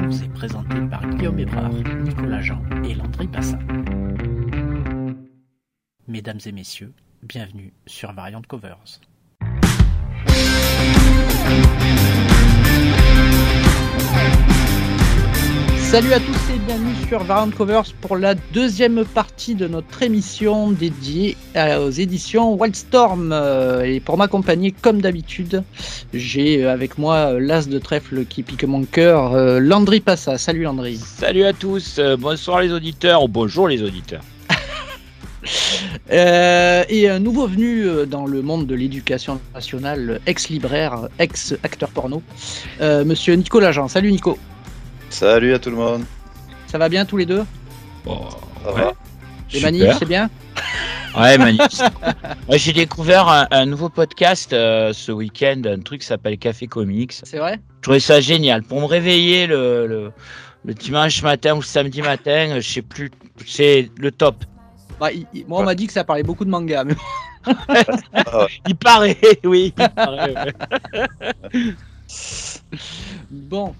vous est présenté par Guillaume Hébrard, Nicolas Jean et Landry Bassa. Mesdames et messieurs, bienvenue sur Variant Covers. Salut à tous et bienvenue sur Variant Covers pour la deuxième partie de notre émission dédiée aux éditions Wildstorm. Et pour m'accompagner, comme d'habitude, j'ai avec moi l'as de trèfle qui pique mon cœur, Landry Passa. Salut Landry. Salut à tous, bonsoir les auditeurs, ou bonjour les auditeurs. Et un nouveau venu dans le monde de l'éducation nationale, ex-libraire, ex-acteur porno, monsieur Nicolas Jean. Salut Nico. Salut à tout le monde. Ça va bien tous les deux? Ça va. Les manifs, c'est bien? Ouais, manifs. Ouais, j'ai découvert un nouveau podcast ce week-end, un truc qui s'appelle Café Comics. C'est vrai? Je trouvais ça génial. Pour me réveiller le dimanche matin ou samedi matin, je sais plus, c'est le top. Bah, moi, on m'a dit que ça parlait beaucoup de manga. Mais... Il paraît, oui. Il paraît, ouais. Bon,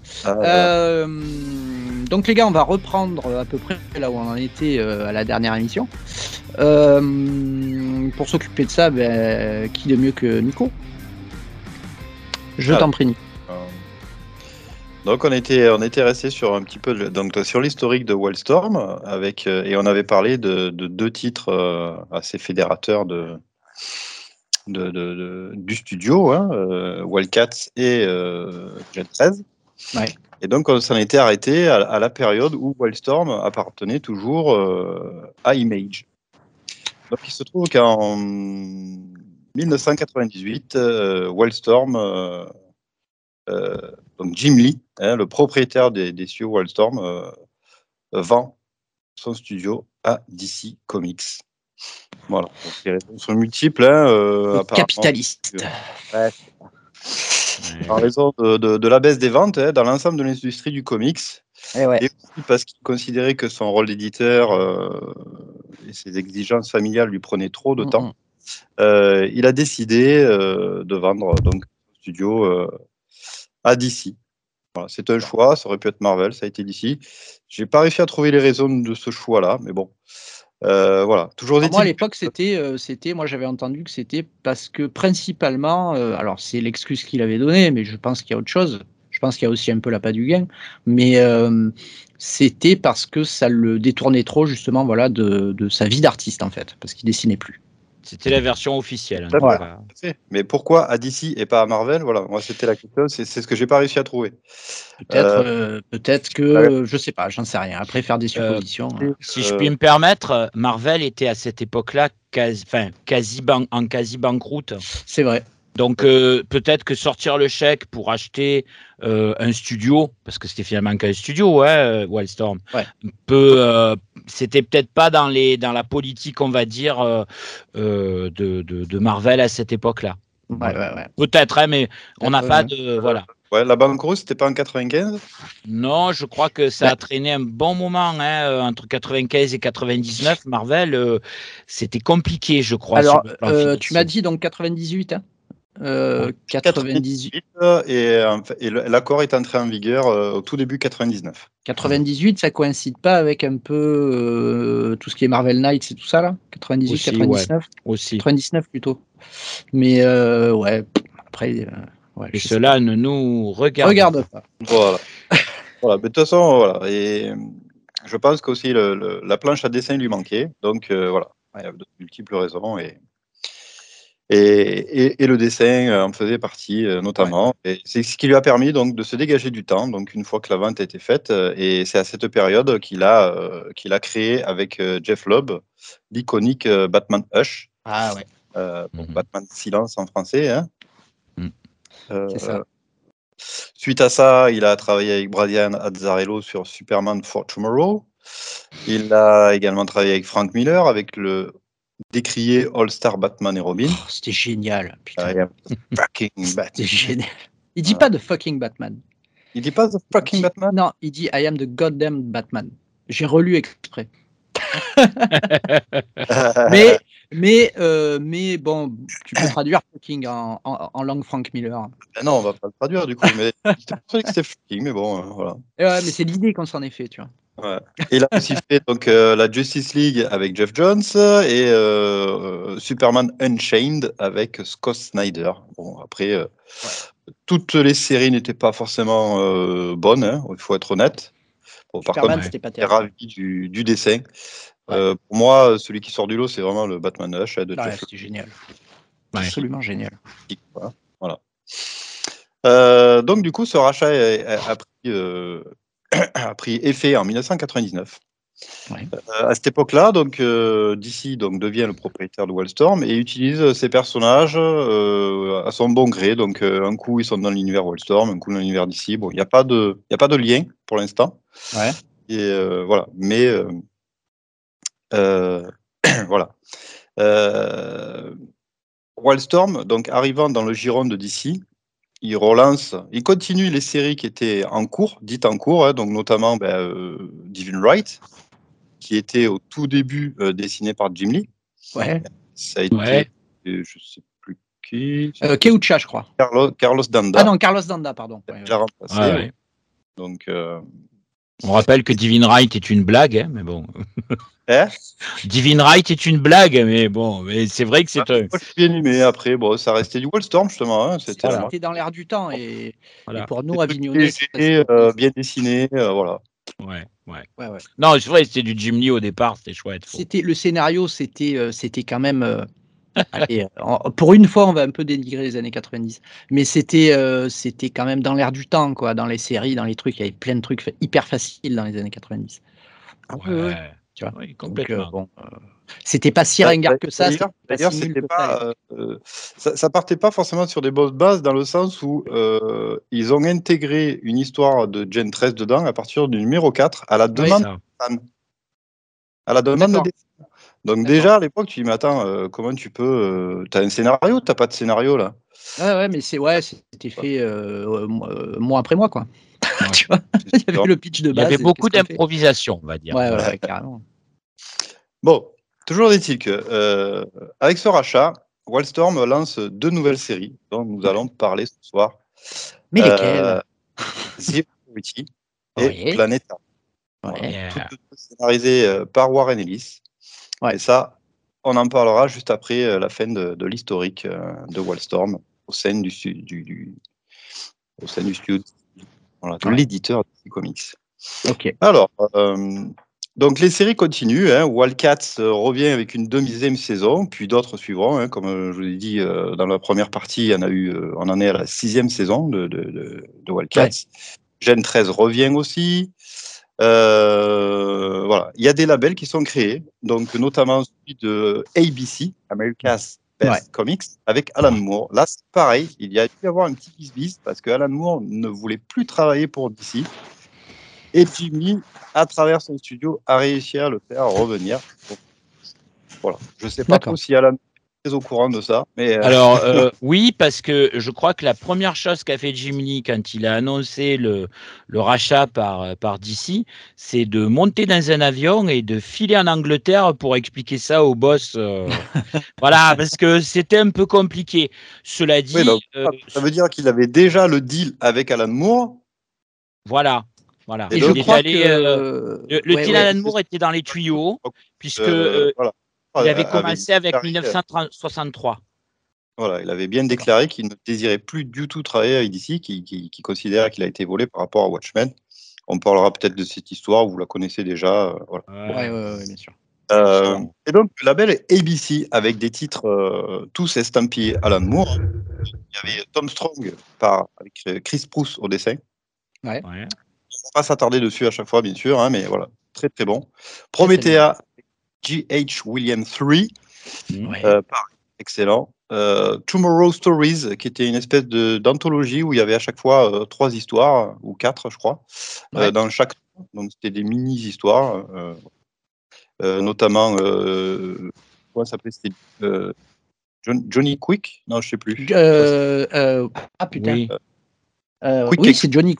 donc les gars, on va reprendre à peu près là où on en était à la dernière émission. Pour s'occuper de ça, qui de mieux que Nico? Je t'en prie, Nico. Donc on était resté sur un petit peu donc sur l'historique de Wildstorm avec et on avait parlé de deux titres assez fédérateurs du studio, Wildcats et Gen 13. Ouais. Et donc on s'en était arrêté à la période où Wildstorm appartenait toujours à Image. Donc il se trouve qu'en 1998, Wildstorm, donc Jim Lee, le propriétaire des studios Wildstorm, vend son studio à DC Comics. Voilà, donc les raisons sont multiples. Capitaliste. En raison de la baisse des ventes dans l'ensemble de l'industrie du comics. Et aussi parce qu'il considérait que son rôle d'éditeur et ses exigences familiales lui prenaient trop de temps. Il a décidé de vendre donc son studio à DC. Voilà, c'est un choix, ça aurait pu être Marvel, ça a été DC. J'ai pas réussi à trouver les raisons de ce choix-là, mais bon. Voilà. Toujours moi à l'époque c'était moi j'avais entendu que c'était parce que principalement alors c'est l'excuse qu'il avait donnée, mais je pense qu'il y a autre chose. Je pense qu'il y a aussi un peu l'appât du gain, mais c'était parce que ça le détournait trop justement, voilà, de sa vie d'artiste en fait, parce qu'il dessinait plus. C'était la version officielle. Voilà. Mais pourquoi à DC et pas à Marvel? Voilà, moi c'était la question, c'est ce que j'ai pas réussi à trouver. Peut-être que je sais pas, j'en sais rien. Après faire des suppositions. Si je puis me permettre, Marvel était à cette époque-là quasi banqueroute. C'est vrai. Donc peut-être que sortir le chèque pour acheter un studio, parce que c'était finalement qu'un studio, Wildstorm, c'était peut-être pas dans la politique, on va dire, de Marvel à cette époque-là. Ouais. Peut-être, mais on n'a pas de... Voilà. Ouais, la banqueroute, c'était pas en 95? Non, je crois que ça a traîné un bon moment, entre 95 et 99. Marvel, c'était compliqué, je crois. Alors, tu m'as dit donc 98, 98 et l'accord est entré en vigueur au tout début 99. 98, ça coïncide pas avec un peu tout ce qui est Marvel Knights et tout ça là? 98, aussi, 99 aussi. 99 plutôt. Mais après... et cela ne nous regarde pas. Voilà. Mais de toute façon, voilà. Et je pense qu'aussi la planche à dessin lui manquait. Donc voilà, il y a de multiples raisons et le dessin en faisait partie notamment. Ouais. Et c'est ce qui lui a permis donc de se dégager du temps. Donc une fois que la vente a été faite, et c'est à cette période qu'il a créé avec Jeff Loeb l'iconique Batman Hush. Ah ouais. Batman Silence en français. C'est ça. Suite à ça, il a travaillé avec Brian Azzarello sur Superman for Tomorrow. Il a également travaillé avec Frank Miller avec le décrié All-Star Batman et Robin. Oh, c'était génial. Putain. Fucking Batman. C'était génial. Il dit pas de fucking Batman. Il dit pas the fucking Batman? Non, il dit I am the goddamn Batman. J'ai relu exprès. Mais bon, tu peux traduire fucking en langue Frank Miller. Non, on va pas le traduire du coup, mais j'étais persuadé que c'était fucking, mais bon, voilà. Ouais, mais c'est l'idée qu'on s'en est fait, tu vois. Ouais. Et il a aussi fait donc, la Justice League avec Jeff Jones et Superman Unchained avec Scott Snyder. Bon, après, toutes les séries n'étaient pas forcément bonnes, hein, il faut être honnête. Bon, par Superman, contre, c'était pas j'étais terrible. ravi du dessin. Pour moi, celui qui sort du lot, c'est vraiment le Batman Hush de Jeff C'était génial. Ouais. Absolument génial. Voilà. Donc, du coup, ce rachat a pris effet en 1999. Ouais. À cette époque-là, donc DC devient le propriétaire de Wildstorm et utilise ses personnages à son bon gré. Donc un coup ils sont dans l'univers Wildstorm, un coup dans l'univers DC. Bon, il n'y a pas de lien pour l'instant. Ouais. Et voilà. Mais voilà. Wildstorm, donc arrivant dans le giron de DC, il continue les séries qui étaient dites en cours, hein, donc notamment Divine Right, qui était au tout début dessiné par Jim Lee. Ouais. Ça a été, je sais plus qui. Keucha, je crois. Carlos Danda. Ah non, Carlos Danda, pardon. Déjà remplacé. Donc, on rappelle que Divine Right est une blague, hein, mais bon. Hein Divine Right est une blague, mais bon, mais c'est vrai que c'est moi, j'ai bien aimé. Après, bon, ça restait du Wildstorm justement. Hein, c'était dans l'air du temps et pour nous, Avignonnais, bien dessiné, voilà. Ouais. Non, c'est vrai, c'était du Jim Lee au départ, c'était chouette. Le scénario, c'était quand même. Allez, pour une fois, on va un peu dénigrer les années 90, mais c'était quand même dans l'air du temps, quoi. Dans les séries, dans les trucs, il y avait plein de trucs hyper faciles dans les années 90. Tu vois. Oui, complètement. Donc, c'était pas si ringard que ça. D'ailleurs, c'était pas, ça partait pas forcément sur des bonnes bases dans le sens où ils ont intégré une histoire de Gen 13 dedans à partir du numéro 4 à la demande de fans. À la demande des fans. Donc déjà à l'époque, tu dis mais attends, comment tu peux t'as un scénario, t'as pas de scénario là. Ouais, mais c'était fait mois après mois, quoi. Tu vois, il y avait le pitch de base. Il y avait beaucoup d'improvisation, on va dire. Ouais, carrément. Bon, toujours est-il que avec ce rachat, Wildstorm lance 2 nouvelles séries dont nous allons parler ce soir. Mais lesquelles? Zero Gravity et Planeta. Toutes scénarisées par Warren Ellis. Et ça, on en parlera juste après la fin de l'historique de Wildstorm au sein du studio de l'éditeur de comics. Ok. Alors, donc les séries continuent. Hein. Wildcats revient avec une deuxième saison, puis d'autres suivront. Hein. Comme je vous l'ai dit dans la première partie, on en est à la 6e saison de Wildcats. Ouais. Gen 13 revient aussi. Voilà, il y a des labels qui sont créés, donc notamment celui de ABC, America's Best Comics, avec Alan Moore. Là, c'est pareil, il y a dû y avoir un petit bis parce que Alan Moore ne voulait plus travailler pour DC. Et Jimmy, à travers son studio, a réussi à le faire revenir. Donc, voilà, je ne sais pas trop si Alan est très au courant de ça. Mais Alors, oui, parce que je crois que la première chose qu'a fait Jim Lee quand il a annoncé le rachat par DC, c'est de monter dans un avion et de filer en Angleterre pour expliquer ça au boss. Voilà, parce que c'était un peu compliqué. Cela dit... Oui, donc, ça veut dire qu'il avait déjà le deal avec Alan Moore. Voilà. Et je crois que le deal Alan Moore était dans les tuyaux, puisque il avait commencé avec 1963. Voilà, il avait bien déclaré qu'il ne désirait plus du tout travailler avec DC, qu'il considère qu'il a été volé par rapport à Watchmen. On parlera peut-être de cette histoire, vous la connaissez déjà. Voilà. Ouais, bien sûr. Et donc, le label est ABC avec des titres tous estampillés Alan Moore. Il y avait Tom Strong avec Chris Spruce au dessin. Ouais. On ne va pas s'attarder dessus à chaque fois, bien sûr, hein, mais voilà, très très bon. Promethea, G.H. Williams III, excellent. Tomorrow Stories, qui était une espèce d'anthologie où il y avait à chaque fois 3 histoires, ou 4, je crois, dans chaque. Donc, c'était des mini-histoires. Notamment, comment ça s'appelait, c'était Johnny Quick? Non, je ne sais plus. Ah putain. Oui, c'est Johnny.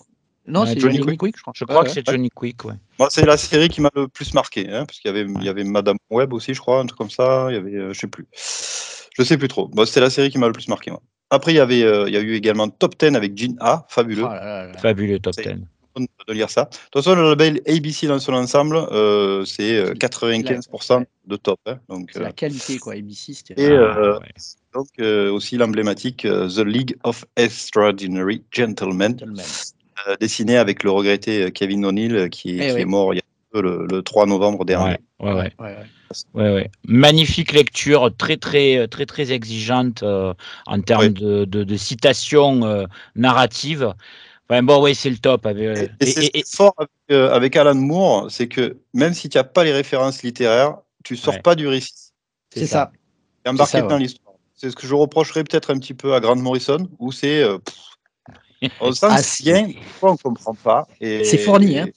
Non, c'est Johnny Quick, je crois. Je crois que c'est Johnny Quick, ouais. Moi, c'est la série qui m'a le plus marqué, hein, parce qu'il y avait Madame Web aussi, je crois, un truc comme ça. Il y avait, je sais plus trop. Bon, c'était la série qui m'a le plus marqué, moi. Après, il y a eu également Top 10 avec Gene A, fabuleux. Oh là. Fabuleux Top 10. De lire ça. De toute façon, le label ABC dans son ensemble, c'est 95% de top. Hein, donc, c'est la qualité, quoi. ABC, c'était. Et donc, aussi l'emblématique The League of Extraordinary Gentlemen, dessiné avec le regretté Kevin O'Neill, qui est mort il y a le 3 novembre dernier. Ouais. Magnifique lecture, très exigeante en termes de citations narratives. Enfin, bon, oui, c'est le top. Et fort avec Alan Moore, c'est que même si tu n'as pas les références littéraires, tu sors pas du récit. C'est ça. Tu es embarqué dans l'histoire. C'est ce que je reprocherais peut-être un petit peu à Grant Morrison, où c'est... on sent bien, on ne comprend pas. C'est fourni, hein.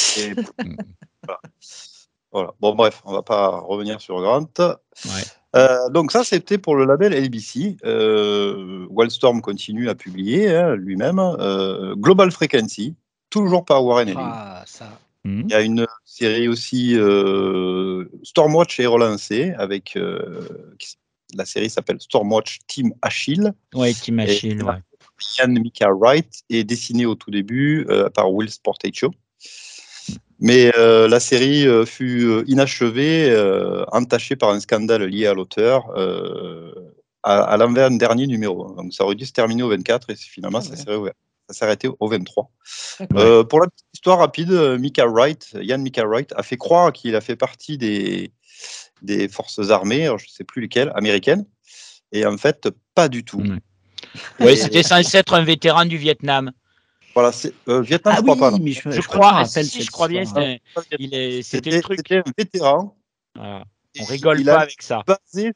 Voilà. Bon, bref, on ne va pas revenir sur Grant. Donc ça, c'était pour le label ABC. Wildstorm continue à publier lui-même. Global Frequency, toujours par Warren Ellis. Il y a une série aussi, Stormwatch est relancée avec... la série s'appelle Stormwatch Team Achille. Oui, Team Achille, ouais. Ian Micah Wright est dessiné au tout début par Will Sportacio. Mais la série fut inachevée, entachée par un scandale lié à l'auteur à l'avant-dernier numéro. Donc ça aurait dû se terminer au 24 et finalement ça s'est arrêté au 23. Pour la petite histoire rapide, Ian Micah Wright a fait croire qu'il a fait partie des forces armées, alors je ne sais plus lesquelles, américaines, et en fait pas du tout. Oui, c'était censé être un vétéran du Vietnam. Voilà, c'est Vietnam, je crois pas. Mais je crois bien, c'était le truc. C'était un vétéran. Voilà. On rigole pas avec ça. Il a basé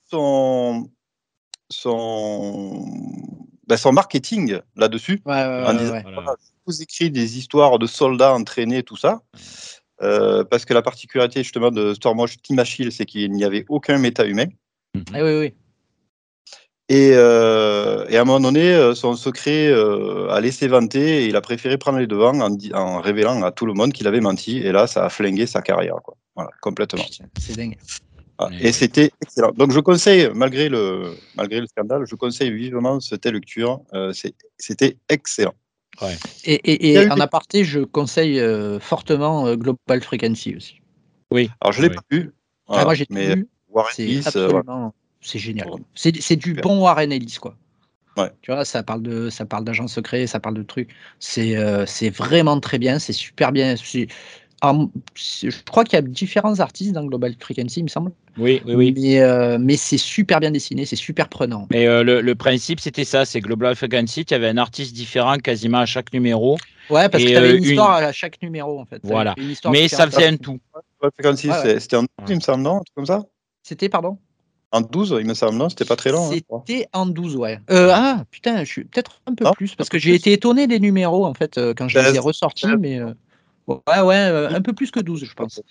son marketing là-dessus, en disant voilà, je vous écris des histoires de soldats entraînés, tout ça, parce que la particularité justement de Stormwatch Team Achille, c'est qu'il n'y avait aucun méta-humain. Oui. Et à un moment donné, son secret a laissé vanter et il a préféré prendre les devants en révélant à tout le monde qu'il avait menti. Et là, ça a flingué sa carrière, quoi. Voilà, complètement. C'est dingue. Et c'était excellent. Donc, je conseille, malgré le scandale, je conseille vivement cette lecture. C'était excellent. Ouais. Et en aparté, je conseille fortement Global Frequency aussi. Oui. Alors, je ne l'ai pas lu. Voilà, moi, j'ai tout lu. C'est absolument... C'est génial. C'est du bon Warren Ellis, quoi. Ouais. Tu vois, ça parle d'agents secrets, ça parle de trucs. C'est vraiment très bien, c'est super bien. Je crois qu'il y a différents artistes dans Global Frequency, il me semble. Oui. Mais c'est super bien dessiné, c'est super prenant. Mais le principe, c'était ça, c'est Global Frequency, tu avais un artiste différent quasiment à chaque numéro. Ouais, parce que tu avais une histoire à chaque numéro, en fait. Voilà. Mais ça faisait un tout. Global Frequency, c'était en 12, il me semble, non? Un truc comme ça? C'était, pardon? En 12, il me semble, non? C'était pas très long. C'était en 12, ouais. Putain, je suis peut-être un peu plus, parce que j'ai été étonné des numéros, en fait, quand je les ai ressortis, mais... un peu plus que 12, je pense.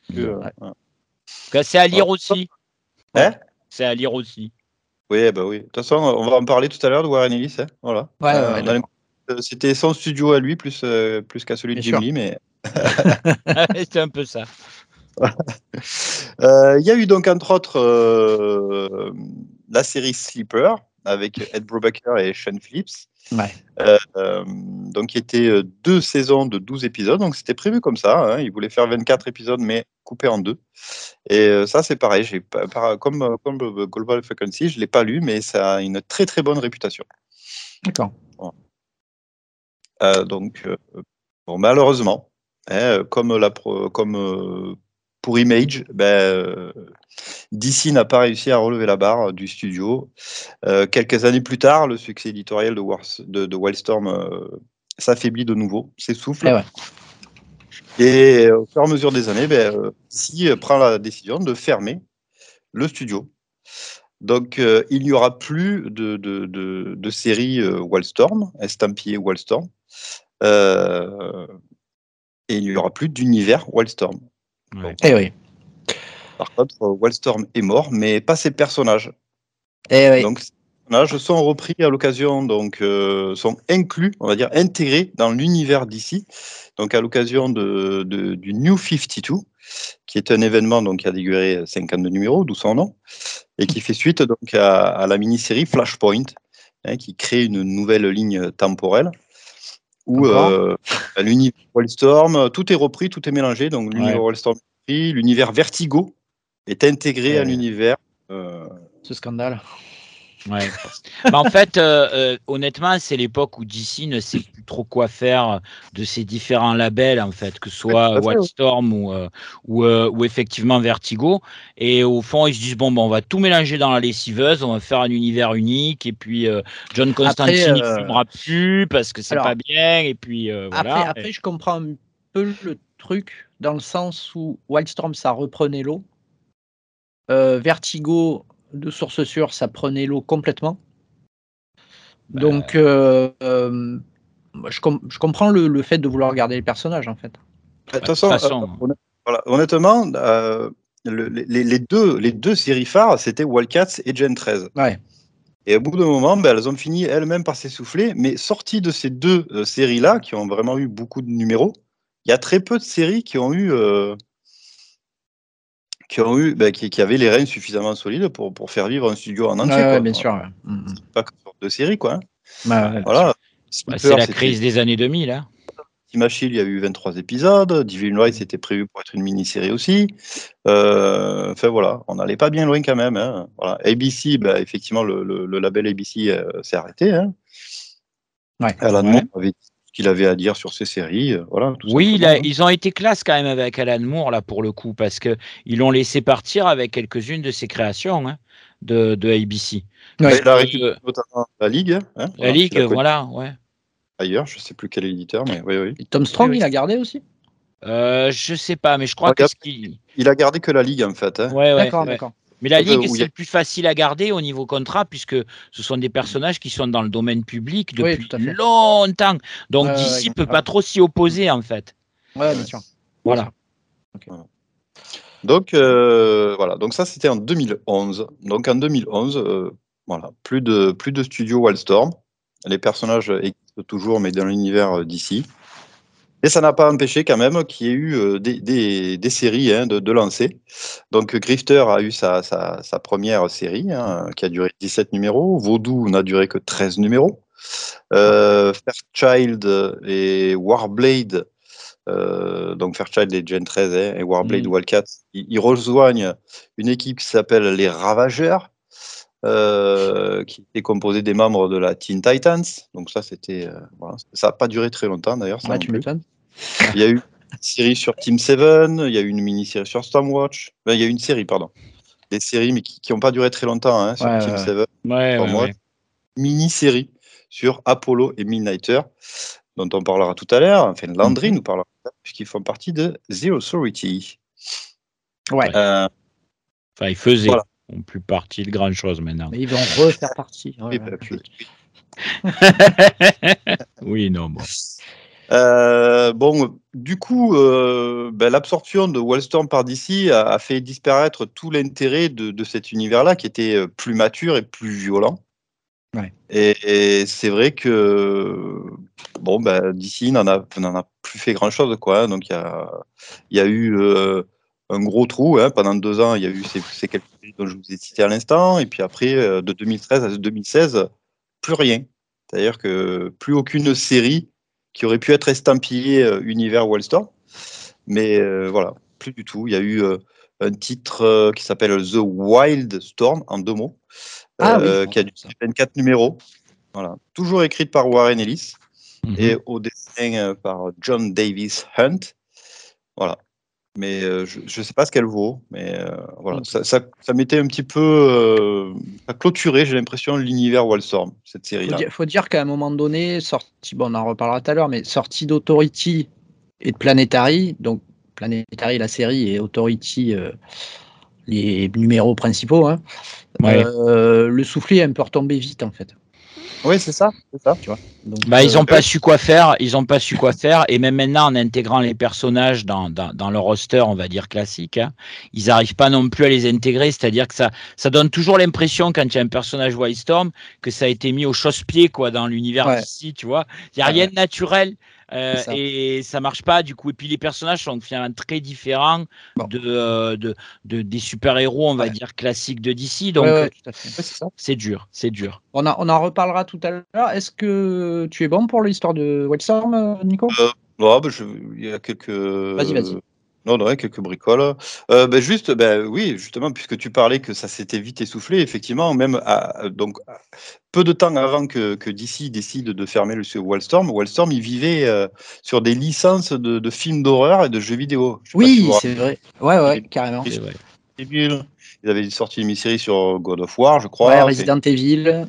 C'est à lire aussi. Hein? C'est à lire aussi. Oui, bah oui. De toute façon, on va en parler tout à l'heure de Warren Ellis. Hein. Voilà. C'était son studio à lui, plus qu'à celui de Jim Lee, mais... C'est un peu ça. Il y a eu donc, entre autres, la série Sleeper, avec Ed Brubaker et Sean Phillips. Ouais. Donc, qui était 2 saisons de 12 épisodes. Donc, c'était prévu comme ça. Hein. Ils voulaient faire 24 épisodes, mais coupés en 2. Et ça, c'est pareil. Comme Global Frequency, je ne l'ai pas lu, mais ça a une très, très bonne réputation. D'accord. Donc, malheureusement, comme pour Image, DC n'a pas réussi à relever la barre du studio. Quelques années plus tard, le succès éditorial de Wildstorm s'affaiblit de nouveau, s'essouffle. Et au fur et à mesure des années, DC prend la décision de fermer le studio. Donc, il n'y aura plus de série Wildstorm, estampillée Wildstorm. Et il n'y aura plus d'univers Wildstorm. Ouais. Oui. Par contre, Wildstorm est mort, mais pas ses personnages. Oui. Donc, personnages sont repris à l'occasion, donc sont inclus, on va dire intégrés dans l'univers d'ici, donc à l'occasion du New 52, qui est un événement donc qui a duré 52 numéros, d'où son nom, et qui fait suite donc à la mini-série Flashpoint, qui crée une nouvelle ligne temporelle où l'univers Wildstorm, tout est repris, tout est mélangé, donc l'univers Wildstorm est repris, l'univers Vertigo est intégré à l'univers. Ce scandale. Ouais. Bah, en fait, honnêtement, c'est l'époque où DC ne sait plus trop quoi faire de ces différents labels, en fait, que ce soit Wildstorm ou effectivement Vertigo. Et au fond, ils se disent bon, on va tout mélanger dans la lessiveuse, on va faire un univers unique. Et puis John Constantine, il ne filmera plus parce que c'est pas bien. Et puis voilà. Après, je comprends un peu le truc dans le sens où Wildstorm, ça reprenait l'eau. Vertigo, de source sûre, ça prenait l'eau complètement. Donc, je comprends le fait de vouloir garder les personnages, en fait. De toute façon, honnêtement, les deux séries phares, c'était Wildcats et Gen 13. Ouais. Et au bout d'un moment, elles ont fini elles-mêmes par s'essouffler. Mais sorties de ces deux séries-là, qui ont vraiment eu beaucoup de numéros, il y a très peu de séries qui ont eu... qui avaient les rênes suffisamment solides pour faire vivre un studio en entier. Ouais, bien sûr. C'est pas que sur deux séries, quoi. Voilà. C'est la crise des années 2000. Hein. Team Achille, il y a eu 23 épisodes. Divine Light, c'était prévu pour être une mini-série aussi. Enfin, voilà, on n'allait pas bien loin quand même. Hein. Voilà. ABC, effectivement, le label ABC s'est arrêté. Hein. Alan Moore avait dit ce qu'il avait à dire sur ces séries. Voilà, ils ont été classe quand même avec Alan Moore, là, pour le coup, parce qu'ils l'ont laissé partir avec quelques-unes de ses créations de ABC. Il a récupéré notamment la Ligue. Hein, la Ligue, voilà, ouais. Ailleurs, je ne sais plus quel éditeur, mais oui. Et Tom Strong, il a gardé aussi je sais pas, mais je crois il a gardé que la Ligue, en fait. Hein. D'accord. Mais la Ligue, c'est le plus facile à garder au niveau contrat, puisque ce sont des personnages qui sont dans le domaine public depuis longtemps. Donc DC ne peut pas trop s'y opposer, en fait. Ouais, bien sûr. Voilà. Okay. Donc, voilà. Donc ça, c'était en 2011. Donc en 2011, voilà, plus de studio Wildstorm. Les personnages existent toujours, mais dans l'univers d'ici. Et ça n'a pas empêché quand même qu'il y ait eu des séries de lancer. Donc Grifter a eu sa première série qui a duré 17 numéros. Vaudou n'a duré que 13 numéros. Fairchild et Warblade, donc Fairchild et Gen 13 et Warblade Wildcats, ils rejoignent une équipe qui s'appelle les Ravageurs. Qui était composé des membres de la Teen Titans. Donc ça, c'était voilà. Ça n'a pas duré très longtemps d'ailleurs. Tu m'étonnes. Il y a eu une série sur Team 7, il y a eu une mini-série sur Stormwatch. Il y a eu une série, pardon. Des séries, mais qui n'ont pas duré très longtemps sur Team 7. Ouais. Mini-série sur Apollo et Midnighter, dont on parlera tout à l'heure. Enfin, Landry nous parlera, puisqu'ils font partie de The Authority. Ouais. Ils faisaient. Voilà. Plus partie de grande chose maintenant. Mais ils vont refaire partie. Oui, non, bon. Bon, du coup, l'absorption de Wildstorm par DC a fait disparaître tout l'intérêt de cet univers-là, qui était plus mature et plus violent. Ouais. Et c'est vrai que DC n'en a plus fait grand-chose, quoi. Donc il y a eu un gros trou pendant 2 ans. Il y a eu ces quelques séries dont je vous ai cité à l'instant, et puis après de 2013 à 2016, plus rien. C'est-à-dire que plus aucune série qui aurait pu être estampillée univers Wildstorm, mais voilà, plus du tout. Il y a eu un titre qui s'appelle The Wildstorm en 2 mots, qui a duré 24 numéros. Voilà, toujours écrite par Warren Ellis et au dessin par John Davis Hunt. Voilà. Mais je ne sais pas ce qu'elle vaut, mais voilà, ça mettait un petit peu à clôturer, j'ai l'impression, l'univers Wildstorm, cette série-là. Il faut dire qu'à un moment donné, on en reparlera tout à l'heure, mais sortie d'Authority et de Planetary, donc Planetary la série et Authority les numéros principaux, le soufflet est un peu retombé vite en fait. Oui, c'est ça, tu vois. Donc, ils n'ont pas su quoi faire, et même maintenant en intégrant les personnages dans le roster, on va dire classique, hein, ils n'arrivent pas non plus à les intégrer, c'est-à-dire que ça donne toujours l'impression quand il y a un personnage Wildstorm que ça a été mis au chausse-pied quoi dans l'univers d'ici, tu vois, il n'y a rien de naturel. Et ça marche pas du coup. Et puis les personnages sont finalement très différents des super-héros, on va dire classiques de DC. Donc c'est dur. On en reparlera tout à l'heure. Est-ce que tu es bon pour l'histoire de Wildstorm, Nico? Il y a quelques. Vas-y. Non, quelques bricoles. Oui, justement, puisque tu parlais que ça s'était vite essoufflé, effectivement, même peu de temps avant que DC décide de fermer le Wildstorm, il vivait sur des licences de films d'horreur et de jeux vidéo. Oui, c'est vrai. Ouais, carrément. C'est vrai. Ils avaient sorti une mini-série sur God of War, je crois. Ouais, Resident Evil.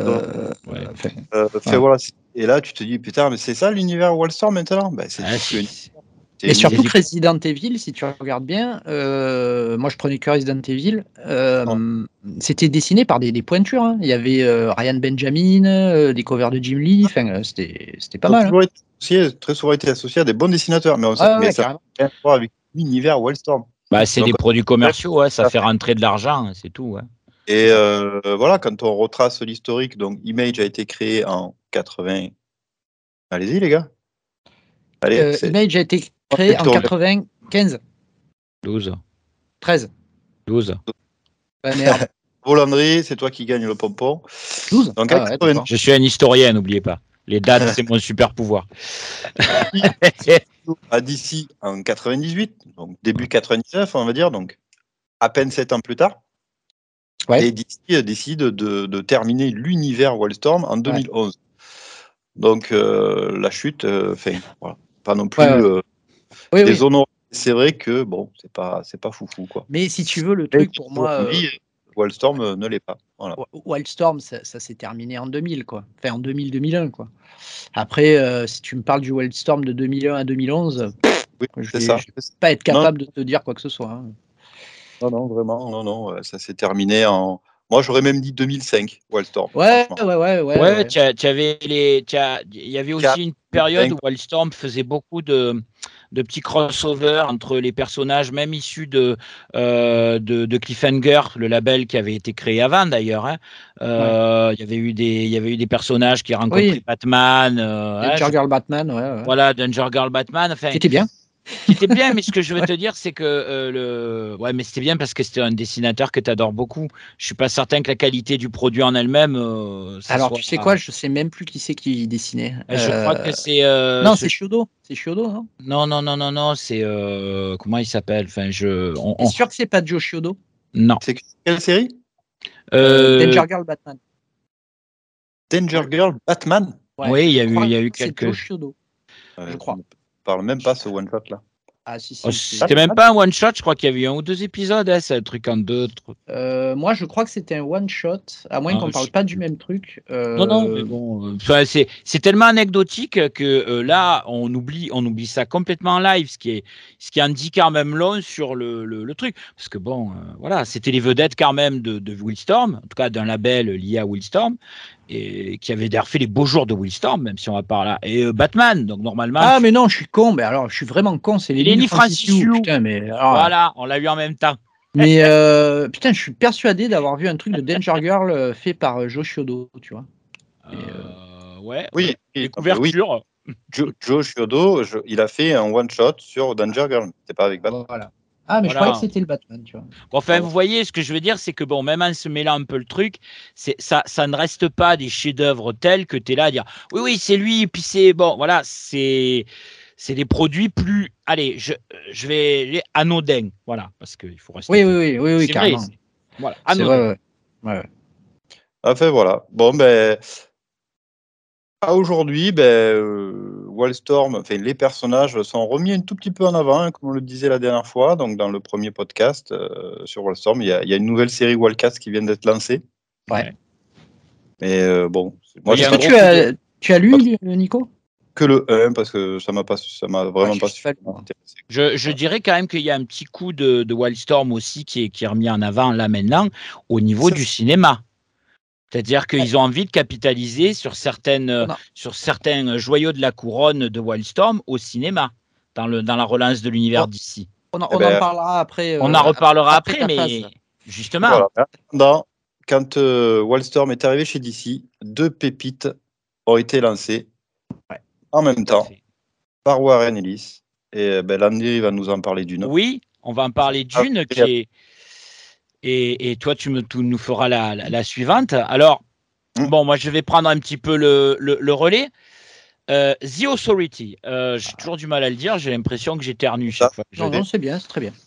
Voilà. Et là, tu te dis, putain, mais c'est ça l'univers Wildstorm maintenant? Et surtout que Resident Evil, si tu regardes bien, moi je prenais que Resident Evil, c'était dessiné par des pointures. Hein. Il y avait Ryan Benjamin, des covers de Jim Lee, c'était pas mal. Très souvent été associé à des bons dessinateurs, mais ça n'a rien à voir avec l'univers Wildstorm. C'est des produits commerciaux, ça fait rentrer de l'argent, c'est tout. Et voilà, quand on retrace l'historique, donc Image a été créé en 80. Allez-y les gars. Image a été créé en 95. 12. 13. 12. Merde. Volandry, c'est toi qui gagne le pompon. 12. Donc, je suis un historien, n'oubliez pas. Les dates, c'est mon super pouvoir. À DC en 98, donc début 99, on va dire, donc à peine 7 ans plus tard. Et DC décide de terminer l'univers Wildstorm en 2011. Donc la chute, voilà, pas non plus déshonorant. C'est vrai que bon, c'est pas foufou quoi. Mais si tu veux, le truc pour moi, Wildstorm ne l'est pas. Voilà. Wildstorm, ça s'est terminé en 2000 quoi. Enfin en 2000-2001 quoi. Après, si tu me parles du Wildstorm de 2001 à 2011, je vais pas être capable de te dire quoi que ce soit. Hein. Non, vraiment, non, ça s'est terminé en. Moi, j'aurais même dit 2005, Wildstorm. Ouais. Il y avait aussi une période où Wildstorm faisait beaucoup de petits crossovers entre les personnages, même issus de Cliffhanger, le label qui avait été créé avant d'ailleurs. Hein. Il y avait eu des personnages qui rencontraient Batman. Danger Girl Batman, Voilà, Danger Girl Batman. Enfin, c'était bien. C'était bien, mais ce que je veux te dire, c'est que mais c'était bien parce que c'était un dessinateur que tu adores beaucoup. Je suis pas certain que la qualité du produit en elle-même. Alors, tu sais quoi, je sais même plus qui c'est qui dessinait. Je crois que c'est. Non, c'est Chiodo. C'est Chiodo, non? Non. C'est comment il s'appelle? Enfin, T'es sûr que c'est pas Joe Chiodo? Non. C'est quelle série? Danger Girl Batman. Danger Girl Batman. Oui, il y a eu quelques. C'est Joe Chiodo. Je crois. Parle même pas ce one shot là. Ah si. C'était même pas un one shot, je crois qu'il y avait eu 1 ou 2 épisodes, c'est un truc en 2. Moi je crois que c'était un one shot, à moins qu'on parle pas du même truc. Non, mais bon, c'est tellement anecdotique que là on oublie ça complètement en live, ce qui en dit quand même long sur le truc, parce que bon, voilà, c'était les vedettes quand même de Wildstorm, en tout cas d'un label lié à Wildstorm. Et qui avait d'ailleurs fait les beaux jours de Wildstorm, même si on va par là, et Batman, donc normalement. Ah mais non, je suis con, mais alors je suis vraiment con, c'est Lenny Francis. Putain, mais voilà, on l'a eu en même temps. Mais putain, je suis persuadé d'avoir vu un truc de Danger Girl fait par Joe Chiodo, tu vois. Oui. Les couvertures. Joe Chiodo, il a fait un one shot sur Danger Girl. C'était pas avec Batman. Voilà. Ah, mais je croyais que c'était le Batman, tu vois. Enfin, vous voyez, ce que je veux dire, c'est que bon, même en se mêlant un peu le truc, ça ne reste pas des chefs-d'œuvre tels que tu es là à dire oui, c'est lui, et puis c'est bon, voilà, c'est des produits plus, allez, je vais anodins, voilà, parce qu'il faut rester. Oui, carrément. Vrai, voilà, anodin. Ouais. Enfin, voilà. Bon, aujourd'hui, Wildstorm, les personnages sont remis un tout petit peu en avant, hein, comme on le disait la dernière fois. Donc, dans le premier podcast sur Wildstorm, il y a une nouvelle série Wildcats qui vient d'être lancée. Ouais. Mais bon. Est-ce que tu as lu, Nico? Que le 1, parce que ça m'a vraiment pas suffisamment intéressé. Je dirais quand même qu'il y a un petit coup de Wildstorm aussi qui est remis en avant là maintenant au niveau du cinéma. C'est-à-dire qu'ils ont envie de capitaliser sur certains joyaux de la couronne de Wildstorm au cinéma, dans la relance de l'univers d'ici. On en parlera après. On en reparlera après, mais justement. Voilà. Quand Wildstorm est arrivé chez DC, 2 pépites ont été lancées en même temps par Warren Ellis. Et Landy va nous en parler d'une. Oui, on va en parler d'une qui est... Et toi, tu nous feras la suivante. Alors, bon, moi, je vais prendre un petit peu le relais. The Authority. J'ai toujours du mal à le dire. J'ai l'impression que j'éternue chaque fois. Non, c'est bien, c'est très bien.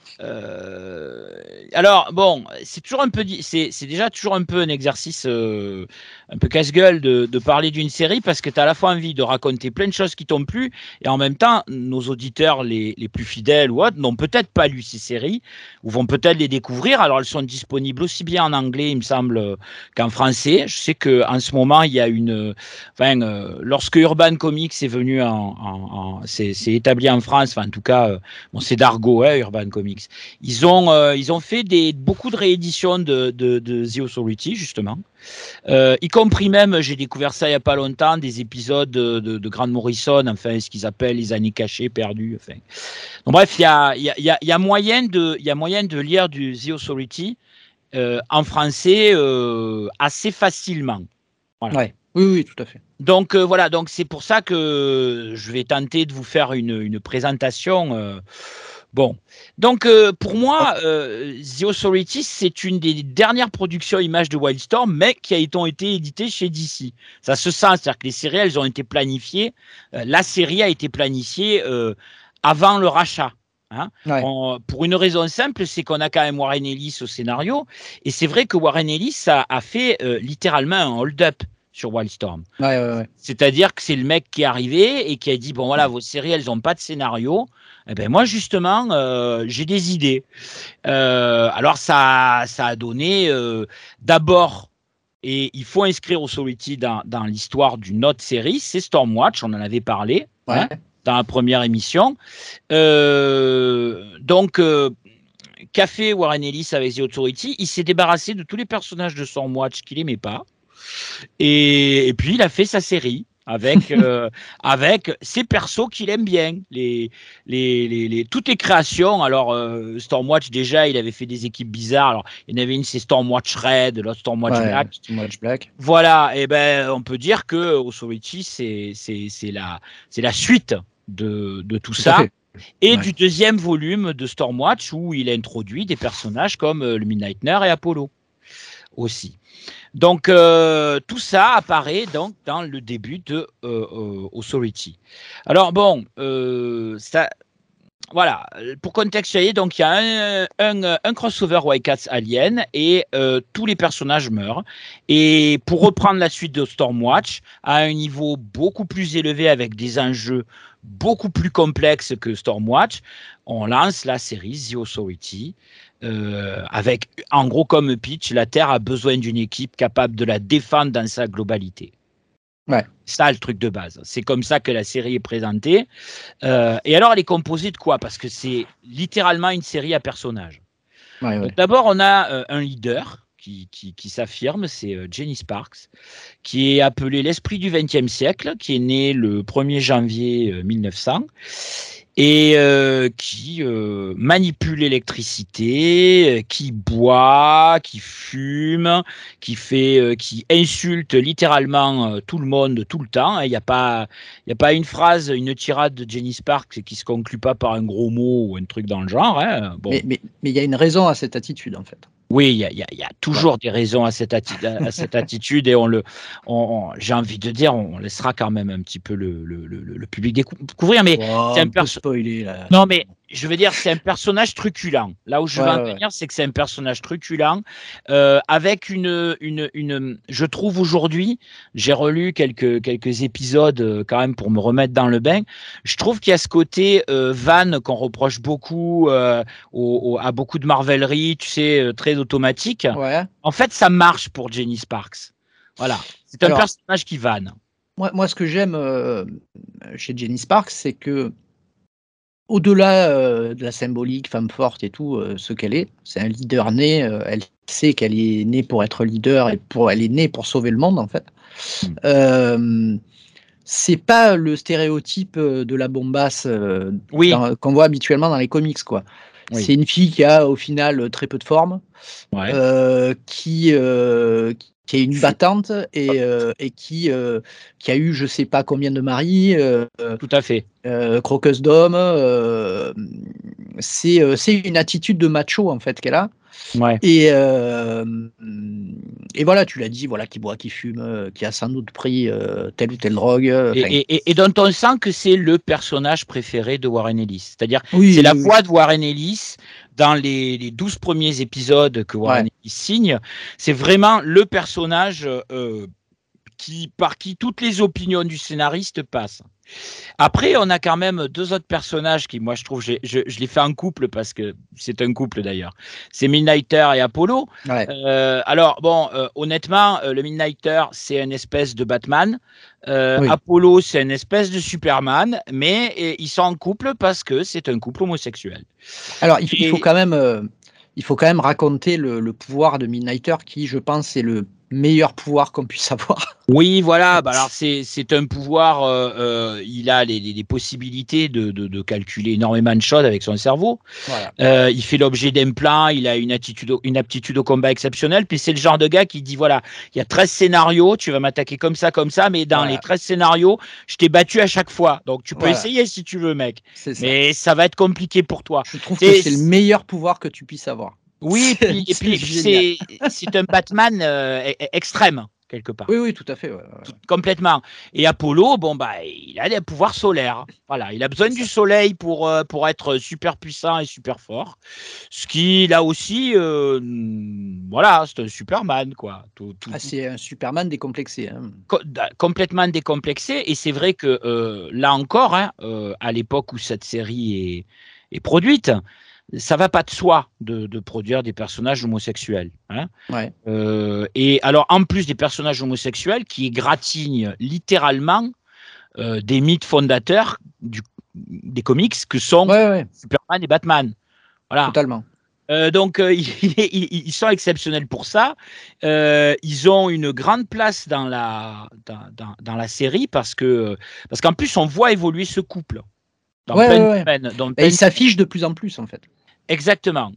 Alors bon, c'est toujours un peu, c'est déjà toujours un peu un exercice un peu casse-gueule de parler d'une série parce que tu as à la fois envie de raconter plein de choses qui t'ont plu et en même temps nos auditeurs les plus fidèles ou autres n'ont peut-être pas lu ces séries ou vont peut-être les découvrir. Alors elles sont disponibles aussi bien en anglais il me semble qu'en français. Je sais que en ce moment il y a lorsque Urban Comics est venu c'est établi en France, en tout cas bon c'est d'argot Urban Comics. Ils ont fait beaucoup de rééditions de The Authority, justement. Y compris même, j'ai découvert ça il n'y a pas longtemps, des épisodes de Grant Morrison, enfin, ce qu'ils appellent les années cachées, perdues. Enfin. Donc, bref, il y a moyen de lire du The Authority en français assez facilement. Voilà. Ouais. Oui, tout à fait. Donc, voilà, donc c'est pour ça que je vais tenter de vous faire une présentation. Bon, donc pour moi, The Authority, c'est une des dernières productions images de Wildstorm, mais qui a été éditée chez DC. Ça se sent, c'est-à-dire que les séries, elles ont été planifiées. La série a été planifiée avant le rachat. Hein. Ouais. Pour une raison simple, c'est qu'on a quand même Warren Ellis au scénario, et c'est vrai que Warren Ellis a fait littéralement un hold-up sur Wildstorm. Ouais. C'est-à-dire que c'est le mec qui est arrivé et qui a dit bon voilà, vos séries elles n'ont pas de scénario. Eh ben moi justement j'ai des idées. Alors ça a donné d'abord, et il faut inscrire Authority dans l'histoire d'une autre série, c'est Stormwatch, on en avait parlé dans la première émission. Donc qu'a fait Warren Ellis avec The Authority? Il s'est débarrassé de tous les personnages de Stormwatch qu'il n'aimait pas. Et puis il a fait sa série avec ses persos qu'il aime bien, toutes les créations. Alors Stormwatch, déjà il avait fait des équipes bizarres. Alors il y en avait une, c'est Stormwatch Red, l'autre Stormwatch Black. Voilà, et ben on peut dire que Authority c'est la suite de tout ça. Et du deuxième volume de Stormwatch où il a introduit des personnages comme le Midnightner et Apollo aussi. Donc tout ça apparaît donc dans le début de Authority. Alors bon, voilà, pour contextualiser, donc il y a un crossover Wildcats Alien et tous les personnages meurent. Et pour reprendre la suite de Stormwatch à un niveau beaucoup plus élevé avec des enjeux beaucoup plus complexes que Stormwatch, on lance la série The Authority. Avec en gros comme pitch, la Terre a besoin d'une équipe capable de la défendre dans sa globalité. Ouais. Ça, le truc de base. C'est comme ça que la série est présentée. Et alors, elle est composée de quoi? Parce que c'est littéralement une série à personnages. Donc, d'abord, on a un leader qui s'affirme, c'est Jenny Sparks, qui est appelé l'esprit du XXe siècle, qui est né le 1er janvier 1900. Et qui manipule l'électricité, qui boit, qui fume, qui insulte littéralement tout le monde tout le temps. Il n'y a pas une phrase, une tirade de Jenny Sparks qui se conclut pas par un gros mot ou un truc dans le genre. Hein. Bon. Mais il y a une raison à cette attitude en fait. Oui, il y a toujours des raisons à cette attitude et j'ai envie de dire, on laissera quand même un petit peu le public découvrir. Mais c'est un peu spoilé là. Non, mais je veux dire, c'est un personnage truculent. Là où je veux en venir, c'est que c'est un personnage truculent avec je trouve aujourd'hui, j'ai relu quelques épisodes quand même pour me remettre dans le bain. Je trouve qu'il y a ce côté van qu'on reproche beaucoup à beaucoup de marvelerie, tu sais, très automatique. Ouais. En fait, ça marche pour Jenny Sparks. Voilà, c'est un personnage qui vanne. Moi, ce que j'aime chez Jenny Sparks, c'est que au-delà de la symbolique, femme forte et tout, ce qu'elle est, c'est un leader né. Elle sait qu'elle est née pour être leader et elle est née pour sauver le monde en fait. C'est pas le stéréotype de la bombasse qu'on voit habituellement dans les comics, quoi. Oui. C'est une fille qui a au final très peu de forme, qui est une battante et qui a eu je sais pas combien de maris. Tout à fait. Croqueuse d'homme. C'est une attitude de macho en fait qu'elle a. Ouais. Et voilà, tu l'as dit, voilà, qui boit, qui fume, qui a sans doute pris telle ou telle drogue. Et dont on sent que c'est le personnage préféré de Warren Ellis. C'est-à-dire, c'est la voix de Warren Ellis dans les 12 premiers épisodes que Warren Ellis signe. C'est vraiment le personnage par qui toutes les opinions du scénariste passent. Après, on a quand même deux autres personnages qui, moi, je trouve, je les fais en couple parce que c'est un couple d'ailleurs. C'est Midnighter et Apollo. Ouais. Alors, bon, honnêtement, le Midnighter, c'est une espèce de Batman. Apollo, c'est une espèce de Superman, mais ils sont en couple parce que c'est un couple homosexuel. Alors, il faut quand même raconter le pouvoir de Midnighter qui, je pense, est le meilleur pouvoir qu'on puisse avoir. Oui, voilà. Bah alors c'est un pouvoir. Il a les possibilités de calculer énormément de choses avec son cerveau. Voilà. Il fait l'objet d'implants. Il a une aptitude au combat exceptionnelle. Puis c'est le genre de gars qui dit voilà, il y a 13 scénarios. Tu vas m'attaquer comme ça, mais dans les 13 scénarios, je t'ai battu à chaque fois. Donc tu peux essayer si tu veux, mec. Mais ça va être compliqué pour toi. Je trouve que c'est le meilleur pouvoir que tu puisses avoir. Oui, et puis c'est un Batman extrême, quelque part. Oui, tout à fait. Complètement. Et Apollo, bon, bah, il a des pouvoirs solaires. Voilà, il a besoin du soleil pour être super puissant et super fort. Ce qui, là aussi, voilà, c'est un Superman, quoi. C'est un Superman décomplexé. Hein. Complètement décomplexé. Et c'est vrai que, là encore, hein, à l'époque où cette série est produite, ça va pas de soi de produire des personnages homosexuels. Hein. Et alors, en plus des personnages homosexuels qui égratignent littéralement des mythes fondateurs des comics que sont Superman et Batman. Voilà. Totalement. Donc, ils sont exceptionnels pour ça. Ils ont une grande place dans la série parce qu'en plus, on voit évoluer ce couple. Il s'affiche de plus en plus, en fait. Exactement.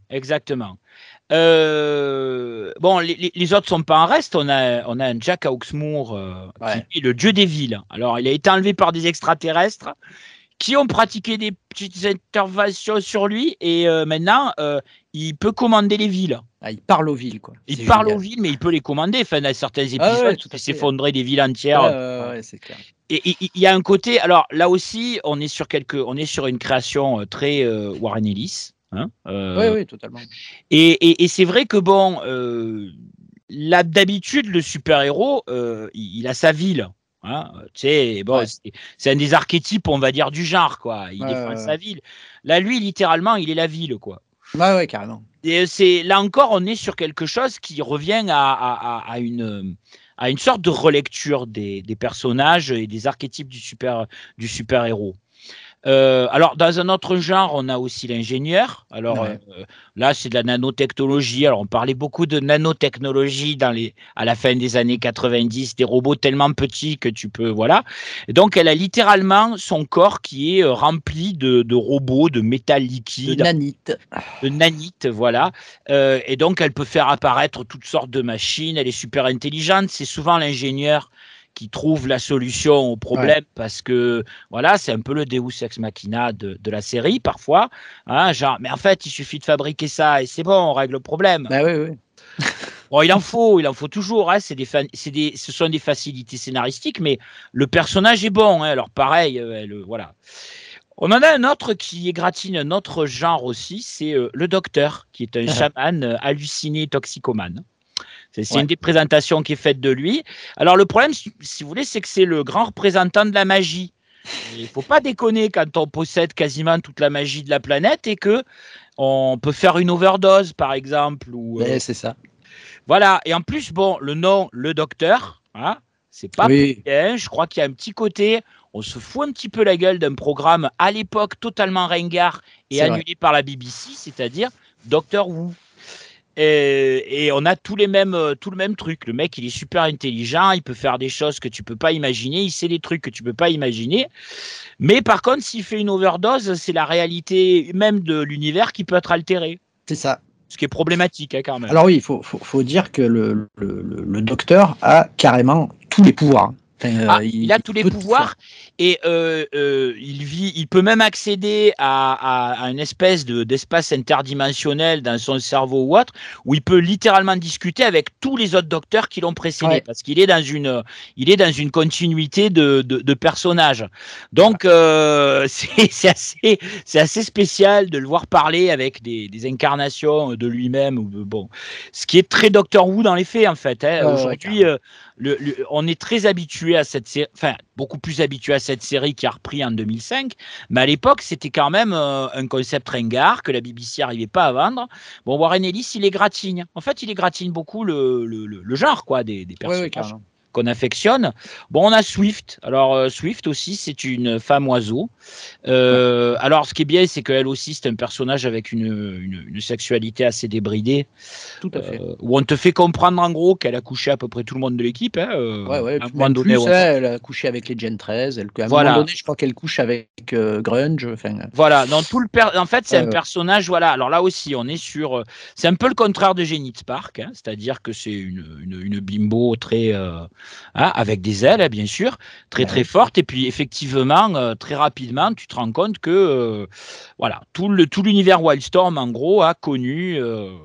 Bon, les autres sont pas en reste. On a un Jack Hawksmoor qui est le dieu des villes. Alors, il a été enlevé par des extraterrestres qui ont pratiqué des petites interventions sur lui et maintenant, il peut commander les villes. Il parle aux villes, quoi. Il parle aux villes, mais il peut les commander. Enfin, dans certains épisodes, il peut s'effondrer des villes entières. C'est clair. Et il y a un côté. Alors là aussi, on est sur une création très Warren Ellis. Hein, oui, totalement. Et c'est vrai que bon, d'habitude, le super-héros, il a sa ville. Hein, tu sais, bon, c'est un des archétypes, on va dire, du genre, quoi. Il défend sa ville. Là, lui, littéralement, il est la ville, quoi. Ouais, carrément. Et là encore, on est sur quelque chose qui revient à une sorte de relecture des personnages et des archétypes du super-héros. Alors, dans un autre genre, on a aussi l'ingénieur. Alors, là, c'est de la nanotechnologie. Alors, on parlait beaucoup de nanotechnologie à la fin des années 90, des robots tellement petits que tu peux, voilà. Et donc, elle a littéralement son corps qui est rempli de robots, de métal liquide. De nanites, voilà. Et donc, elle peut faire apparaître toutes sortes de machines. Elle est super intelligente. C'est souvent l'ingénieur qui trouve la solution au problème parce que voilà, c'est un peu le Deus ex machina de la série parfois, hein, genre mais en fait il suffit de fabriquer ça et c'est bon, on règle le problème. Oui. Bon, il en faut toujours, hein, ce sont des facilités scénaristiques, mais le personnage est bon, hein, alors pareil, voilà. On en a un autre qui égratigne un autre genre aussi, c'est le docteur, qui est un chaman halluciné toxicomane. C'est une des présentations qui est faite de lui. Alors, le problème, si vous voulez, c'est que c'est le grand représentant de la magie. Il ne faut pas déconner quand on possède quasiment toute la magie de la planète et qu'on peut faire une overdose, par exemple. C'est ça. Voilà. Et en plus, bon, le nom, le docteur, hein, c'est pas bien. Je crois qu'il y a un petit côté, on se fout un petit peu la gueule d'un programme à l'époque totalement ringard et annulé par la BBC, c'est-à-dire Doctor Who. Et on a tout le même truc. Le mec, il est super intelligent, il peut faire des choses que tu peux pas imaginer, il sait des trucs que tu peux pas imaginer. Mais par contre, s'il fait une overdose, c'est la réalité même de l'univers qui peut être altérée. C'est ça. Ce qui est problématique, hein, quand même. Alors oui, il faut dire que le docteur a carrément tous les pouvoirs. Il a tous les pouvoirs et il peut même accéder à une espèce d'espace interdimensionnel dans son cerveau ou autre, où il peut littéralement discuter avec tous les autres docteurs qui l'ont précédé, parce qu'il est dans une continuité de personnages. Donc c'est assez spécial de le voir parler avec des incarnations de lui-même. Bon, ce qui est très Doctor Who dans les faits en fait. Aujourd'hui, on est très habitué à cette série, enfin beaucoup plus habitué à cette série qui a repris en 2005, mais à l'époque c'était quand même un concept ringard que la BBC n'arrivait pas à vendre. Bon, Warren Ellis, il égratigne. En fait, il égratigne beaucoup le genre quoi, des personnages qu'on affectionne. Bon, on a Swift. Alors, Swift aussi, c'est une femme oiseau. Alors, ce qui est bien, c'est qu'elle aussi, c'est un personnage avec une sexualité assez débridée. Tout à fait. Où on te fait comprendre, en gros, qu'elle a couché à peu près tout le monde de l'équipe. Hein, elle a couché avec les Gen 13. À un moment donné, je crois qu'elle couche avec Grunge. Voilà. Dans tout en fait, c'est un personnage, voilà. Alors là aussi, on est sur... c'est un peu le contraire de Jenny Spark. Hein, c'est-à-dire que c'est une bimbo très... avec des ailes, bien sûr, très fortes. Et puis, effectivement, très rapidement, tu te rends compte que voilà, tout l'univers Wildstorm, en gros, a connu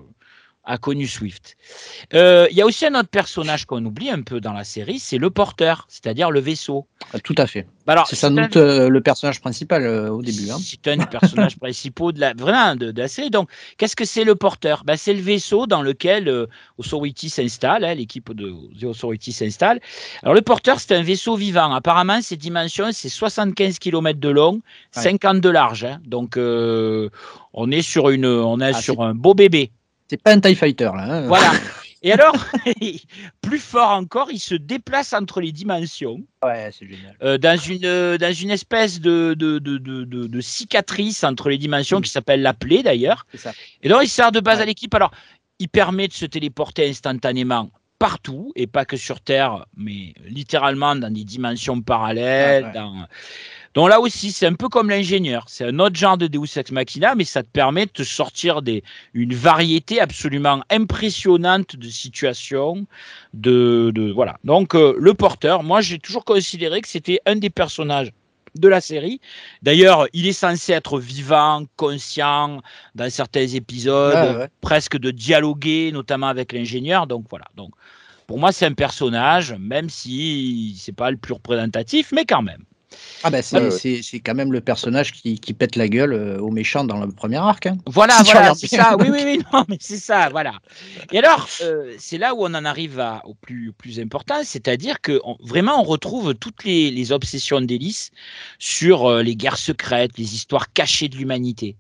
Swift. Il y a aussi un autre personnage qu'on oublie un peu dans la série, c'est le porteur, c'est-à-dire le vaisseau. Tout à fait. Alors, c'est sans doute le personnage principal au début. Hein. C'est un des personnages principaux de la série. Donc, qu'est-ce que c'est le porteur? C'est le vaisseau dans lequel Authority s'installe, hein, l'équipe de Authority s'installe. Alors, le porteur, c'est un vaisseau vivant. Apparemment, ses dimensions, c'est 75 km de long, 50 de large. Hein. Donc, on est sur un beau bébé. C'est pas un TIE Fighter, là. Hein. Voilà. Et alors, plus fort encore, il se déplace entre les dimensions. Ouais, c'est génial. Dans une espèce de cicatrice entre les dimensions qui s'appelle la plaie, d'ailleurs. Et donc, il sert de base à l'équipe. Alors, il permet de se téléporter instantanément partout, et pas que sur Terre, mais littéralement dans des dimensions parallèles. Donc là aussi, c'est un peu comme l'ingénieur. C'est un autre genre de Deus Ex Machina, mais ça te permet de te sortir une variété absolument impressionnante de situations. Voilà. Donc, le porteur, moi, j'ai toujours considéré que c'était un des personnages de la série. D'ailleurs, il est censé être vivant, conscient, dans certains épisodes, presque de dialoguer, notamment avec l'ingénieur. Donc, voilà. Donc, pour moi, c'est un personnage, même si c'est pas le plus représentatif, mais quand même. C'est quand même le personnage qui pète la gueule aux méchants dans le premier arc. Hein. Voilà, c'est ça. Oui, non, mais c'est ça, voilà. Et alors, c'est là où on en arrive au plus important, c'est-à-dire que vraiment, on retrouve toutes les obsessions d'Ellis sur les guerres secrètes, les histoires cachées de l'humanité.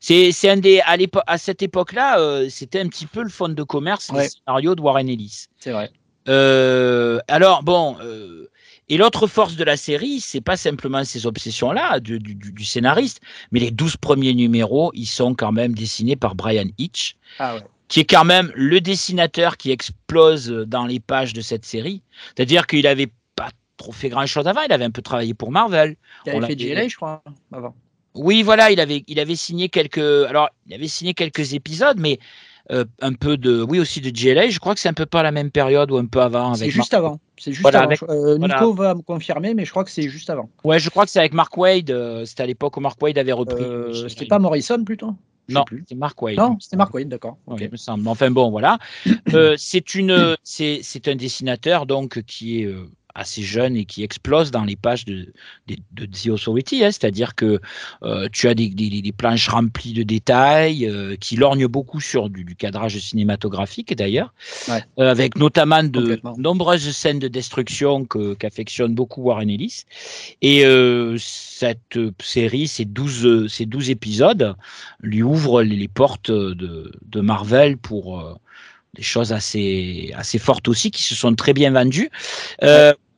À cette époque-là, c'était un petit peu le fond de commerce des scénarios de Warren Ellis. C'est vrai. Alors, bon... Et l'autre force de la série, c'est pas simplement ces obsessions-là du scénariste, mais les 12 premiers numéros, ils sont quand même dessinés par Brian Hitch, qui est quand même le dessinateur qui explose dans les pages de cette série. C'est-à-dire qu'il avait pas trop fait grand-chose avant, il avait un peu travaillé pour Marvel. Il avait fait GLA, je crois, avant. Oui, voilà, il avait signé quelques épisodes, mais aussi de GLA. Je crois que c'est un peu pas la même période ou un peu avant. C'est juste avant. Nico va me confirmer, mais je crois que c'est juste avant. Ouais, je crois que c'est avec Mark Waid. C'était à l'époque où Mark Waid avait repris. C'était pas Morrison plutôt? Non, c'est Mark Waid. Non, c'était Mark Waid, d'accord. Okay. Il me semble. Enfin bon, voilà. C'est un dessinateur donc qui est assez jeune et qui explose dans les pages de The Authority, hein, c'est-à-dire que tu as des planches remplies de détails qui lorgnent beaucoup sur du cadrage cinématographique d'ailleurs, avec notamment de nombreuses scènes de destruction qu'affectionne beaucoup Warren Ellis. Et cette série, ces 12 épisodes, lui ouvrent les portes de Marvel pour... des choses assez fortes aussi qui se sont très bien vendues.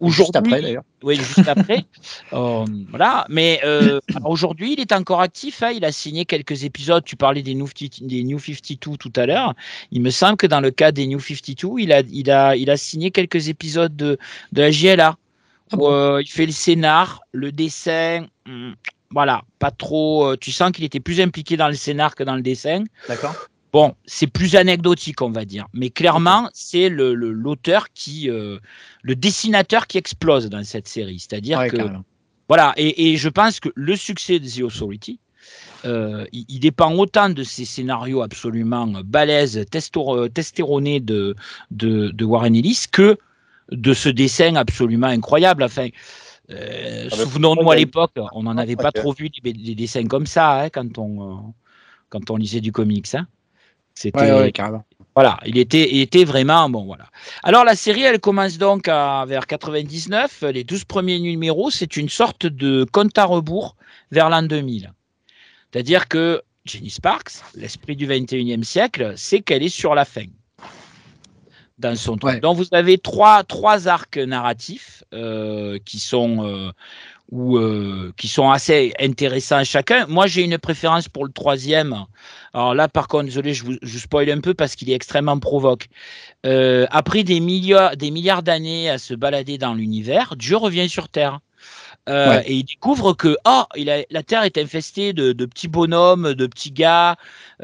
Juste après, d'ailleurs. Oui, juste après. Voilà. Mais aujourd'hui, il est encore actif. Hein, il a signé quelques épisodes. Tu parlais des New 52 tout à l'heure. Il me semble que dans le cas des New 52, il a signé quelques épisodes de la JLA. Où, il fait le scénar, le dessin. Voilà, pas trop. Tu sens qu'il était plus impliqué dans le scénar que dans le dessin. D'accord. Bon, c'est plus anecdotique, on va dire. Mais clairement, c'est l'auteur le dessinateur qui explose dans cette série. C'est-à-dire que, carrément. Voilà, et je pense que le succès de The Authority, il dépend autant de ces scénarios absolument balèzes, testéronés de Warren Ellis que de ce dessin absolument incroyable. Enfin, souvenons-nous à l'époque, on n'en avait pas trop vu des dessins comme ça hein, quand on lisait du comics. Hein. C'était carrément. Voilà, il était vraiment bon. Voilà. Alors la série, elle commence donc vers 99. Les 12 premiers numéros, c'est une sorte de compte à rebours vers l'an 2000. C'est-à-dire que Jenny Sparks, l'esprit du 21e siècle, c'est qu'elle est sur la fin. Dans son truc. Donc vous avez trois arcs narratifs qui sont assez intéressants chacun. Moi, j'ai une préférence pour le troisième. Alors là, par contre, désolé, je spoil un peu parce qu'il est extrêmement provoque. Après des milliards d'années à se balader dans l'univers, Dieu revient sur Terre. Et il découvre que la Terre est infestée de petits bonhommes, de petits gars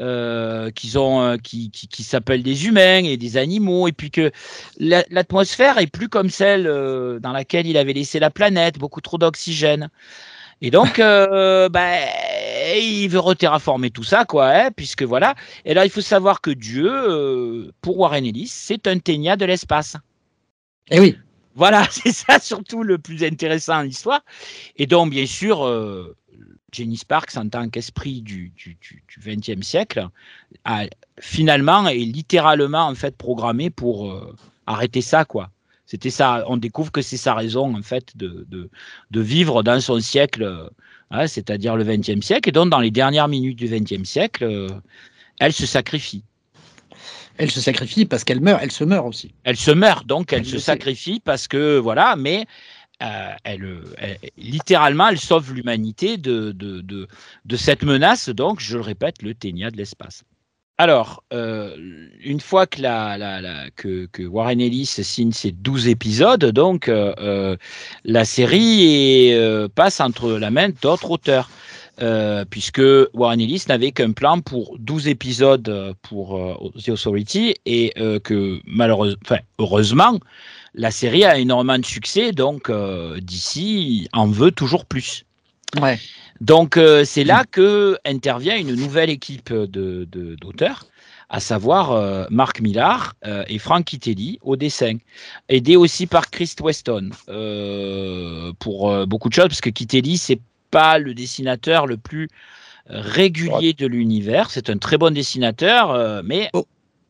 qui s'appellent des humains et des animaux, et puis que l'atmosphère est plus comme celle dans laquelle il avait laissé la planète, beaucoup trop d'oxygène. Et donc, il veut reterraformer tout ça, quoi, hein, puisque voilà. Et là, il faut savoir que Dieu, pour Warren Ellis, c'est un ténia de l'espace. Eh oui. Voilà, c'est ça surtout le plus intéressant dans l'histoire. Et donc, bien sûr, Jenny Sparks, en tant qu'esprit du XXe siècle, finalement est littéralement en fait programmé pour arrêter ça, quoi. C'était ça. On découvre que c'est sa raison en fait de vivre dans son siècle, c'est-à-dire le XXe siècle. Et donc, dans les dernières minutes du XXe siècle, elle se sacrifie. Elle se sacrifie parce qu'elle meurt, elle se meurt aussi. Elle se meurt, donc elle se sacrifie parce que, voilà, mais littéralement, elle sauve l'humanité de cette menace, donc, je le répète, le ténia de l'espace. Alors, une fois que, que Warren Ellis signe ses 12 épisodes, donc, la série passe entre la main d'autres auteurs. Puisque Warren Ellis n'avait qu'un plan pour 12 épisodes pour The Authority et que heureusement, la série a énormément de succès, donc DC en veut toujours plus. Ouais. Donc c'est là que intervient une nouvelle équipe d'auteurs, à savoir Mark Millar et Frank Kittelly au dessin, aidé aussi par Chris Weston pour beaucoup de choses, parce que Kittelly, c'est pas le dessinateur le plus régulier de l'univers. C'est un très bon dessinateur, mais... Oh.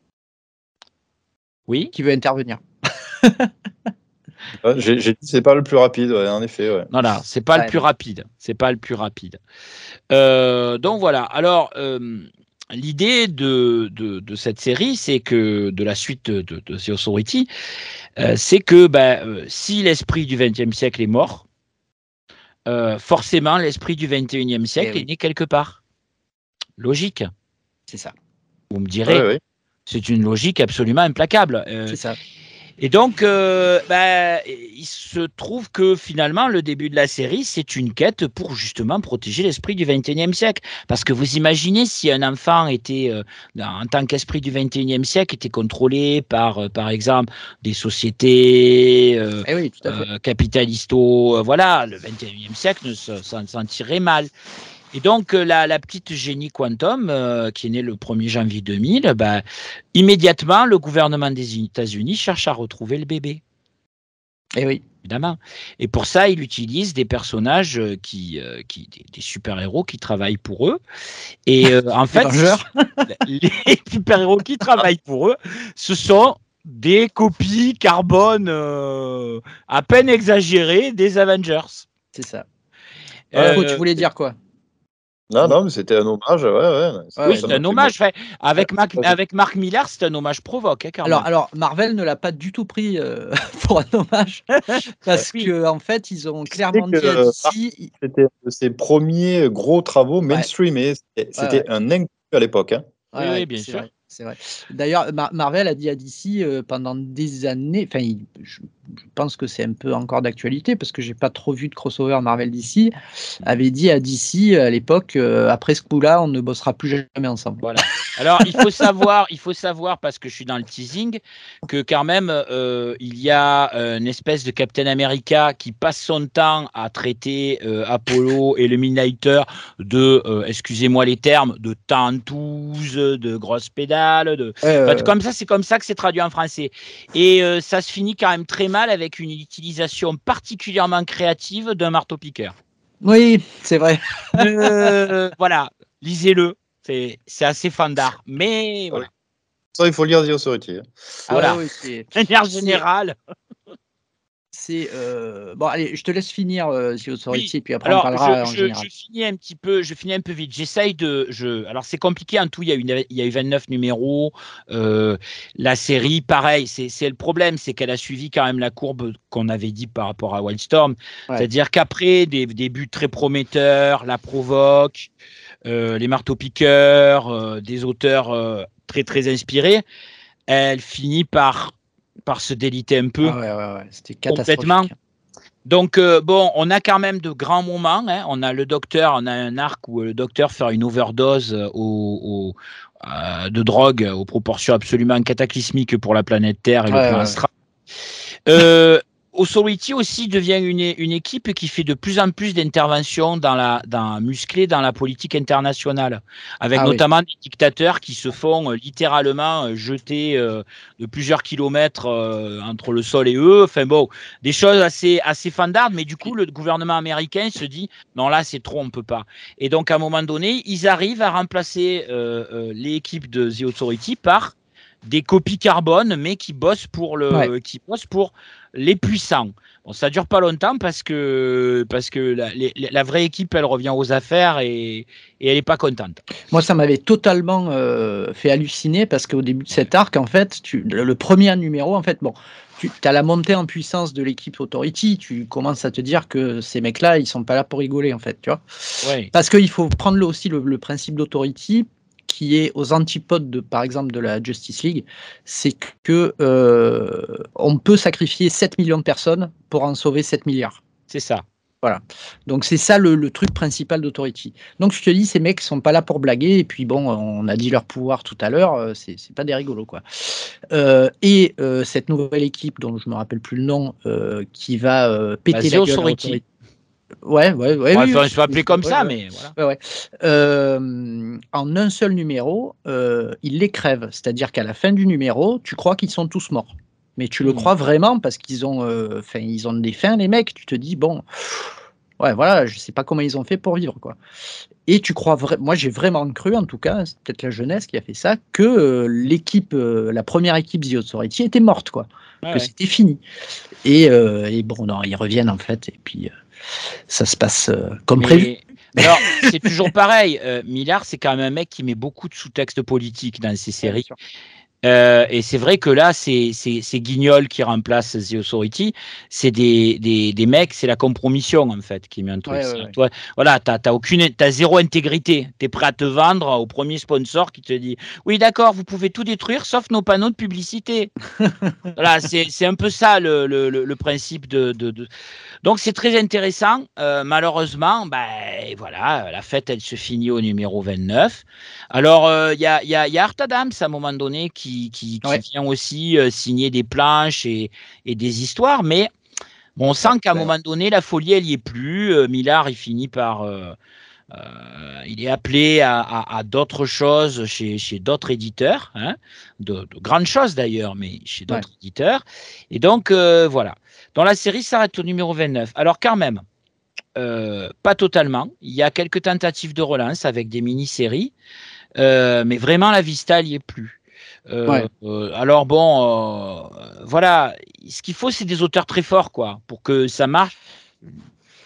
Oui. Qui veut intervenir. J'ai dit c'est pas le plus rapide, en effet. Ouais. Voilà, c'est pas le plus rapide. C'est pas le plus rapide. Donc voilà. Alors, l'idée de cette série, c'est que de la suite de The Authority, c'est que si l'esprit du XXe siècle est mort, forcément, l'esprit du 21e siècle est né quelque part. Logique. C'est ça. Vous me direz, c'est une logique absolument implacable. C'est ça. Et donc, il se trouve que finalement, le début de la série, c'est une quête pour justement protéger l'esprit du 21e siècle. Parce que vous imaginez si un enfant était, en tant qu'esprit du 21e siècle, était contrôlé par exemple, des sociétés capitalisto, voilà, le 21e siècle s'en tirerait mal. Et donc, la petite Jenny Quantum, qui est née le 1er janvier 2000, immédiatement, le gouvernement des États-Unis cherche à retrouver le bébé. Et oui. Évidemment. Et pour ça, il utilise des personnages des super-héros qui travaillent pour eux. Et en fait, les super-héros qui travaillent pour eux, ce sont des copies carbone à peine exagérées des Avengers. C'est ça. Tu voulais dire quoi ? Non, mais c'était un hommage, Oui, c'est un hommage. Avec Mark Millar, c'est un hommage provoque, quand même. Alors, Marvel ne l'a pas du tout pris pour un hommage, parce que en fait, ils ont clairement dit à DC... C'était ses premiers gros travaux mainstreamés. C'était un inclus à l'époque. Oui, bien sûr. C'est vrai. D'ailleurs, Marvel a dit à DC pendant des années, enfin, je pense que c'est un peu encore d'actualité parce que j'ai pas trop vu de crossover Marvel DC, avait dit à DC à l'époque, après ce coup-là, on ne bossera plus jamais ensemble. Voilà. Alors, il faut savoir, parce que je suis dans le teasing, que quand même, il y a une espèce de Captain America qui passe son temps à traiter Apollo et le Midnighter de, excusez-moi les termes, de tentouses, de grosses pédales. Comme ça, c'est comme ça que c'est traduit en français. Et ça se finit quand même très mal avec une utilisation particulièrement créative d'un marteau-piqueur. Oui, c'est vrai. Voilà, lisez-le. C'est assez fandard, mais voilà. Ça, il faut lire The Authority. Voilà, de manière générale. C'est bon, allez, je te laisse finir The Authority, et puis après alors, on parlera en général. Je finis un peu vite. J'essaye alors, c'est compliqué en tout. Il y a eu 29 numéros. La série, pareil, c'est le problème, c'est qu'elle a suivi quand même la courbe qu'on avait dit par rapport à Wildstorm. C'est-à-dire qu'après des buts très prometteurs, la provoque, les marteaux-piqueurs, des auteurs très très inspirés, elle finit par se déliter un peu. C'était complètement. Donc, on a quand même de grands moments. On a on a un arc où le docteur fait une overdose de drogue aux proportions absolument cataclysmiques pour la planète Terre et le plan astral. Authority aussi devient une équipe qui fait de plus en plus d'interventions musclées dans la politique internationale, avec notamment des dictateurs qui se font littéralement jeter de plusieurs kilomètres entre le sol et eux. Enfin bon, des choses assez fandardes, mais du coup, le gouvernement américain se dit non, là, c'est trop, on peut pas. Et donc, à un moment donné, ils arrivent à remplacer l'équipe de The Authority par des copies carbone, mais qui bossent pour les puissants. Bon, ça dure pas longtemps parce que la vraie équipe, elle revient aux affaires et elle est pas contente. Moi, ça m'avait totalement fait halluciner parce qu'au début de cet arc, en fait, le premier numéro, en fait, bon, tu as la montée en puissance de l'équipe Authority, tu commences à te dire que ces mecs-là, ils sont pas là pour rigoler, en fait, tu vois. Parce qu'il faut prendre aussi le principe d'Authority, qui est aux antipodes par exemple, de la Justice League, c'est que on peut sacrifier 7 millions de personnes pour en sauver 7 milliards. C'est ça. Voilà. Donc c'est ça le truc principal d'Authority. Donc je te dis, ces mecs sont pas là pour blaguer, et puis bon, on a dit leur pouvoir tout à l'heure, c'est pas des rigolos, quoi. Et cette nouvelle équipe, dont je me rappelle plus le nom, qui va péter la gueule à Authority. Ouais, oui, je peux appeler comme ça, mais voilà. En un seul numéro, ils les crèvent. C'est-à-dire qu'à la fin du numéro, tu crois qu'ils sont tous morts. Mais tu le crois vraiment parce qu'ils ont, ils ont des fins, les mecs. Tu te dis, bon, voilà, je sais pas comment ils ont fait pour vivre, quoi. Et tu crois moi, j'ai vraiment cru, en tout cas, c'est peut-être la jeunesse qui a fait ça, que l'équipe, la première équipe The Authority était morte, quoi. Que c'était fini. Et bon, non, ils reviennent, en fait, et puis ça se passe comme prévu. Alors, c'est toujours pareil. Millar, c'est quand même un mec qui met beaucoup de sous-textes politiques dans ses séries. Et c'est vrai que là, c'est Guignol qui remplace The Authority. C'est des mecs, c'est la compromission, en fait, qui met un truc. Toi, voilà, t'as zéro intégrité. T'es prêt à te vendre au premier sponsor qui te dit oui, d'accord, vous pouvez tout détruire sauf nos panneaux de publicité. Voilà, c'est un peu ça le principe de. Donc c'est très intéressant. Malheureusement, voilà, la fête, elle se finit au numéro 29. Alors, il y a Art Adams à un moment donné qui vient aussi signer des planches et des histoires, mais bon, on sent qu'à un moment donné, la folie, elle y est plus. Millar, il finit par... il est appelé à d'autres choses chez d'autres éditeurs, de grandes choses d'ailleurs, mais chez d'autres éditeurs. Et donc, voilà. Donc, la série s'arrête au numéro 29. Alors, quand même, pas totalement. Il y a quelques tentatives de relance avec des mini-séries, mais vraiment, la Vista, il n'y est plus. Alors bon, voilà, ce qu'il faut, c'est des auteurs très forts, quoi, pour que ça marche.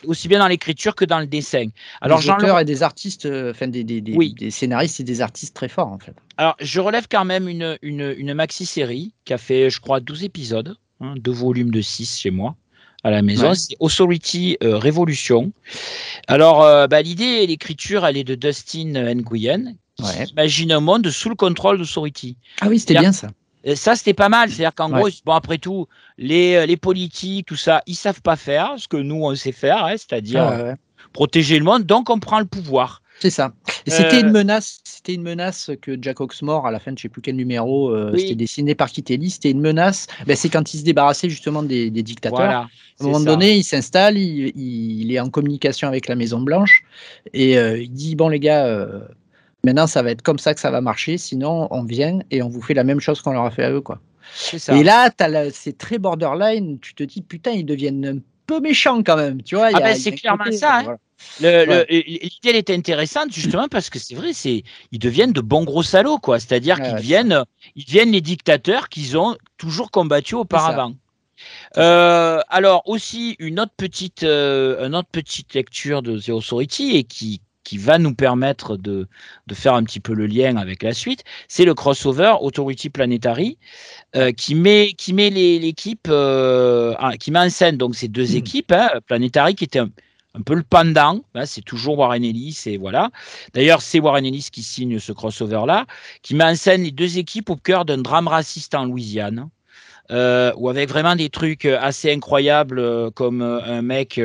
aussi bien dans l'écriture que dans le dessin. Alors, des auteurs et des artistes, enfin des scénaristes et des artistes très forts en fait. Alors, je relève quand même une maxi-série qui a fait, je crois, 12 épisodes, 2 volumes de 6 chez moi, à la maison. Ouais. C'est Authority Révolution. Alors, l'idée et l'écriture, elle est de Dustin Nguyen, qui imagine un monde sous le contrôle d'Authority. Ah oui, c'était bien ça. Ça, c'était pas mal. C'est-à-dire qu'en gros, bon, après tout, les politiques, tout ça, ils savent pas faire ce que nous, on sait faire, c'est-à-dire protéger le monde. Donc, on prend le pouvoir. C'est ça. Et c'était une menace que Jack Oxmore, à la fin de je ne sais plus quel numéro, c'était dessiné par Kittelly, c'était une menace. C'est quand il se débarrassait justement des dictateurs. Voilà, à un moment donné, il s'installe, il est en communication avec la Maison Blanche et il dit bon les gars, maintenant ça va être comme ça que ça va marcher, sinon on vient et on vous fait la même chose qu'on leur a fait à eux, quoi. Et là, c'est très borderline. Tu te dis putain, ils deviennent un peu méchants quand même, tu vois. C'est clairement ça. Hein. L'idée elle était intéressante justement parce que c'est vrai, ils deviennent de bons gros salauds, quoi. C'est-à-dire qu'ils deviennent les dictateurs qu'ils ont toujours combattus auparavant. Alors aussi une autre petite lecture de The Authority et qui va nous permettre de faire un petit peu le lien avec la suite, c'est le crossover Authority Planetary qui met l'équipe, qui met en scène donc ces deux équipes, Planetary qui était un peu le pendant, c'est toujours Warren Ellis et voilà. D'ailleurs, c'est Warren Ellis qui signe ce crossover-là, qui met en scène les deux équipes au cœur d'un drame raciste en Louisiane. Ou avec vraiment des trucs assez incroyables comme un mec,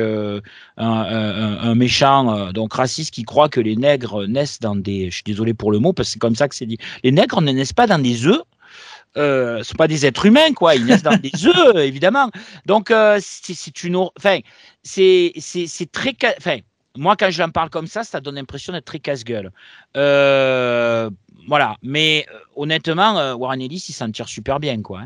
un méchant, donc raciste qui croit que les nègres naissent dans des... Je suis désolé pour le mot parce que c'est comme ça que c'est dit. Les nègres ne naissent pas dans des œufs. Ce sont pas des êtres humains, quoi. Ils naissent dans des œufs, évidemment. Donc, c'est une... Enfin, c'est très... Enfin, moi, quand je l'en parle comme ça donne l'impression d'être très casse-gueule. Voilà, mais honnêtement, Warren Ellis, il s'en tire super bien, quoi.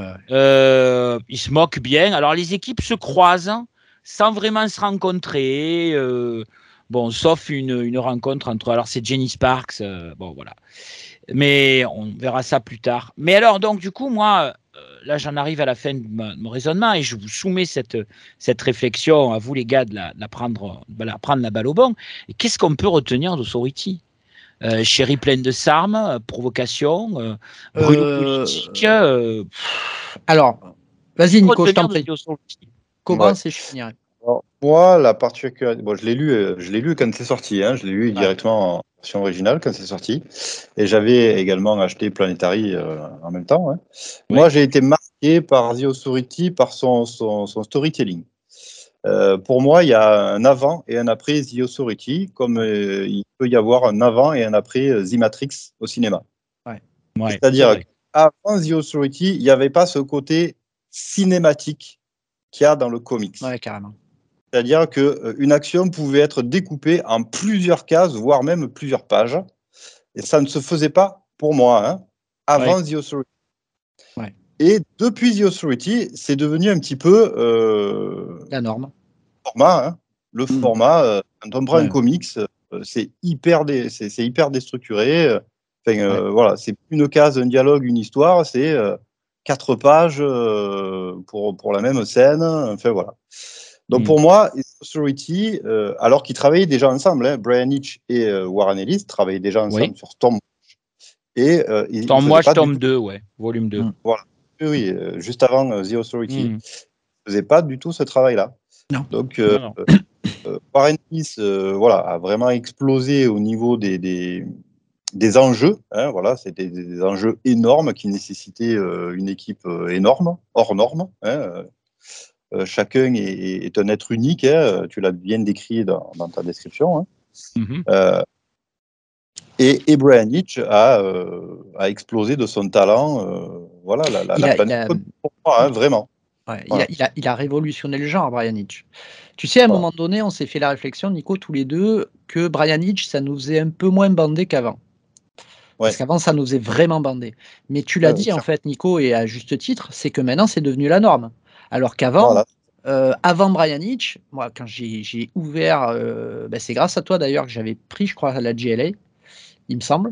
Il se moque bien. Alors, les équipes se croisent sans vraiment se rencontrer. Bon, sauf une rencontre entre... Alors, c'est Jenny Sparks. Bon, voilà. Mais on verra ça plus tard. Mais alors, donc, du coup, moi... là, j'en arrive à la fin de mon raisonnement et je vous soumets cette réflexion à vous, les gars, de prendre la balle au bon. Et qu'est-ce qu'on peut retenir d'Authority ? Chérie pleine de sarmes, provocation, brûlure politique. Alors, vas-y, Nico, je t'en prie. Commence et je finirai. Moi, la particularité, bon, je l'ai lu quand c'est sorti. Je l'ai lu directement en version originale quand c'est sorti. Et j'avais également acheté Planetary en même temps. Moi, j'ai été marqué par The Authority, par son storytelling. Pour moi, il y a un avant et un après The Authority, comme il peut y avoir un avant et un après The Matrix au cinéma. C'est-à-dire qu'avant The Authority, il n'y avait pas ce côté cinématique qu'il y a dans le comics. Ouais, carrément. C'est-à-dire qu'une action pouvait être découpée en plusieurs cases, voire même plusieurs pages. Et ça ne se faisait pas pour moi avant The Authority. Et depuis The Authority, c'est devenu un petit peu la norme. Format, le format, quand on prend un comics, c'est hyper déstructuré. Voilà, c'est une case, un dialogue, une histoire, c'est 4 pages pour la même scène. Enfin voilà. Donc pour moi, Authority, alors qu'ils travaillaient déjà ensemble, Brian Hitch et Warren Ellis travaillaient déjà ensemble sur Stormwatch. Stormwatch, tome 2, volume 2. Voilà. Oui, juste avant The Authority. Ils ne faisaient pas du tout ce travail-là. Non. Donc, Warren Ellis a vraiment explosé au niveau des enjeux. Voilà, c'était des enjeux énormes qui nécessitaient une équipe énorme, hors norme. Chacun est un être unique. Tu l'as bien décrit dans ta description. Et Brian Hitch a explosé de son talent. Voilà, la planète pour moi, vraiment. Il a révolutionné le genre, Brian Hitch. Tu sais, à un moment donné, on s'est fait la réflexion, Nico, tous les deux, que Brian Hitch, ça nous faisait un peu moins bandé qu'avant. Parce qu'avant, ça nous faisait vraiment bandé. Mais tu l'as dit, en fait, Nico, et à juste titre, c'est que maintenant, c'est devenu la norme. Alors qu'avant, avant Brian Hitch, moi, quand j'ai ouvert, c'est grâce à toi d'ailleurs que j'avais pris, je crois, la GLA, il me semble.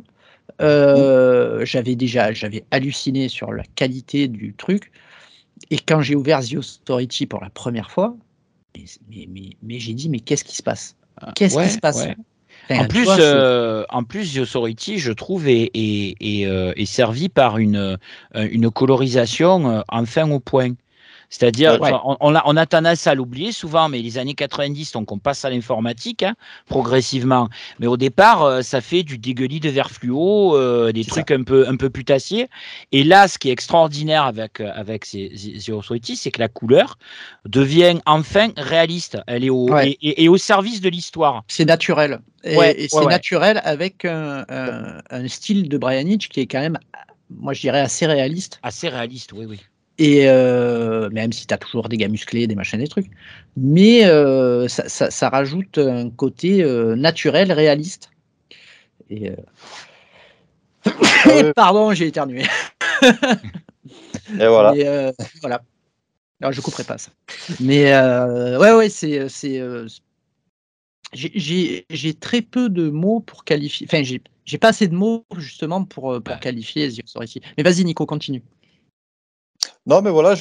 J'avais halluciné sur la qualité du truc. Et quand j'ai ouvert The Authority pour la première fois, mais j'ai dit, mais qu'est-ce qui se passe? Qu'est-ce qui se passe? Enfin, en plus, The Authority, je trouve, est servi par une colorisation enfin au point. C'est-à-dire, on a tendance à l'oublier souvent, mais les années 90, donc on passe à l'informatique progressivement. Mais au départ, ça fait du dégueulis de vert fluo, des trucs un peu putassiers. Et là, ce qui est extraordinaire avec The Authority, c'est que la couleur devient enfin réaliste. Elle est au service de l'histoire. C'est naturel. Et c'est naturel avec un style de Brian Hitch qui est quand même, moi je dirais, assez réaliste. Assez réaliste, oui. Et même si tu as toujours des gars musclés, des machins, des trucs, mais ça rajoute un côté naturel, réaliste. Et pardon, j'ai éternué. Et voilà. Mais, voilà. Alors, je couperai pas ça. Mais c'est j'ai très peu de mots pour qualifier. Enfin, j'ai pas assez de mots justement pour qualifier The Authority. Mais vas-y, Nico, continue. Non, mais voilà,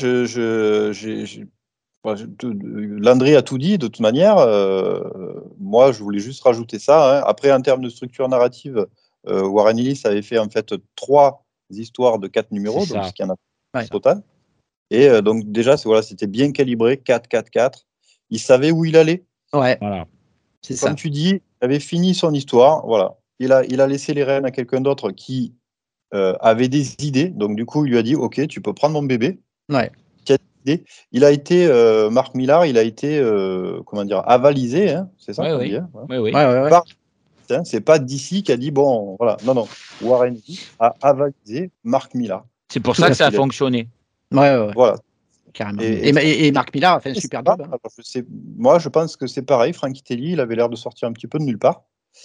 Landry a tout dit de toute manière. Moi, je voulais juste rajouter ça. Hein. Après, en termes de structure narrative, Warren Ellis avait fait en fait 3 histoires de 4 numéros, donc ce qu'il y en a total. Et donc déjà, c'était bien calibré, 4. Il savait où il allait. Ouais, voilà. C'est ça. Comme tu dis, il avait fini son histoire. Voilà. Il a laissé les rênes à quelqu'un d'autre qui avait des idées. Donc du coup, il lui a dit, OK, tu peux prendre mon bébé. Ouais. Il a été, Mark Millar, il a été, avalisé, hein, c'est ça qu'on dit, hein, Oui. C'est pas DC qui a dit, bon, voilà, non, Warren a avalisé Mark Millar. C'est pour ça que ça a fonctionné. Ouais. Voilà. Carrément. Et Mark Millar a fait un super job. Hein. Moi, je pense que c'est pareil, Frank Telly, il avait l'air de sortir un petit peu de nulle part.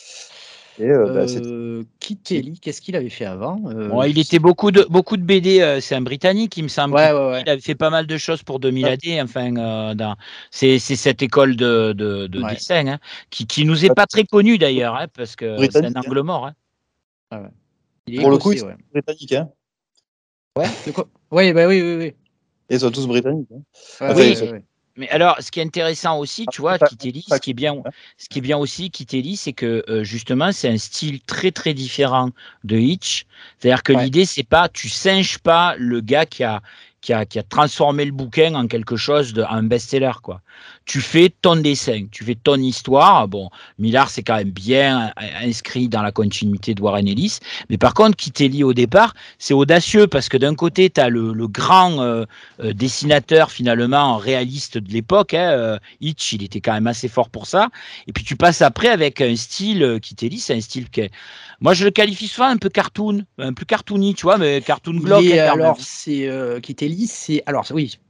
Et Kittelly, qu'est-ce qu'il avait fait avant il était beaucoup de BD, c'est un Britannique, il me semble. Ouais. Il avait fait pas mal de choses pour 2000 AD. Enfin, c'est cette école de dessin hein, qui nous est pas très connue d'ailleurs, hein, parce que c'est un angle mort. Hein. Pour le coup, ils sont britanniques. Hein. Ouais. Oui. Ils sont tous britanniques. Hein. Oui. Mais alors, ce qui est intéressant aussi, tu vois, Kittelly, ce qui est bien aussi, Kittelly, c'est que justement, c'est un style très très différent de Hitch. C'est-à-dire que l'idée, c'est pas, tu singes pas le gars qui a transformé le bouquin en quelque chose un best-seller, quoi. Tu fais ton dessin, tu fais ton histoire. Bon, Millar, c'est quand même bien inscrit dans la continuité de Warren Ellis. Mais par contre, Kittelly, au départ, c'est audacieux parce que d'un côté, tu as le grand dessinateur, finalement, réaliste de l'époque. Hein, Hitch, il était quand même assez fort pour ça. Et puis, tu passes après avec un style, Kittelly, c'est un style qui est... Moi, je le qualifie souvent un peu cartoon, un peu cartoony, tu vois, mais cartoon glauque. Alors, c'est Kittelly, c'est... Alors,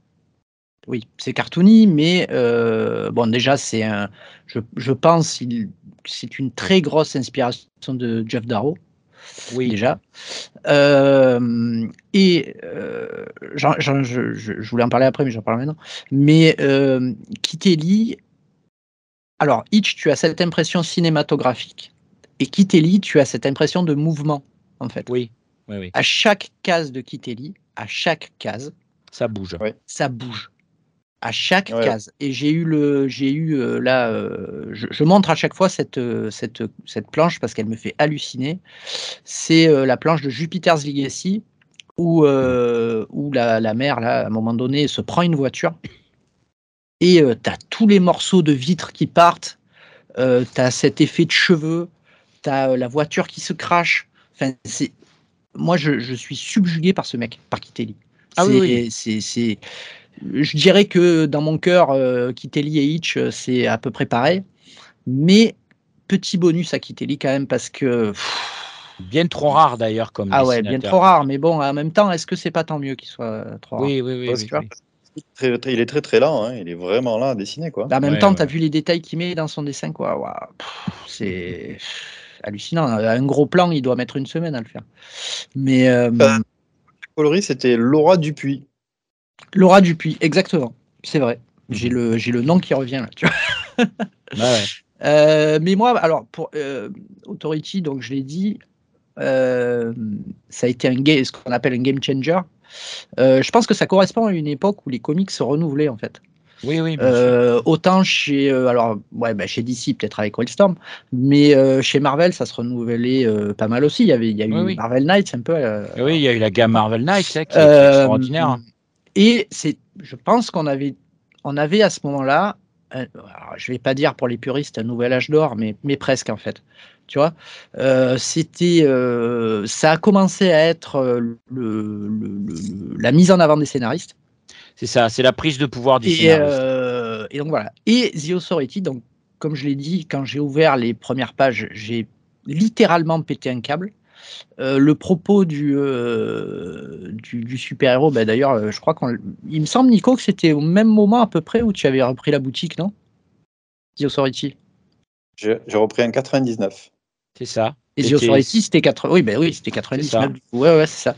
oui, c'est cartoony, mais bon, déjà, c'est un... Je pense c'est une très grosse inspiration de Geoff Darrow. Oui. Déjà. Je voulais en parler après, mais j'en parle maintenant. Mais Kittelly... Alors, Hitch, tu as cette impression cinématographique. Et Kittelly, tu as cette impression de mouvement, en fait. Oui. À chaque case de Kittelly, ça bouge. Ça bouge. À chaque case. Et j'ai eu là, je montre à chaque fois cette planche parce qu'elle me fait halluciner. C'est la planche de Jupiter's Legacy où la mère, là, à un moment donné, se prend une voiture et tu as tous les morceaux de vitres qui partent. Tu as cet effet de cheveux. Tu as la voiture qui se crache. Enfin, moi, je suis subjugué par ce mec, par Kittelly. Je dirais que dans mon cœur, Kittelly et Hitch, c'est à peu près pareil. Mais petit bonus à Kittelly quand même parce que... Bien trop rare d'ailleurs comme dessinateur. Ouais, bien trop rare. Mais bon, en même temps, est-ce que c'est pas tant mieux qu'il soit trop rare? Oui. Il est très très lent. Hein. Il est vraiment lent à dessiner. Quoi. En même temps, tu as vu les détails qu'il met dans son dessin. Quoi. Wow. C'est hallucinant. Un gros plan, il doit mettre une semaine à le faire. Mais... coloris, c'était Laura Dupuis. Laura Dupuis, exactement. C'est vrai. J'ai le nom qui revient là. Tu vois. Mais moi, alors pour Authority, donc je l'ai dit, ça a été ce qu'on appelle un game changer. Je pense que ça correspond à une époque où les comics se renouvelaient en fait. Oui, bien sûr. Autant chez chez DC peut-être avec Wildstorm, mais chez Marvel ça se renouvelait pas mal aussi. Il y a eu Marvel Knights un peu. Oui, il y a eu la gamme Marvel Knights qui est extraordinaire. Et je pense qu'on avait à ce moment-là, je vais pas dire pour les puristes un nouvel âge d'or, mais presque en fait. Tu vois, ça a commencé à être la mise en avant des scénaristes. C'est ça, c'est la prise de pouvoir du scénariste. Et donc voilà. Et The Authority, donc comme je l'ai dit, quand j'ai ouvert les premières pages, j'ai littéralement pété un câble. Le propos du super-héros, d'ailleurs, je crois il me semble, Nico, que c'était au même moment à peu près où tu avais repris la boutique, non? The Authority. J'ai repris en 99. C'est ça. Et The Authority, c'était 99. Du coup. Ouais, c'est ça.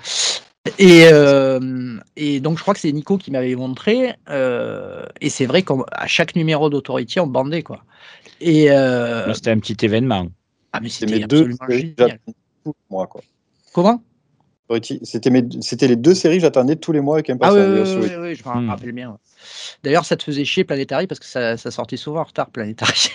Et donc, je crois que c'est Nico qui m'avait montré. Et c'est vrai qu'à chaque numéro d'Authority, on bandait, quoi. Et c'était un petit événement. Ah, mais c'était absolument génial. Tous les mois, quoi. Comment? C'était les 2 séries, j'attendais tous les mois avec impatience. Oui, je m'en rappelle bien. Ouais. D'ailleurs, ça te faisait chier Planetary parce que ça sortait souvent en retard, Planetary.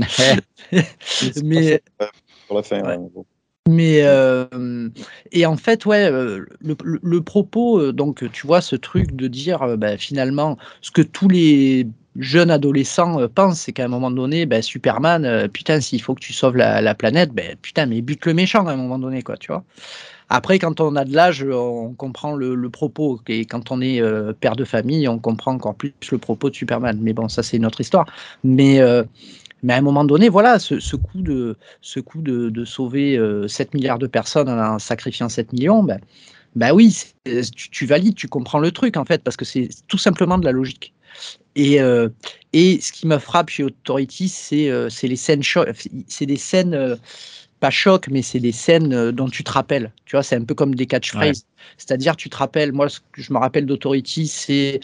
Mais pour la fin. Ouais. Mais et en fait, le propos, donc tu vois ce truc de dire finalement ce que tous les jeunes adolescents pensent, c'est qu'à un moment donné, Superman, putain, s'il faut que tu sauves la planète, putain, mais bute le méchant à un moment donné, quoi, tu vois. Après, quand on a de l'âge, on comprend le propos. Et quand on est père de famille, on comprend encore plus le propos de Superman. Mais bon, ça, c'est une autre histoire. Mais à un moment donné, voilà, ce coup de sauver 7 milliards de personnes en sacrifiant 7 millions, oui, tu valides, tu comprends le truc, en fait, parce que c'est tout simplement de la logique. Et ce qui me frappe chez Authority, c'est les scènes c'est des scènes... pas choc, mais c'est des scènes dont tu te rappelles. Tu vois, c'est un peu comme des catchphrases. Ouais. C'est-à-dire, tu te rappelles, moi, ce que je me rappelle d'Authority, c'est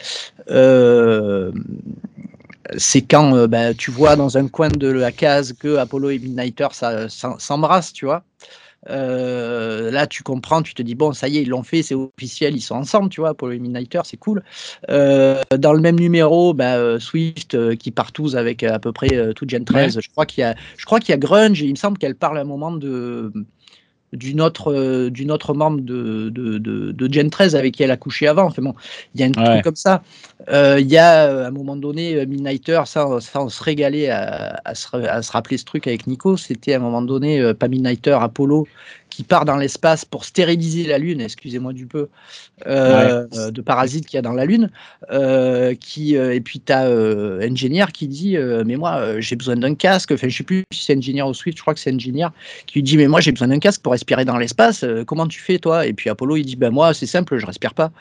quand tu vois dans un coin de la case que Apollo et Midnighter s'embrassent, tu vois. Là, tu comprends, tu te dis, bon, ça y est, ils l'ont fait, c'est officiel, ils sont ensemble, tu vois, Apollo et Midnighter, c'est cool. Dans le même numéro, Swift qui partouze avec à peu près tout Gen 13, je crois qu'il y a Grunge, et il me semble qu'elle parle à un moment d'une autre membre de Gen 13 avec qui elle a couché avant. Enfin bon, il y a un truc comme ça. Il y a à un moment donné Midnighter, ça on se régalait à se rappeler ce truc avec Nico. C'était à un moment donné pas Midnighter, Apollo qui part dans l'espace pour stériliser la Lune, excusez-moi du peu, de parasites qu'il y a dans la Lune. Et puis tu as Engineer qui dit mais moi j'ai besoin d'un casque. Enfin, je sais plus si c'est Engineer ou Swift, je crois que c'est Engineer qui lui dit mais moi j'ai besoin d'un casque pour respirer dans l'espace. Comment tu fais toi? Et puis Apollo il dit moi c'est simple, je respire pas.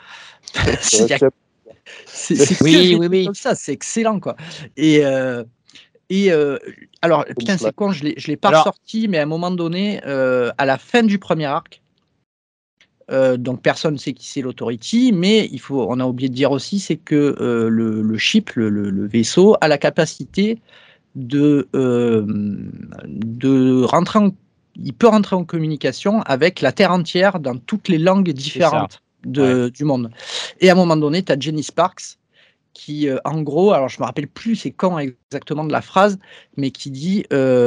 Oui. Comme ça, c'est excellent quoi. Alors, putain, c'est con, je l'ai pas ressorti, mais à un moment donné, à la fin du premier arc, donc personne ne sait qui c'est l'Authority, mais on a oublié de dire aussi, c'est que le ship, le vaisseau, a la capacité de rentrer il peut rentrer en communication avec la Terre entière dans toutes les langues différentes du monde. Et à un moment donné, tu as Jenny Sparks qui, en gros, alors je me rappelle plus c'est quand exactement de la phrase, mais qui dit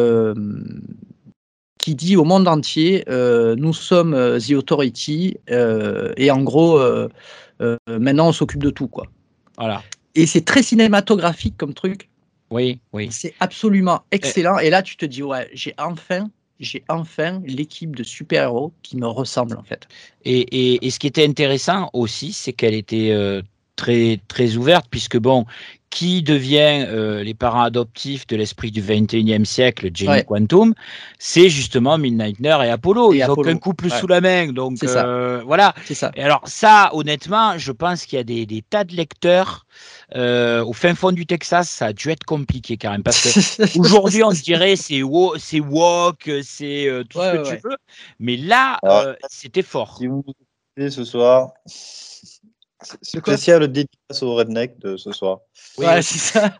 au monde entier, nous sommes The Authority, et en gros, maintenant on s'occupe de tout, quoi. Voilà. Et c'est très cinématographique comme truc. Oui. C'est absolument excellent. Et là, tu te dis, ouais, j'ai enfin l'équipe de super-héros qui me ressemble, en fait. Et ce qui était intéressant aussi, c'est qu'elle était très, très ouverte, puisque bon, qui devient les parents adoptifs de l'esprit du 21e siècle, Jenny Quantum, c'est justement Midnighter et Apollo. Ils n'ont qu'un couple sous la main. Donc voilà. C'est ça. Et alors ça, honnêtement, je pense qu'il y a des tas de lecteurs au fin fond du Texas, ça a dû être compliqué quand même. Parce qu'aujourd'hui, on se dirait c'est woke, c'est tout ce que tu veux. Mais là, c'était fort. Si vous écoutez ce soir, spécial dédicace au redneck de ce soir. Oui, c'est ça.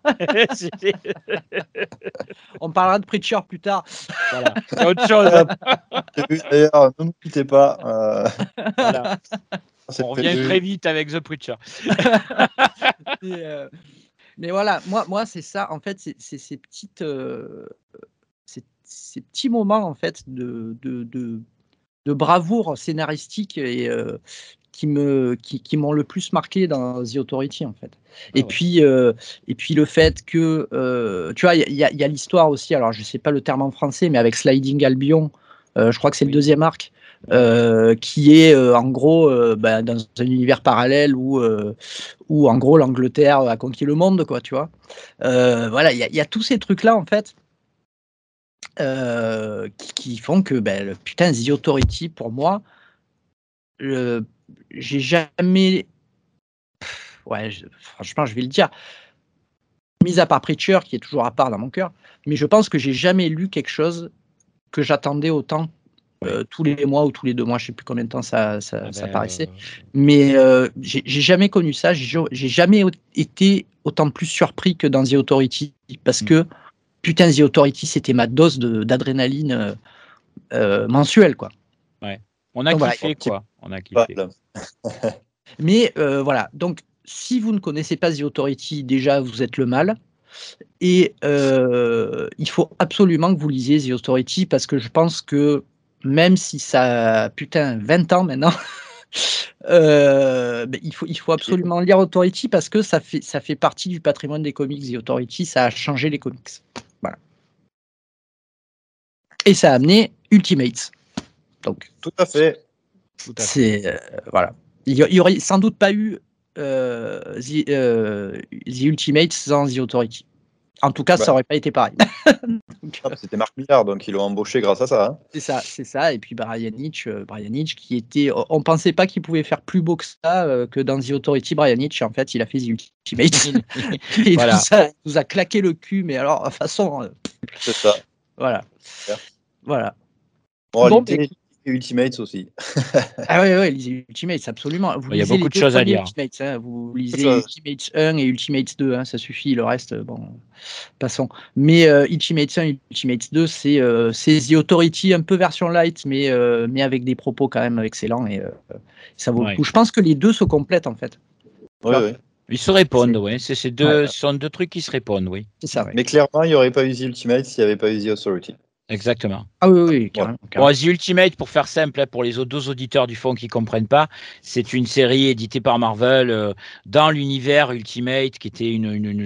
On parlera de Preacher plus tard. Voilà, c'est autre chose. D'ailleurs, ne nous quittez pas. On revient très vite avec The Preacher. Mais voilà, moi c'est ça, en fait, c'est ces petites, ces petits moments, en fait, de bravoure scénaristique et qui m'ont le plus marqué dans The Authority, en fait. Et puis le fait que, tu vois, il y a l'histoire aussi, alors je sais pas le terme en français, mais avec Sliding Albion, je crois que c'est le deuxième arc, qui est en gros dans un univers parallèle où en gros l'Angleterre a conquis le monde, quoi, tu vois. Voilà, il y a tous ces trucs-là, en fait, qui font que, putain, The Authority, pour moi, j'ai jamais. Ouais, franchement, je vais le dire. Mis à part Preacher, qui est toujours à part dans mon cœur, mais je pense que j'ai jamais lu quelque chose que j'attendais autant tous les mois ou tous les 2 mois, je sais plus combien de temps ça paraissait. Mais j'ai jamais connu ça. J'ai jamais été autant plus surpris que dans The Authority, parce que putain, The Authority, c'était ma dose d'adrénaline mensuelle, quoi. Ouais. On a kiffé, quoi. On a kiffé. Mais voilà, donc si vous ne connaissez pas The Authority, déjà vous êtes le mal. Et il faut absolument que vous lisiez The Authority, parce que je pense que même si ça a 20 ans maintenant, il faut absolument lire Authority, parce que ça fait partie du patrimoine des comics. The Authority, ça a changé les comics. Voilà. Et ça a amené Ultimates. Donc, tout à fait. C'est voilà. Il y aurait sans doute pas eu The Ultimates sans The Authority. En tout cas, ça aurait pas été pareil. C'était Mark Millar, donc ils l'ont embauché grâce à ça. Hein. C'est ça. Et puis Brian Hitch, qui était, on pensait pas qu'il pouvait faire plus beau que ça, que dans The Authority. Brian Hitch, en fait, il a fait The Ultimates. Et voilà. Tout ça, il nous a claqué le cul, mais alors de façon. C'est ça. Voilà. Voilà. Bon, Ultimates aussi. Ah ouais, lisez Ultimates, absolument. Il y a beaucoup de choses à lire. Ultimates, hein. Vous lisez Ultimates 1 et Ultimates 2, hein, ça suffit. Le reste, bon, passons. Mais Ultimates 1 et Ultimates 2, c'est The Authority, un peu version light, mais avec des propos quand même excellents, et ça vaut le coup. Je pense que les deux se complètent, en fait. Oui. Ils se répondent, oui. Ce sont deux trucs qui se répondent, oui. C'est ça, mais clairement, il n'y aurait pas eu The Ultimates s'il n'y avait pas eu The Authority. Exactement. Ah oui, carrément. Bon, The Ultimate, pour faire simple, pour les deux auditeurs du fond qui ne comprennent pas, c'est une série éditée par Marvel dans l'univers Ultimate, qui était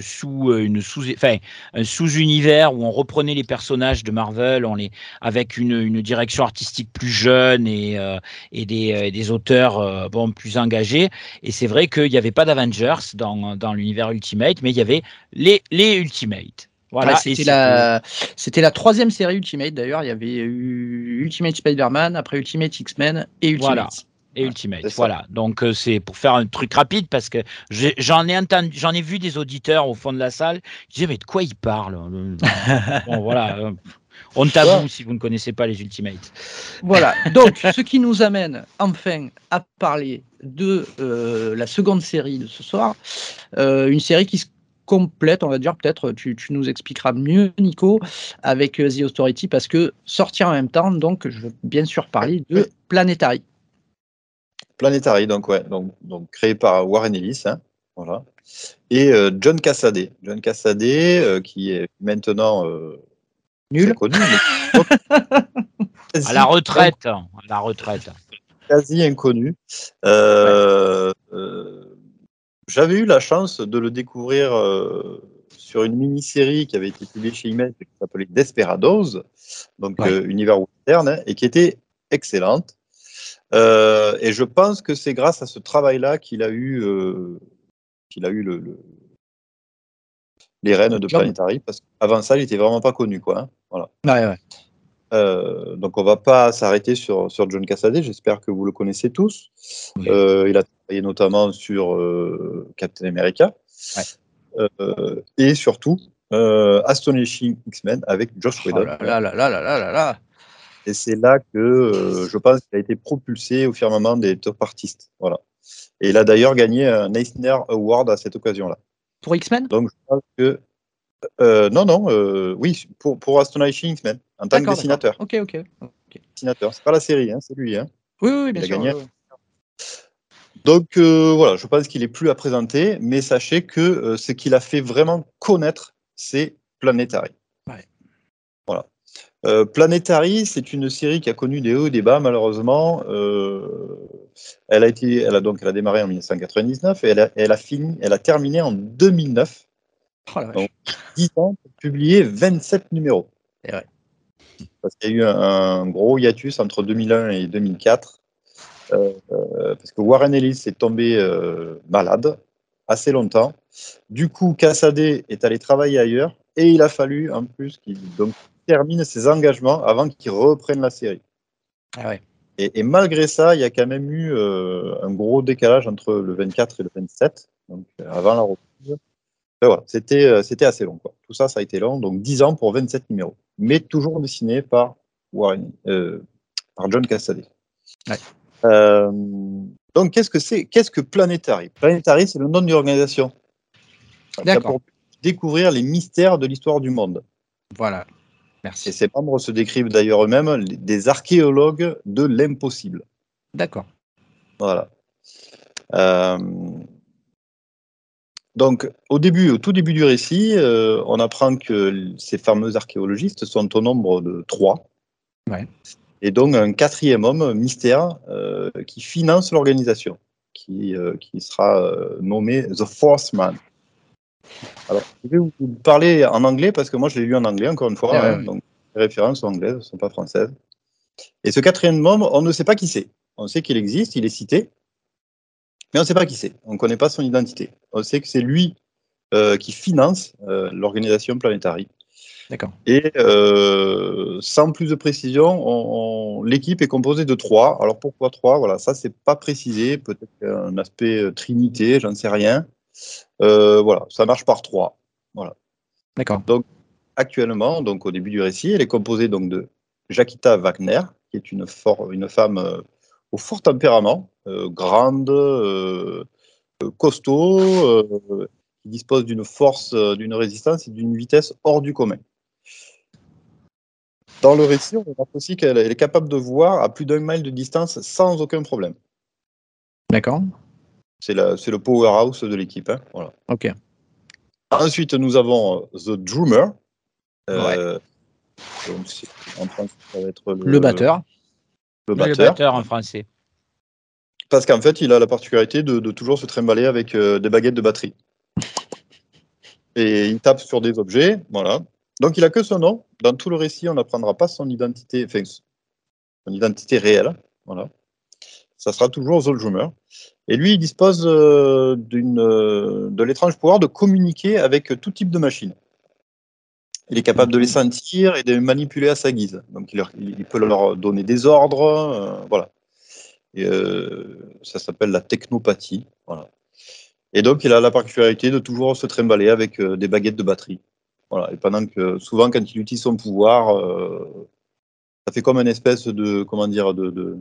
un sous-univers où on reprenait les personnages de Marvel, avec une direction artistique plus jeune et des auteurs plus engagés. Et c'est vrai qu'il n'y avait pas d'Avengers dans l'univers Ultimate, mais il y avait les Ultimate. Voilà, c'était la 3e série Ultimate, d'ailleurs. Il y avait eu Ultimate Spider-Man, après Ultimate X-Men et Ultimate. Voilà. Et Ultimate, voilà. Donc c'est pour faire un truc rapide, parce que j'en ai vu des auditeurs au fond de la salle. Je disais, mais de quoi ils parlent? Bon, voilà. On t'avoue si vous ne connaissez pas les Ultimates. Voilà. Donc, ce qui nous amène enfin à parler de la seconde série de ce soir, une série qui se complète, on va dire, peut-être, tu nous expliqueras mieux, Nico, avec The Authority, parce que sortir en même temps, donc je veux bien sûr parler de Planetary. Planetary, donc créé par Warren Ellis, hein, voilà, et John Cassaday. John Cassaday, qui est maintenant nul, connu, à la retraite, quasi inconnu. J'avais eu la chance de le découvrir sur une mini-série qui avait été publiée chez Image, qui s'appelait Desperados, donc univers western, hein, et qui était excellente. Et je pense que c'est grâce à ce travail-là qu'il a eu les rênes de Planetary, parce qu'avant ça, il n'était vraiment pas connu, quoi. Hein, voilà. Ouais. Donc on va pas s'arrêter sur John Cassaday, j'espère que vous le connaissez tous. Oui. Il a travaillé notamment sur Captain America, et surtout Astonishing X-Men avec Joss Whedon. Là. Et c'est là que je pense qu'il a été propulsé au firmament des top artistes. Voilà. Et il a d'ailleurs gagné un Eisner Award à cette occasion-là. Pour X-Men ? Donc je pense que oui, pour Astonishing X-Men, en tant que dessinateur. Ok. Dessinateur, c'est pas la série, hein, c'est lui. Hein. Oui, bien sûr. Gagné. Donc voilà, je pense qu'il est plus à présenter, mais sachez que ce qu'il a fait vraiment connaître, c'est Planetary. Ouais. Voilà. Planetary, c'est une série qui a connu des hauts et des bas, malheureusement. Elle a démarré en 1999 et elle a terminé en 2009. Oh la vache. Donc 10 ans pour publier 27 numéros. Et ouais. Parce qu'il y a eu un gros hiatus entre 2001 et 2004. Parce que Warren Ellis est tombé malade assez longtemps. Du coup, Cassaday est allé travailler ailleurs et il a fallu en plus qu'il termine ses engagements avant qu'il reprenne la série. Ah ouais. Et malgré ça, il y a quand même eu un gros décalage entre le 24 et le 27, donc avant la reprise. Voilà, c'était assez long, quoi. Tout ça, ça a été long, donc 10 ans pour 27 numéros. Mais toujours dessiné par John Cassaday. Ouais. Donc, qu'est-ce que Planetary? Planetary, c'est le nom d'une organisation. D'accord. Pour découvrir les mystères de l'histoire du monde. Voilà. Merci. Et ses membres se décrivent d'ailleurs eux-mêmes des archéologues de l'impossible. D'accord. Voilà. Donc, au tout début du récit, on apprend que ces fameux archéologistes sont au nombre de 3. Ouais. Et donc, un 4e homme mystère qui finance l'organisation, qui sera nommé The Fourth Man. Alors, je vais vous parler en anglais parce que moi, je l'ai lu en anglais, encore une fois. Ouais. Donc, les références sont anglaises, elles ne sont pas françaises. Et ce 4e homme, on ne sait pas qui c'est. On sait qu'il existe, il est cité, mais on ne sait pas qui c'est. On ne connaît pas son identité. On sait que c'est lui qui finance l'organisation Planetary. D'accord. Et sans plus de précision, l'équipe est composée de 3. Alors pourquoi 3? Voilà, ça c'est pas précisé. Peut-être un aspect trinité, j'en sais rien. Voilà, ça marche par 3. Voilà. D'accord. Donc actuellement, donc au début du récit, elle est composée donc de Jakita Wagner, qui est une femme au fort tempérament, grande, costaud, qui dispose d'une force, d'une résistance et d'une vitesse hors du commun. Dans le récit, on remarque aussi qu'elle est capable de voir à plus d'1 mile de distance sans aucun problème. D'accord. C'est le powerhouse de l'équipe. Hein, voilà. Ok. Ensuite, nous avons The Drummer. Ouais. Donc, en français, ça va être Le batteur. Le Le batteur en français. Parce qu'en fait, il a la particularité de toujours se trimballer avec des baguettes de batterie. Et il tape sur des objets, voilà. Donc, il a que son nom. Dans tout le récit, on n'apprendra pas son identité réelle. Voilà. Ça sera toujours The Drummer. Et lui, il dispose de l'étrange pouvoir de communiquer avec tout type de machine. Il est capable de les sentir et de les manipuler à sa guise. Donc, il peut leur donner des ordres. Voilà. Et, ça s'appelle la technopathie. Voilà. Et donc, il a la particularité de toujours se trimballer avec des baguettes de batterie. Voilà. Et pendant que, souvent, quand il utilise son pouvoir, ça fait comme une espèce de, comment dire, de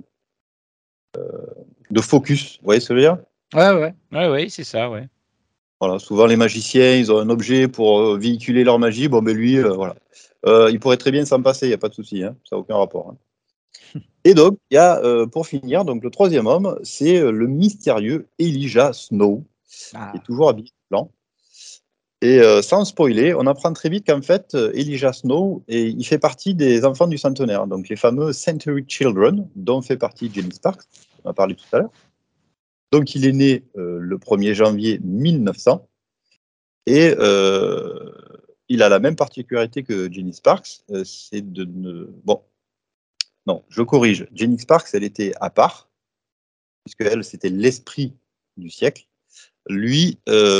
focus. Vous voyez ce que je veux dire? Ouais, c'est ça, ouais. Voilà, souvent les magiciens, ils ont un objet pour véhiculer leur magie. Bon, ben lui, voilà. Il pourrait très bien s'en passer, il n'y a pas de souci, hein, ça n'a aucun rapport. Hein. Et donc, il y a, pour finir, donc, le 3e homme, c'est le mystérieux Elijah Snow, qui est toujours habillé de blanc. Et sans spoiler, on apprend très vite qu'en fait, Elijah Snow, il fait partie des enfants du centenaire, donc les fameux Century Children, dont fait partie Jenny Sparks, on a parlé tout à l'heure. Donc, il est né le 1er janvier 1900 et il a la même particularité que Jenny Sparks, c'est de ne... Bon, non, je corrige. Jenny Sparks, elle était à part, puisque elle, c'était l'esprit du siècle. Lui,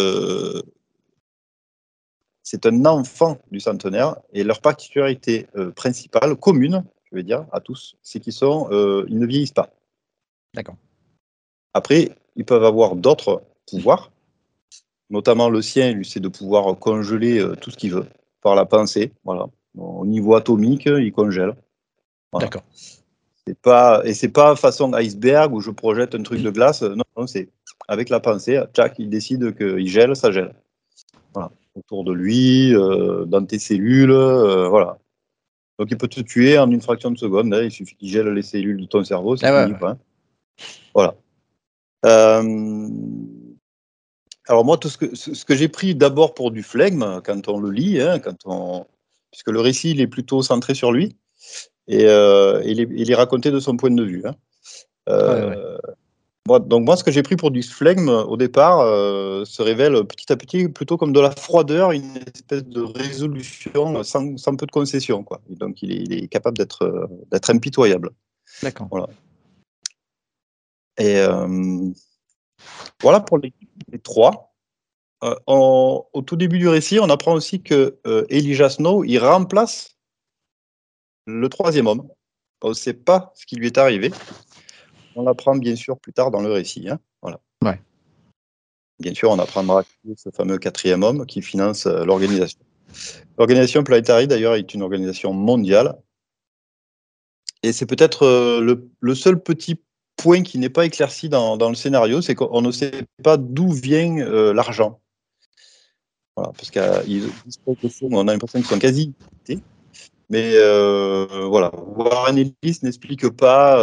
c'est un enfant du centenaire et leur particularité principale, commune, je vais dire, à tous, c'est qu'ils ne vieillissent pas. D'accord. Après, ils peuvent avoir d'autres pouvoirs, notamment le sien, lui, c'est de pouvoir congeler tout ce qu'il veut par la pensée. Voilà. Au niveau atomique, il congèle. Voilà. D'accord. C'est pas façon iceberg où je projette un truc de glace. Non, c'est avec la pensée. Tchac, il décide qu'il gèle, ça gèle. Voilà. Autour de lui, dans tes cellules, voilà. Donc il peut te tuer en une fraction de seconde. Hein, il suffit qu'il gèle les cellules de ton cerveau, c'est fini. Quoi, hein. Voilà. Alors moi, ce que j'ai pris d'abord pour du flegme, quand on le lit, hein, puisque le récit il est plutôt centré sur lui, et il est raconté de son point de vue. Hein. Moi, ce que j'ai pris pour du flegme, au départ, se révèle petit à petit plutôt comme de la froideur, une espèce de résolution sans peu de concession, quoi. Et donc il est capable d'être impitoyable. D'accord. Voilà. Et voilà pour les trois. Au tout début du récit, on apprend aussi que Elijah Snow, il remplace le troisième homme. On ne sait pas ce qui lui est arrivé. On l'apprend bien sûr plus tard dans le récit. Hein. Voilà. Ouais. Bien sûr, on apprendra ce fameux quatrième homme qui finance l'organisation. L'organisation Planetary, d'ailleurs, est une organisation mondiale. Et c'est peut-être le seul petit point qui n'est pas éclairci dans le scénario, c'est qu'on ne sait pas d'où vient l'argent. Voilà, parce qu'ils disposent de fonds, on a l'impression qu'ils sont quasi limités. Mais voilà, Warren Ellis n'explique pas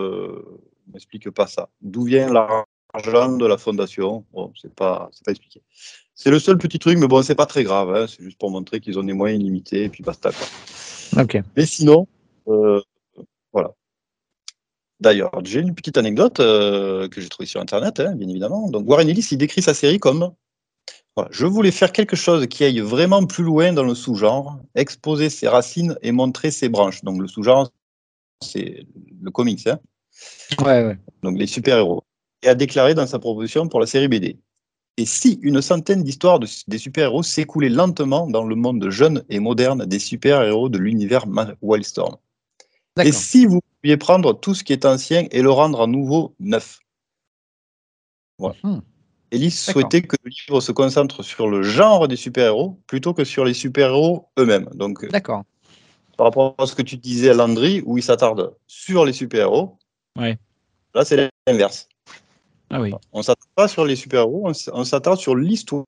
ça. D'où vient l'argent de la fondation? Bon, c'est pas expliqué. C'est le seul petit truc, mais bon, c'est pas très grave. Hein, c'est juste pour montrer qu'ils ont des moyens illimités et puis basta, quoi. Ok. Mais sinon, voilà. D'ailleurs, j'ai une petite anecdote que j'ai trouvée sur Internet, hein, bien évidemment. Donc, Warren Ellis, il décrit sa série comme voilà, je voulais faire quelque chose qui aille vraiment plus loin dans le sous-genre, exposer ses racines et montrer ses branches. Donc, le sous-genre, c'est le comics, hein. Ouais. Donc les super-héros. Et a déclaré dans sa proposition pour la série BD. Et si une centaine d'histoires des super-héros s'écoulaient lentement dans le monde jeune et moderne des super-héros de l'univers Wildstorm? Et si vous pouviez prendre tout ce qui est ancien et le rendre à nouveau neuf? Voilà. Ellis souhaitait que le livre se concentre sur le genre des super-héros plutôt que sur les super-héros eux-mêmes. Donc, par rapport à ce que tu disais, Landry, où il s'attarde sur les super-héros, là, c'est l'inverse. Ah oui. On ne s'attarde pas sur les super-héros, on s'attarde sur l'histoire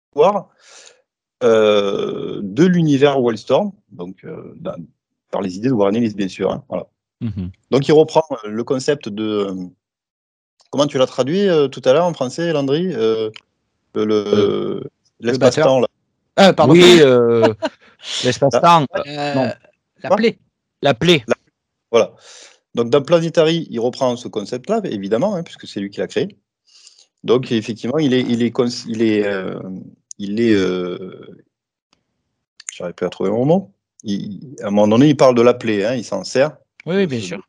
de l'univers Wildstorm, donc par les idées de Warren Ellis, bien sûr. Hein, voilà. Donc, il reprend le concept de... comment tu l'as traduit tout à l'heure en français, Landry? L'espace-temps, là. Pardon. Oui, l'espace-temps. La plaie. La plaie. Voilà. Donc, dans Planetary, il reprend ce concept-là, évidemment, hein, puisque c'est lui qui l'a créé. Donc, effectivement, j'arrive plus à trouver mon mot. À un moment donné, il parle de la plaie, hein, il s'en sert. Oui, bien sûr.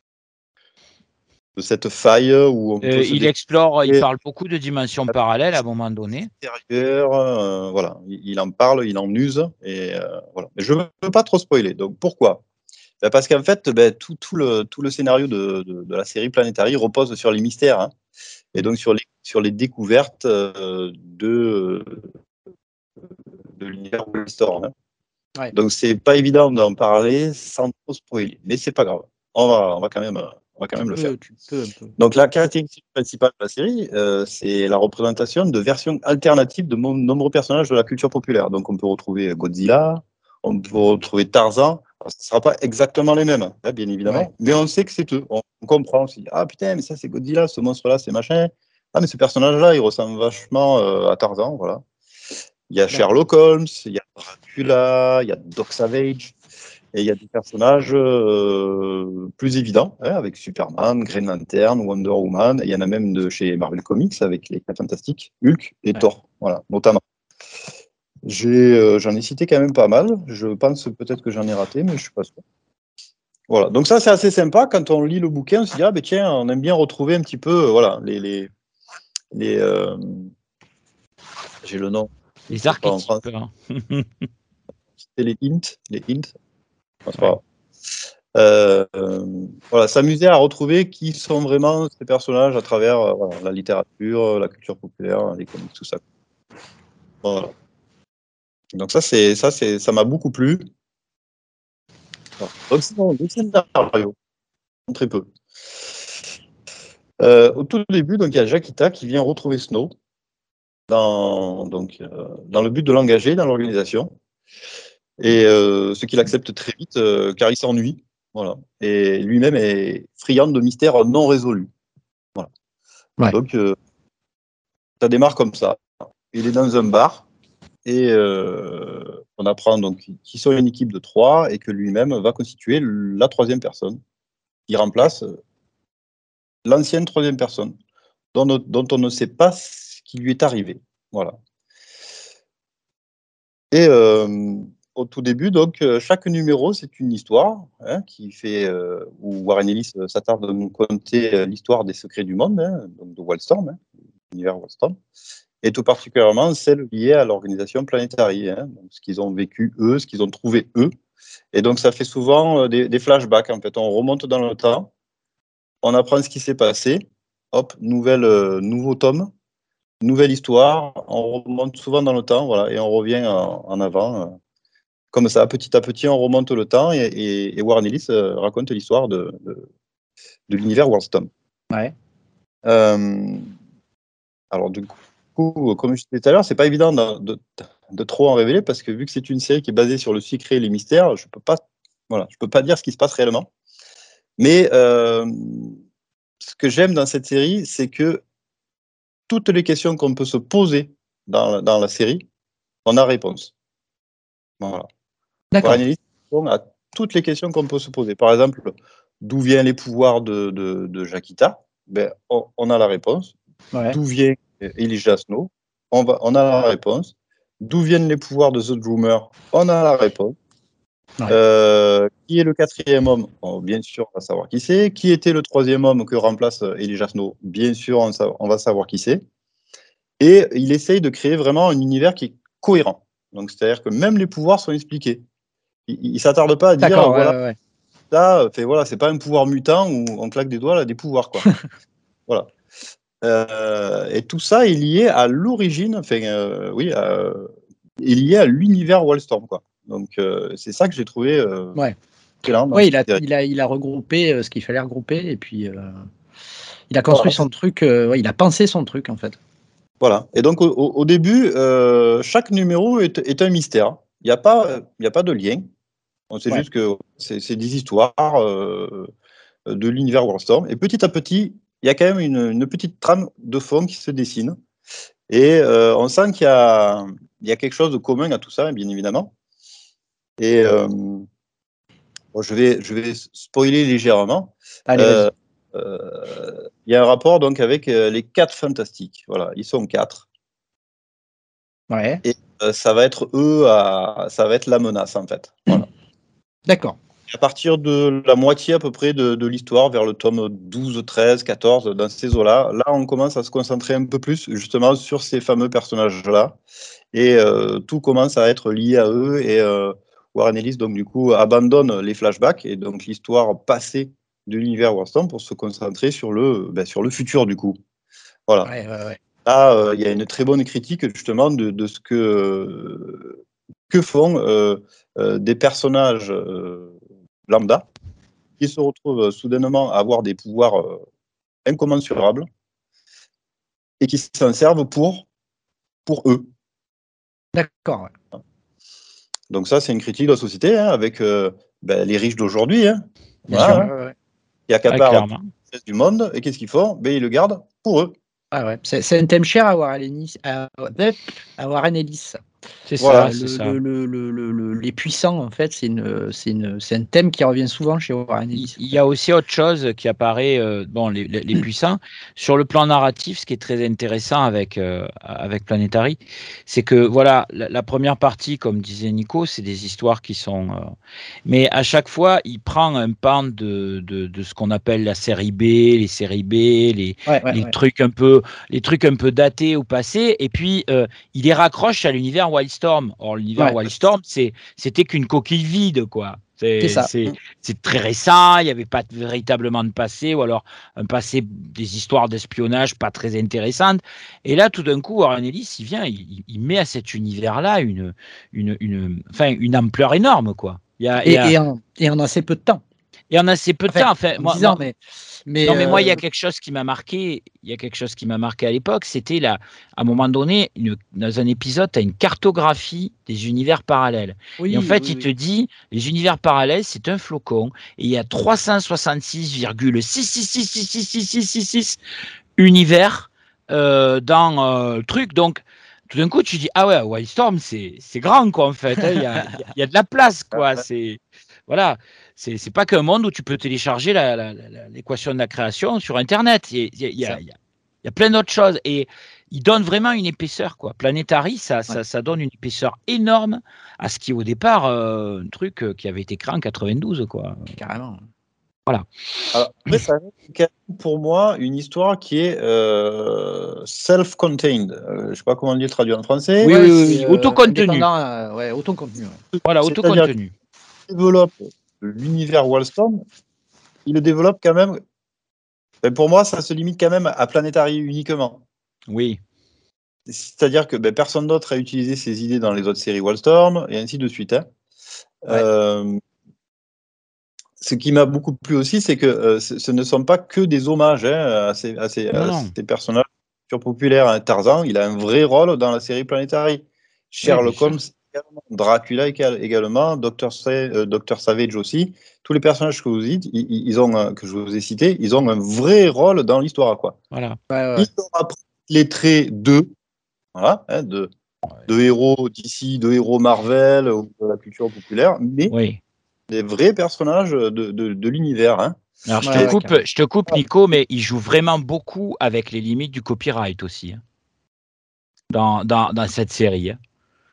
De cette faille où on peut il explore, il parle beaucoup de dimensions parallèles à un moment donné. Voilà, il en parle, il en use, et voilà. Mais je ne veux pas trop spoiler. Donc pourquoi? Parce qu'en fait, tout le scénario de la série Planetary repose sur les mystères, hein, et donc sur les découvertes de l'univers Wildstorm. Hein. Ouais. Donc c'est pas évident d'en parler sans trop spoiler, mais c'est pas grave. On va quand même le faire. Donc la caractéristique principale de la série, c'est la représentation de versions alternatives de nombreux personnages de la culture populaire. Donc on peut retrouver Godzilla, on peut retrouver Tarzan. Alors, ce ne sera pas exactement les mêmes, hein, bien évidemment, mais on sait que c'est eux. On comprend aussi. Ah putain, mais ça c'est Godzilla, ce monstre-là c'est machin. Ah mais ce personnage-là, il ressemble vachement à Tarzan, voilà. Il y a Sherlock Holmes, il y a Dracula, il y a Doc Savage. Et il y a des personnages plus évidents, hein, avec Superman, Green Lantern, Wonder Woman. Et il y en a même de chez Marvel Comics avec les 4 Fantastiques, Hulk et Thor, voilà, notamment. J'en ai cité quand même pas mal. Je pense peut-être que j'en ai raté, mais je ne suis pas sûr. Voilà. Donc ça, c'est assez sympa. Quand on lit le bouquin, on se dit, ah ben tiens, on aime bien retrouver un petit peu, voilà, j'ai le nom. Les archétypes. C'était les hints. Voilà, s'amuser à retrouver qui sont vraiment ces personnages à travers la littérature, la culture populaire, les comics, tout ça. Voilà. Donc ça m'a beaucoup plu. Donc sinon, le scénario, très peu. Au tout début, donc il y a Jaquita qui vient retrouver Snow dans le but de l'engager dans l'organisation. Et ce qu'il accepte très vite, car il s'ennuie. Voilà. Et lui-même est friand de mystères non résolus. Voilà. Ouais. Donc, ça démarre comme ça. Il est dans un bar et on apprend donc qu'ils sont une équipe de 3 et que lui-même va constituer la 3e personne qui remplace l'ancienne 3e personne dont on ne sait pas ce qui lui est arrivé. Voilà. Et au tout début, donc, chaque numéro, c'est une histoire qui fait, où Warren Ellis s'attarde à nous conter l'histoire des secrets du monde, donc de Wildstorm, l'univers Wildstorm, et tout particulièrement celle liée à l'organisation Planetary, donc ce qu'ils ont vécu eux, ce qu'ils ont trouvé eux. Et donc, ça fait souvent des flashbacks. En fait, on remonte dans le temps, on apprend ce qui s'est passé, hop, nouveau tome, nouvelle histoire, on remonte souvent dans le temps, voilà, et on revient en avant. Comme ça, petit à petit, on remonte le temps et Warren Ellis raconte l'histoire de l'univers Wildstorm. Ouais. Alors, du coup, comme je disais tout à l'heure, c'est pas évident de trop en révéler parce que vu que c'est une série qui est basée sur le secret et les mystères, je peux pas dire ce qui se passe réellement. Mais ce que j'aime dans cette série, c'est que toutes les questions qu'on peut se poser dans la série, on a réponse. Voilà. D'accord. Warren Ellis répond à toutes les questions qu'on peut se poser. Par exemple, d'où viennent les pouvoirs de Jaquita? Ben, on a la réponse. Ouais. D'où vient Elijah Snow? On a la réponse. D'où viennent les pouvoirs de The Droomer? On a la réponse. Ouais. Qui est le 4e homme? Bon, bien sûr, on va savoir qui c'est. Qui était le 3e homme que remplace Elijah Snow? Bien sûr, on va savoir qui c'est. Et il essaye de créer vraiment un univers qui est cohérent. Donc, c'est-à-dire que même les pouvoirs sont expliqués. Il ne s'attarde pas à dire, voilà, ça, voilà, c'est pas un pouvoir mutant où on claque des doigts, là, des pouvoirs, quoi. Voilà. Et tout ça est lié à l'origine, enfin, oui, est lié à l'univers Wildstorm, quoi. Donc, c'est ça que j'ai trouvé excellent. Oui, il a regroupé ce qu'il fallait regrouper et puis il a construit son truc, il a pensé son truc, en fait. Voilà. Et donc, au début, chaque numéro est un mystère. Il n'y a pas de lien. On sait juste que c'est des histoires de l'univers Wildstorm. Et petit à petit, il y a quand même une petite trame de fond qui se dessine. Et on sent qu'il y a quelque chose de commun à tout ça, bien évidemment. Et bon, je vais spoiler légèrement. Allez, il y a un rapport donc avec les 4 Fantastiques. Voilà, ils sont 4. Ouais. Et ça va être ça va être la menace, en fait. Voilà. D'accord. À partir de la moitié à peu près de l'histoire, vers le tome 12, 13, 14, dans ces eaux-là, là, on commence à se concentrer un peu plus justement sur ces fameux personnages-là. Et tout commence à être lié à eux. Et Warren Ellis, donc, du coup, abandonne les flashbacks et donc l'histoire passée de l'univers Wildstorm pour se concentrer sur le sur le futur, du coup. Voilà. Ouais. Là, il y a une très bonne critique justement de ce que font des personnages lambda qui se retrouvent soudainement à avoir des pouvoirs incommensurables et qui s'en servent pour eux. D'accord. Donc ça, c'est une critique de la société avec les riches d'aujourd'hui. Voilà, qui accaparent la richesse du monde. Et qu'est-ce qu'ils font? Ils le gardent pour eux. Ah ouais. C'est un thème cher à Warren Ellis. C'est voilà, ça. Les puissants, en fait, c'est un thème qui revient souvent chez Warren Ellis. Il y a aussi autre chose qui apparaît, les puissants. Sur le plan narratif, ce qui est très intéressant avec Planetary, c'est que voilà, la première partie, comme disait Nico, c'est des histoires qui sont... mais à chaque fois, il prend un pan de ce qu'on appelle la série B, les séries B, les trucs un peu datés au passé, et puis il les raccroche à l'univers Wildstorm. Or, l'univers Wildstorm, c'était qu'une coquille vide, quoi. C'est très récent, il n'y avait pas véritablement de passé, ou alors un passé, des histoires d'espionnage pas très intéressantes. Et là, tout d'un coup, Warren Ellis, il vient, il met à cet univers-là une ampleur énorme, quoi. Et en assez peu de temps. Et en assez peu de temps. Enfin, moi, il y a quelque chose qui m'a marqué. Il y a quelque chose qui m'a marqué à l'époque. C'était à un moment donné, dans un épisode, tu as une cartographie des univers parallèles. Et en fait, il te dit, les univers parallèles, c'est un flocon. Et il y a 366,6666666 univers dans le truc. Donc, tout d'un coup, tu dis, ah ouais, Wildstorm, c'est grand, quoi, en fait. Il y a de la place, quoi. Voilà. C'est pas qu'un monde où tu peux télécharger l'équation de la création sur Internet. Il y a plein d'autres choses. Et il donne vraiment une épaisseur, quoi. Planetary, ça donne une épaisseur énorme à ce qui, au départ, un truc qui avait été créé en 92, quoi. Carrément. Voilà. Alors, après, ça reste pour moi une histoire qui est self-contained. Je ne sais pas comment on dit le traduire en français. Oui. Autocontenu. Autocontenu. Voilà, autocontenu. Il développe l'univers Wildstorm, il le développe quand même. Pour moi, ça se limite quand même à Planetary uniquement. Oui. C'est-à-dire que personne d'autre a utilisé ces idées dans les autres séries Wildstorm, et ainsi de suite. Ce qui m'a beaucoup plu aussi, c'est que ce ne sont pas que des hommages à ces personnages populaires. Tarzan, il a un vrai rôle dans la série Planetary. Sherlock Holmes également, Dracula également, Dr. Savage aussi. Tous les personnages que vous dites, que je vous ai cités, ils ont un vrai rôle dans l'histoire, quoi. Voilà. Ils ont appris les traits de héros d'ici, de héros Marvel ou de la culture populaire, mais des vrais personnages de l'univers. Hein. Alors, je te coupe, Nico, mais il joue vraiment beaucoup avec les limites du copyright aussi, hein, dans cette série. Hein.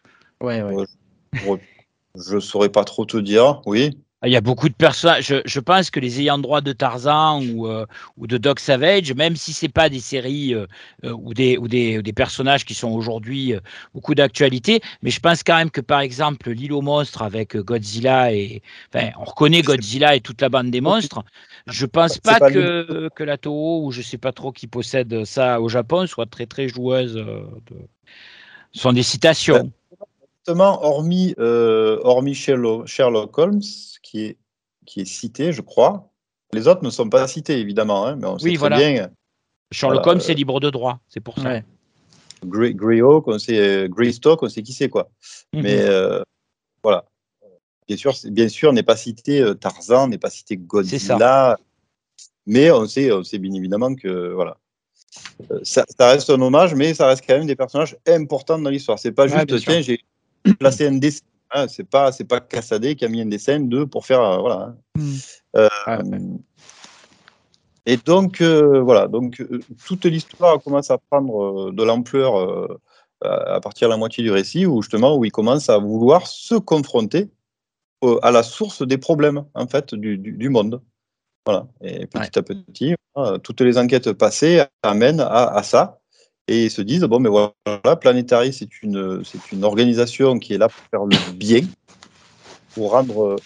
Je ne saurais pas trop te dire, oui. Il y a beaucoup de personnages. Je pense que les ayants droit de Tarzan ou de Doc Savage, même si c'est pas des séries ou des personnages qui sont aujourd'hui beaucoup d'actualité, mais je pense quand même que par exemple l'île aux monstres avec Godzilla on reconnaît Godzilla et toute la bande des monstres. Je pense pas que la Toho ou je sais pas trop qui possède ça au Japon soit très très joueuse. Ce sont des citations. Hormis Sherlock Holmes, qui est cité, je crois. Les autres ne sont pas cités, évidemment, hein, mais on sait très bien. Sherlock Holmes, c'est libre de droit, c'est pour ça. Greyhawk, Greystock, on sait qui c'est, quoi. Mais voilà. Bien sûr, n'est pas cité Tarzan, n'est pas cité Godzilla, mais on sait bien évidemment que voilà. Ça reste un hommage, mais ça reste quand même des personnages importants dans l'histoire. C'est pas juste tiens, j'ai placé un dessin. Hein, c'est pas Cassaday qui a mis un dessin pour faire voilà. Et donc voilà, toute l'histoire commence à prendre de l'ampleur à partir de la moitié du récit, où il commence à vouloir se confronter à la source des problèmes en fait du monde. Voilà. Et petit à petit, toutes les enquêtes passées amènent à ça. Et ils se disent, bon, mais voilà, Planetary, c'est une organisation qui est là pour faire le bien, pour rendre,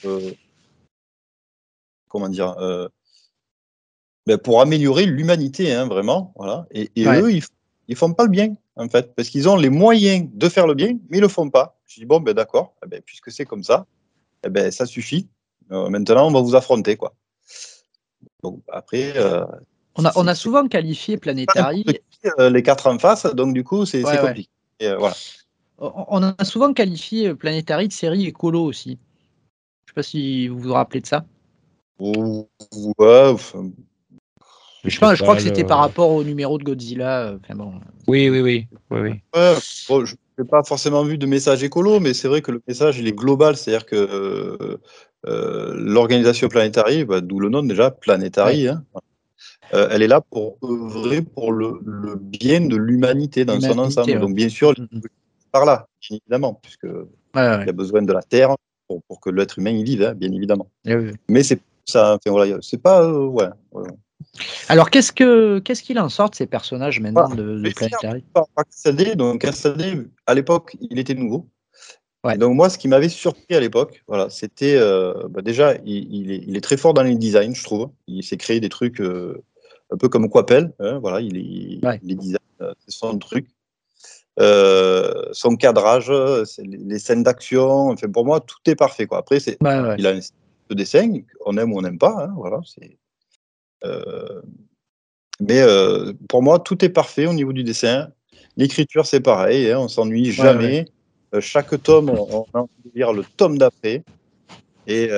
pour améliorer l'humanité, hein, vraiment. Voilà. Et eux, ils font pas le bien, en fait, parce qu'ils ont les moyens de faire le bien, mais ils le font pas. Je dis, bon, d'accord, puisque c'est comme ça, ça suffit. Maintenant, on va vous affronter, quoi. Donc, après, on a souvent qualifié Planetary. Les quatre en face, donc du coup, c'est compliqué. Et, voilà. On a souvent qualifié Planetary de série écolo aussi. Je ne sais pas si vous vous rappelez de ça. Ouais. Je crois que c'était par rapport au numéro de Godzilla. Oui. Je n'ai pas forcément vu de message écolo, mais c'est vrai que le message il est global, c'est-à-dire que l'organisation Planetary, d'où le nom déjà, Planetary, hein, elle est là pour œuvrer pour le bien de l'humanité dans son ensemble. Ouais. Donc bien sûr, par là, bien évidemment, puisque il y a besoin de la Terre pour que l'être humain y vive, hein, bien évidemment. Mais c'est ça, enfin, voilà, c'est pas Alors qu'est-ce qu'il en sort de ces personnages maintenant de Planetary? Donc Cassaday, à l'époque, il était nouveau. Ouais. Et donc moi, ce qui m'avait surpris à l'époque, voilà, c'était déjà, il est très fort dans les designs, je trouve. Il s'est créé des trucs un peu comme Coppel, hein, voilà, les designs, c'est son truc. Son cadrage, les scènes d'action, enfin, pour moi, tout est parfait, quoi. Après, il a un style de dessin, on aime ou on n'aime pas, hein, voilà. Mais pour moi, tout est parfait au niveau du dessin. L'écriture, c'est pareil, hein, on s'ennuie jamais. Chaque tome, on a envie de lire le tome d'après. Et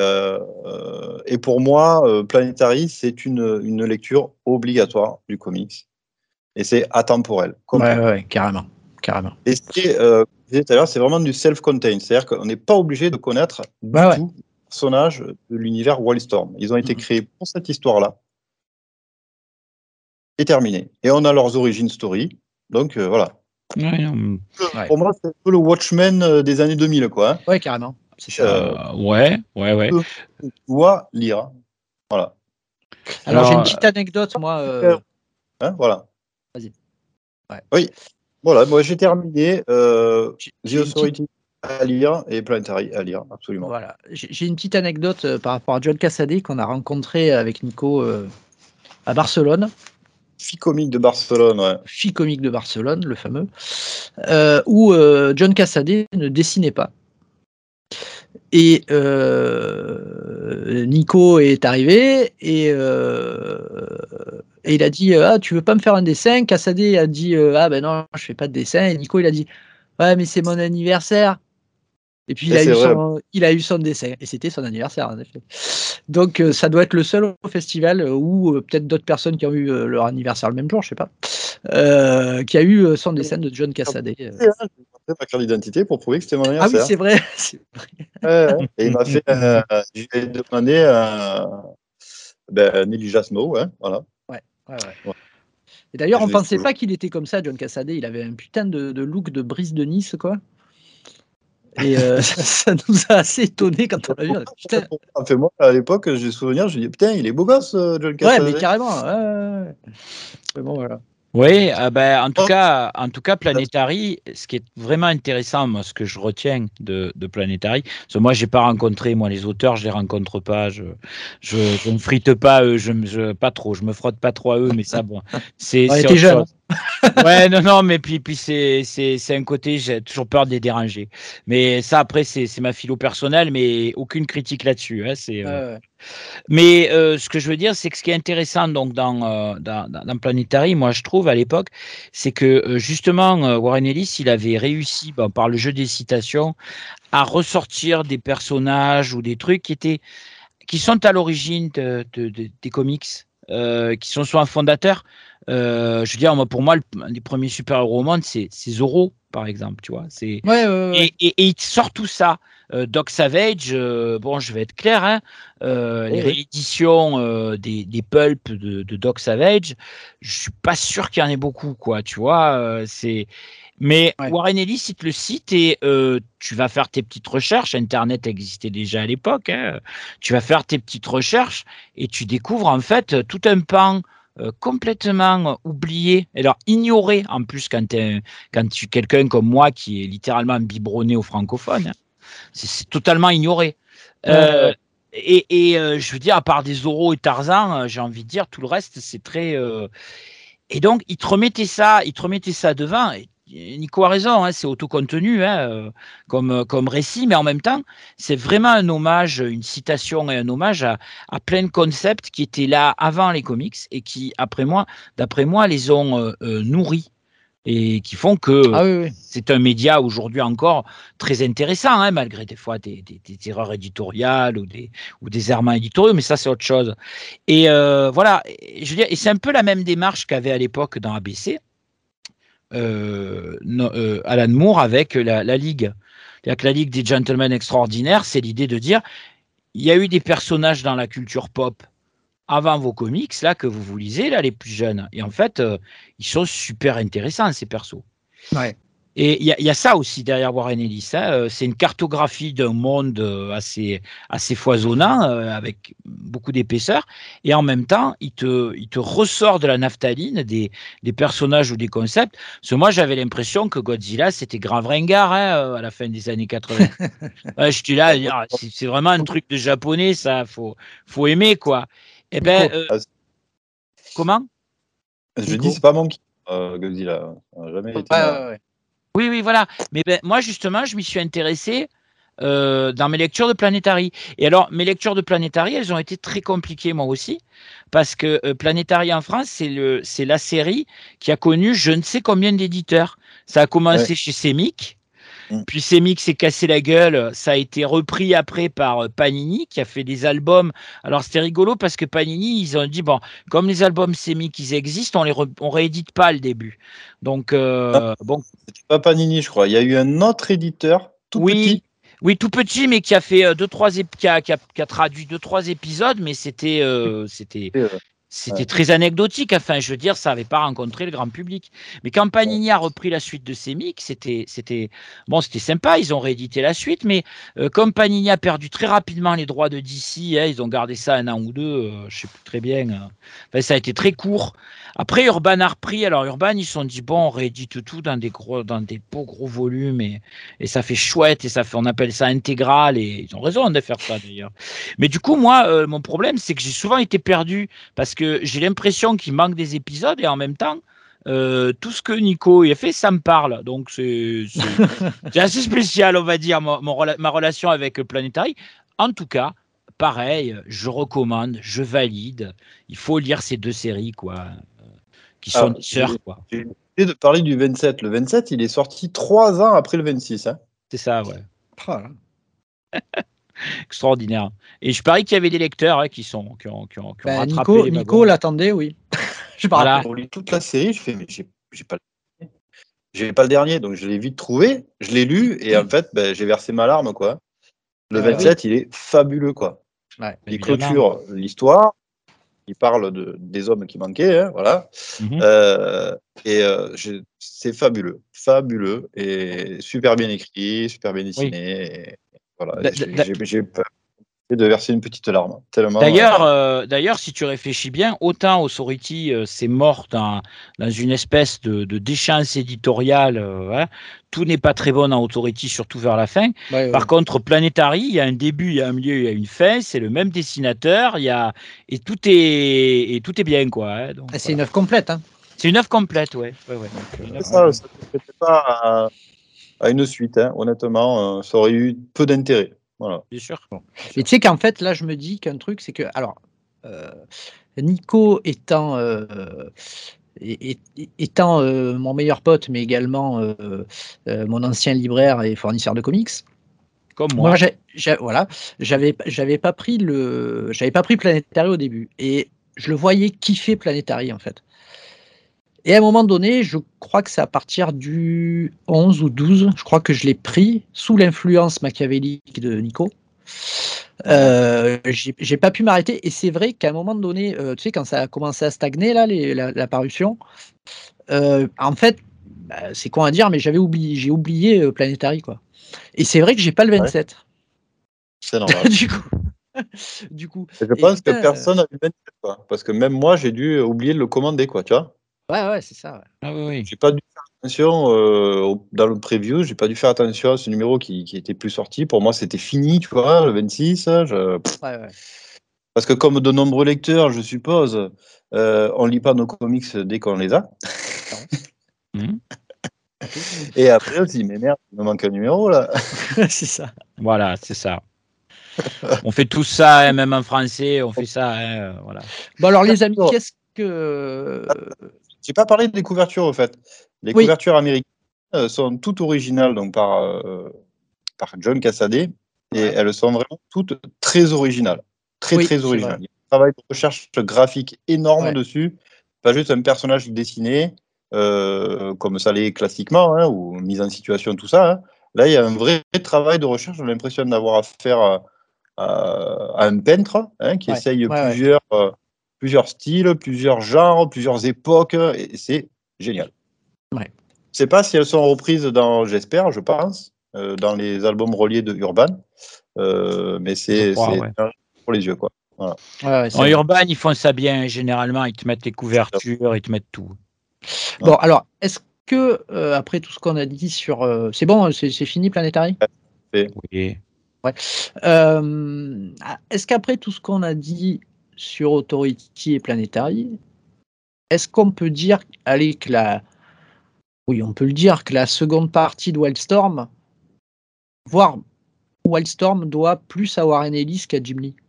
pour moi, Planetary, c'est une lecture obligatoire du comics. Et c'est atemporel. Ouais, carrément. Et c'est, je disais tout à l'heure, c'est vraiment du self-contained, c'est-à-dire qu'on n'est pas obligé de connaître du tout le personnage de l'univers Wildstorm. Ils ont été créés pour cette histoire-là. Et terminé. Et on a leurs origin story. Donc voilà. Pour moi, c'est un peu le Watchmen des années 2000, quoi. Hein. Ouais, carrément. Ouais. Tu dois lire. Voilà. Alors, j'ai une petite anecdote, moi. Hein, voilà. Vas-y. Ouais. Oui. Voilà, moi j'ai terminé The Authority à lire et Planetary à lire, absolument. Voilà. J'ai une petite anecdote par rapport à John Cassaday qu'on a rencontré avec Nico à Barcelone. Ficomique de Barcelone, ouais. Ficomique de Barcelone, le fameux, où John Cassaday ne dessinait pas. Et Nico est arrivé et il a dit tu veux pas me faire un dessin? Cassaday a dit ben non, je fais pas de dessin. Et Nico il a dit ouais, mais c'est mon anniversaire. Et puis il a eu son dessin et c'était son anniversaire en effet. Donc ça doit être le seul au festival ou peut-être d'autres personnes qui ont eu leur anniversaire le même jour, je sais pas, qui a eu son dessin de John Cassaday. J'ai ma carte d'identité pour prouver que c'était mon anniversaire. Ah oui, c'est vrai. Et il m'a fait, je lui ai demandé Elijah Snow, hein, voilà. Ouais. Et d'ailleurs, on pensait pas qu'il était comme ça, John Cassaday. Il avait un putain de look de Brise de Nice, quoi. Et ça nous a assez étonné quand on l'a vu. Putain. Enfin, moi, à l'époque, j'ai souvenir, je me dis putain, il est beau gosse, John Cassaday. Ouais, mais carrément. Ouais. Bon, voilà. Oui, en tout cas, Planetary, ce qui est vraiment intéressant, moi, ce que je retiens de Planetary, parce que moi, j'ai pas rencontré, les auteurs, je les rencontre pas, je me frite pas eux, pas trop, je me frotte pas trop à eux, mais ça, bon, c'est autre chose. Ouais, non, mais puis c'est un côté, j'ai toujours peur de les déranger. Mais ça, après, c'est ma philo personnelle, mais aucune critique là-dessus. Hein, Mais ce que je veux dire, c'est que ce qui est intéressant donc dans Planetary, moi je trouve à l'époque, c'est que justement Warren Ellis, il avait réussi par le jeu des citations à ressortir des personnages ou des trucs qui sont à l'origine des comics, qui sont soit un fondateur. Je veux dire, pour moi, un des premiers super-héros au monde, c'est Zorro, par exemple, tu vois. Ouais. Et il sort tout ça. Doc Savage, bon, je vais être clair, hein, les rééditions des pulps de Doc Savage, je suis pas sûr qu'il y en ait beaucoup, quoi, tu vois. Mais Warren Ellis, il te le cite et tu vas faire tes petites recherches. Internet existait déjà à l'époque. Hein, tu vas faire tes petites recherches et tu découvres en fait tout un pan complètement oublié, alors ignoré en plus quand tu es quelqu'un comme moi qui est littéralement biberonné au francophone. Hein, c'est totalement ignoré. Et je veux dire, à part des Zorro et Tarzan, j'ai envie de dire, tout le reste, c'est très... Et donc, il te remettait ça devant. Et Nico a raison, hein, c'est autocontenu comme récit, mais en même temps, c'est vraiment un hommage, une citation et un hommage à plein de concepts qui étaient là avant les comics et qui, d'après moi, les ont nourris et qui font que c'est un média aujourd'hui encore très intéressant, hein, malgré des fois des erreurs éditoriales ou des errements éditoriaux, mais ça c'est autre chose. Et voilà, je veux dire, et c'est un peu la même démarche qu'avait à l'époque dans ABC. Alan Moore avec la Ligue. C'est-à-dire que la Ligue des Gentlemen Extraordinaires, c'est l'idée de dire il y a eu des personnages dans la culture pop avant vos comics, là, que vous lisez, là, les plus jeunes. Et en fait, ils sont super intéressants, ces persos. Ouais. Et il y a ça aussi derrière Warren Ellis. Hein. C'est une cartographie d'un monde assez foisonnant, avec beaucoup d'épaisseur. Et en même temps, il te ressort de la naphtaline des personnages ou des concepts. Parce que moi, j'avais l'impression que Godzilla, c'était grave ringard à la fin des années 80. Je suis là, c'est vraiment un truc de japonais, ça. Faut aimer, quoi. Eh ben, comment? Je dis, c'est pas mon Godzilla. Ça n'a jamais été. Oui, voilà. Mais moi, justement, je m'y suis intéressé dans mes lectures de Planetary. Et alors, mes lectures de Planetary, elles ont été très compliquées, moi aussi, parce que Planetary en France, c'est la série qui a connu je ne sais combien d'éditeurs. Ça a commencé chez Semic. Puis Semik s'est cassé la gueule. Ça a été repris après par Panini, qui a fait des albums. Alors, c'était rigolo parce que Panini, ils ont dit, bon, comme les albums Semik, ils existent, on réédite pas le début. Donc, bon. C'était pas Panini, je crois. Il y a eu un autre éditeur, tout petit. Oui, tout petit, mais qui a fait qui a traduit 2-3 épisodes, mais c'était très anecdotique. Enfin, je veux dire, ça n'avait pas rencontré le grand public. Mais quand Panini a repris la suite de Semik, c'était sympa. Ils ont réédité la suite, mais comme Panini a perdu très rapidement les droits de DC, ils ont gardé ça 1 an ou 2, je ne sais plus très bien. Enfin, ça a été très court. Après, Urban a repris. Alors, Urban, ils se sont dit, bon, on réédite tout dans des beaux gros volumes et ça fait chouette et on appelle ça intégral et ils ont raison de faire ça d'ailleurs. Mais du coup, moi, mon problème, c'est que j'ai souvent été perdu parce que j'ai l'impression qu'il manque des épisodes et en même temps, tout ce que Nico a fait, ça me parle. Donc, c'est assez spécial, on va dire, ma relation avec Planetary. En tout cas, pareil, je recommande, je valide. Il faut lire ces 2 séries, quoi, qui sont des sœurs, quoi. J'ai oublié de parler du 27. Le 27, il est sorti 3 ans après le 26. Hein. C'est ça, ouais. Voilà. Extraordinaire. Et je parie qu'il y avait des lecteurs qui ont rattrapé Nico l'attendait, oui. Je pour lire toute la série, je fais, mais j'ai pas le dernier, donc je l'ai vite trouvé, je l'ai lu, et en fait, j'ai versé ma larme, quoi. Le 27, il est fabuleux, quoi. Ouais, il clôture l'histoire, il parle des hommes qui manquaient, hein, voilà. C'est fabuleux, et super bien écrit, super bien dessiné. Et voilà, j'ai de verser une petite larme. D'ailleurs, si tu réfléchis bien, autant Authority, c'est mort dans une espèce de déchéance éditoriale. Tout n'est pas très bon dans Authority, surtout vers la fin. Par contre, Planetary, il y a un début, il y a un milieu, il y a une fin. C'est le même dessinateur. Et tout est bien, quoi. Donc, c'est une œuvre complète. Hein. C'est une œuvre complète, ouais. Ça ne fait pas à une suite. Hein. Honnêtement, ça aurait eu peu d'intérêt. Voilà. Bien sûr. Et tu sais qu'en fait, là, je me dis qu'un truc, c'est que, alors, Nico étant mon meilleur pote, mais également mon ancien libraire et fournisseur de comics. Comme moi. J'avais pas pris Planetary au début, et je le voyais kiffer Planetary en fait. Et à un moment donné, je crois que c'est à partir du 11 ou 12, je crois que je l'ai pris sous l'influence machiavélique de Nico. J'ai pas pu m'arrêter, et c'est vrai qu'à un moment donné, tu sais, quand ça a commencé à stagner là, la parution, en fait, c'est con à dire, mais j'ai oublié Planetary, quoi. Et c'est vrai que j'ai pas le 27. C'est normal. du coup. Je pense que personne n'a eu le 27, quoi. Parce que même moi, j'ai dû oublier de le commander, quoi, tu vois. Ouais, c'est ça. Ouais. Ah oui. J'ai pas dû faire attention dans le preview, j'ai pas dû faire attention à ce numéro qui était plus sorti. Pour moi, c'était fini, tu vois, le 26. Parce que comme de nombreux lecteurs, je suppose, on lit pas nos comics dès qu'on les a. Et après aussi, mais merde, il me manque un numéro là. C'est ça. Voilà, c'est ça. On fait tout ça, hein, même en français, on fait ça. Hein, voilà. Bon alors les amis, qu'est-ce que... J'ai pas parlé des couvertures au fait. Les couvertures américaines sont toutes originales donc par John Cassaday, et elles sont vraiment toutes très originales. Très originales. Il y a un travail de recherche graphique énorme dessus. Pas juste un personnage dessiné, comme ça l'est classiquement, hein, ou mise en situation, tout ça. Hein. Là, il y a un vrai travail de recherche. J'ai l'impression d'avoir affaire à un peintre qui essaye plusieurs styles, plusieurs genres, plusieurs époques, et c'est génial. Je ne sais pas si elles sont reprises j'espère, je pense, dans les albums reliés de Urban, mais c'est pour les yeux, quoi. Voilà. En Urban, ils font ça bien, généralement, ils te mettent les couvertures, ils te mettent tout. Bon, alors, est-ce que, après tout ce qu'on a dit sur... c'est bon, c'est fini, Planetary ? Oui. Ouais. Est-ce qu'après tout ce qu'on a dit sur Authority et Planetary, est-ce qu'on peut dire, on peut le dire, que la seconde partie de Wildstorm, voire Wildstorm, doit plus à Warren Ellis qu'à Jim Lee?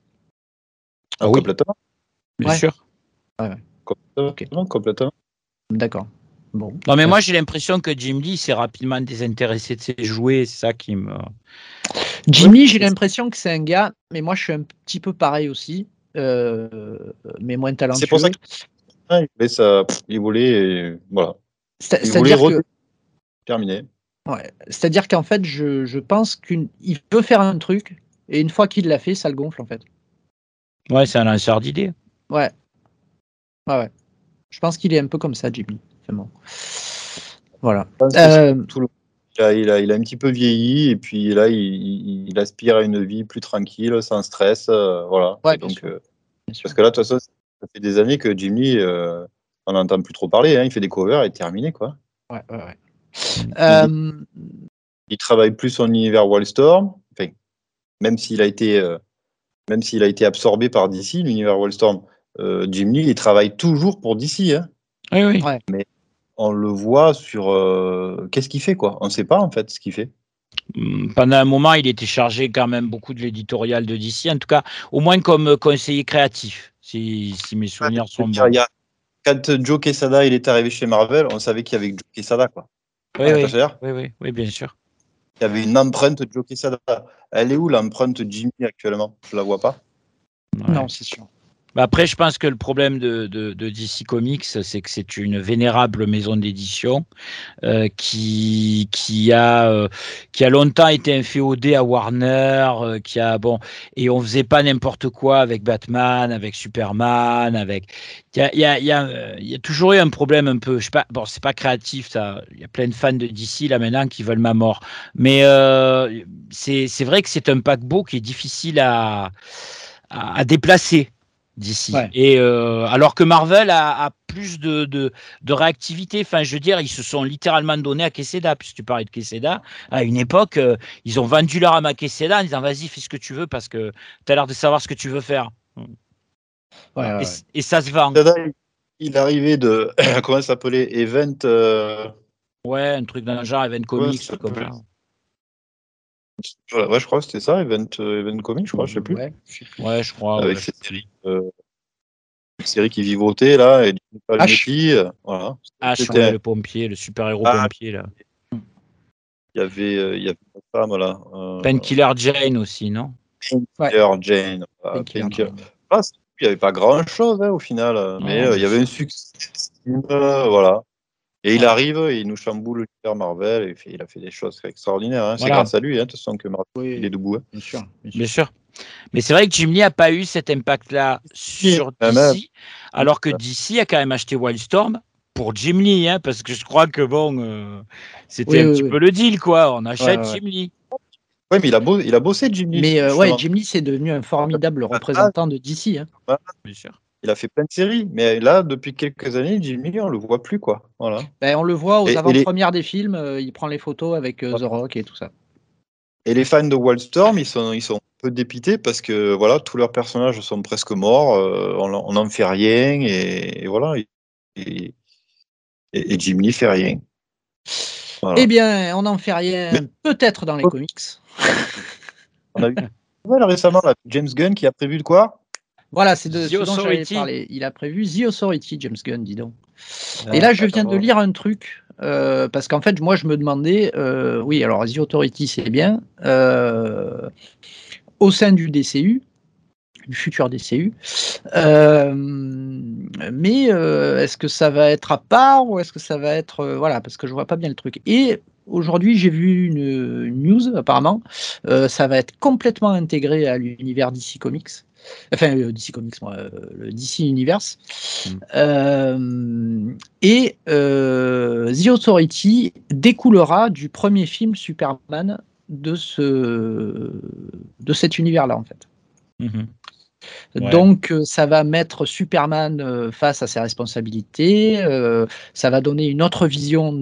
Complètement. Bien sûr. Complètement. Complètement. D'accord. Bon. Non, mais moi, j'ai l'impression que Jim Lee s'est rapidement désintéressé de ses jouets. C'est ça qui me... Jim Lee, j'ai l'impression que c'est un gars, mais moi, je suis un petit peu pareil aussi, mais moins talentueux. C'est pour ça qu'il voulait, et voilà. C'est-à-dire que... Terminé. Ouais. C'est-à-dire qu'en fait, je pense qu'il veut faire un truc, et une fois qu'il l'a fait, ça le gonfle, en fait. Ouais, c'est un lanceur d'idées. Ouais. Je pense qu'il est un peu comme ça, Jim Lee. Bon. Voilà. Il a un petit peu vieilli, et puis là, il aspire à une vie plus tranquille, sans stress. Voilà. Ouais, donc, parce que là, de toute façon, ça fait des années que Jim Lee, on n'entend plus trop parler. Hein, il fait des covers et terminé, quoi. Ouais. Il travaille plus son univers Wildstorm. Enfin, même s'il a été absorbé par DC, l'univers Wildstorm, Jim Lee, il travaille toujours pour DC. Hein. Oui. Ouais. Mais on le voit sur... qu'est-ce qu'il fait, quoi? On ne sait pas, en fait, ce qu'il fait. Pendant un moment, il était chargé quand même beaucoup de l'éditorial de DC, en tout cas, au moins comme conseiller créatif, si mes souvenirs sont bons. Quand Joe Quesada il est arrivé chez Marvel, on savait qu'il y avait Joe Quesada, quoi. Oui, bien sûr. Il y avait une empreinte Joe Quesada. Elle est où l'empreinte Jimmy actuellement? Je la vois pas. Ouais. Non, c'est sûr. Après, je pense que le problème de DC Comics, c'est que c'est une vénérable maison d'édition qui a longtemps été inféodée à Warner, et on faisait pas n'importe quoi avec Batman, avec Superman, il y a toujours eu un problème un peu, je sais pas, bon, c'est pas créatif, ça, il y a plein de fans de DC là maintenant qui veulent ma mort, mais c'est vrai que c'est un paquebot qui est difficile à déplacer d'ici. Ouais. Et alors que Marvel a plus de réactivité. Enfin, je veux dire, ils se sont littéralement donnés à Quesada, puisque tu parlais de Quesada. À une époque, ils ont vendu leur âme à Quesada en disant vas-y, fais ce que tu veux parce que tu as l'air de savoir ce que tu veux faire. Ouais. Et ça se vend. Il arrivait de comment ça s'appelait, Event. Ouais, un truc dans le genre Event Comics, comme ça. Ouais, je crois que c'était ça, Event Comics, je crois, je sais plus. Ouais, je crois. Avec cette série qui vivotait là, et voilà. Le pompier, le super-héros pompier là. Il y avait une femme là. Painkiller Jane aussi, non? Painkiller Jane. Il n'y avait pas grand chose au final, mais il y avait un succès. Voilà. Et il arrive, et il nous chamboule l'univers Marvel, et il a fait des choses extraordinaires. Hein. C'est grâce à lui, de toute façon, que Marvel il est debout. Hein. Bien sûr. Mais c'est vrai que Jim Lee n'a pas eu cet impact-là sur DC, alors que DC a quand même acheté Wildstorm pour Jim Lee, hein, parce que je crois que c'était un petit peu le deal, quoi. On achète Jim Lee. Oui, mais il a bossé Jim Lee. Mais Jim Lee, c'est devenu un formidable représentant de DC. Hein. Bien sûr. Il a fait plein de séries, mais là, depuis quelques années, Jim Lee, on le voit plus, quoi. Voilà. On le voit aux avant-premières des films, il prend les photos avec The Rock et tout ça. Et les fans de Wildstorm, ils sont un peu dépités parce que voilà, tous leurs personnages sont presque morts, on n'en fait rien, et voilà. Et Jim Lee fait rien. Voilà. Eh bien, on n'en fait rien, peut-être dans les comics. On a vu récemment James Gunn qui a prévu de quoi? Voilà, c'est de ce dont j'avais parlé. Il a prévu The Authority, James Gunn, dis donc. Et là, je viens de lire un truc, parce qu'en fait, moi, je me demandais, oui, alors The Authority, c'est bien, au sein du DCU, du futur DCU, mais est-ce que ça va être à part, ou est-ce que ça va être... voilà, parce que je vois pas bien le truc. Et aujourd'hui, j'ai vu une news, apparemment, ça va être complètement intégré à l'univers DC Comics. Enfin, DC Comics, le DC Universe. Et The Authority découlera du premier film Superman de cet univers-là, en fait. Donc, ça va mettre Superman face à ses responsabilités, ça va donner une autre vision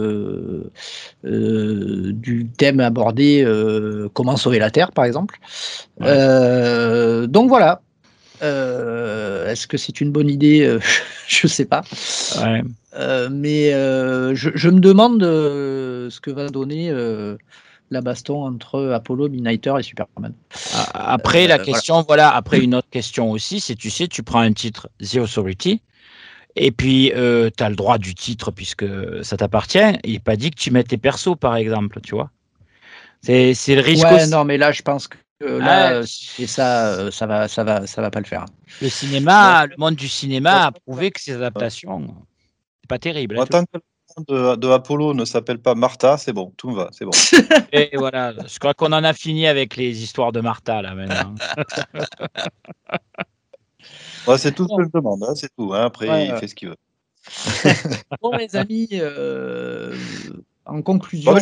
du thème abordé, comment sauver la Terre, par exemple. Donc voilà. Est-ce que c'est une bonne idée? Je ne sais pas. Mais je me demande ce que va donner la baston entre Apollo, Midnighter et Superman. Après, après une autre question aussi, c'est, tu sais, tu prends un titre The Authority Et puis, tu as le droit du titre puisque ça t'appartient. Il n'est pas dit que tu mets tes persos, par exemple, tu vois. C'est le risque Ouais, aussi. non, mais là, je pense que et ça va pas le faire. Le cinéma, le monde du cinéma a prouvé que ces adaptations, c'est pas terrible. Moi, tant que le nom de Apollo ne s'appelle pas Martha, c'est bon, tout me va, c'est bon. Et voilà, je crois qu'on en a fini avec les histoires de Martha, là, maintenant. Ouais, c'est tout ce que je demande, hein, c'est tout. Hein. Après, il fait ce qu'il veut. Bon, les amis, en conclusion,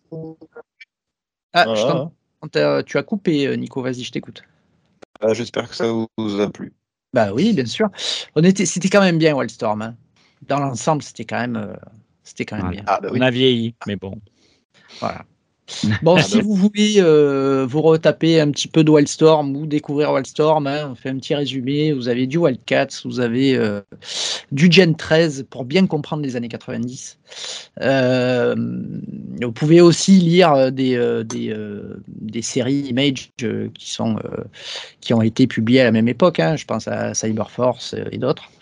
tu as coupé, Nico, vas-y, je t'écoute. J'espère que ça vous a plu. Bah oui, bien sûr. C'était quand même bien, Wildstorm. Hein. Dans l'ensemble, c'était quand même bien. Ah, bah oui. On a vieilli, mais bon. Voilà. Bon, si vous voulez vous retaper un petit peu de Wildstorm ou découvrir Wildstorm, hein, on fait un petit résumé. Vous avez du Wildcats, vous avez du Gen 13 pour bien comprendre les années 90. Vous pouvez aussi lire des séries Image qui ont été publiées à la même époque. Hein, je pense à Cyberforce et d'autres.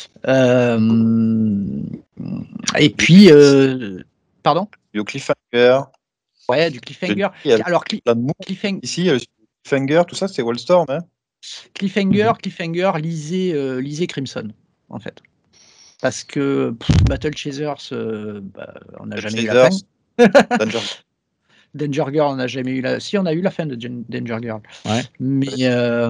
Et puis, pardon ? Le Cliffhanger. Ouais, du Cliffhanger. Alors, Cliffhanger. Ici, Cliffhanger, tout ça, c'est Wildstorm. Hein. Cliffhanger, lisez Crimson, en fait. Parce que Battle Chasers, on n'a jamais eu la fin. Danger Girl, on n'a jamais eu la. Si, on a eu la fin de Danger Girl. Ouais. Mais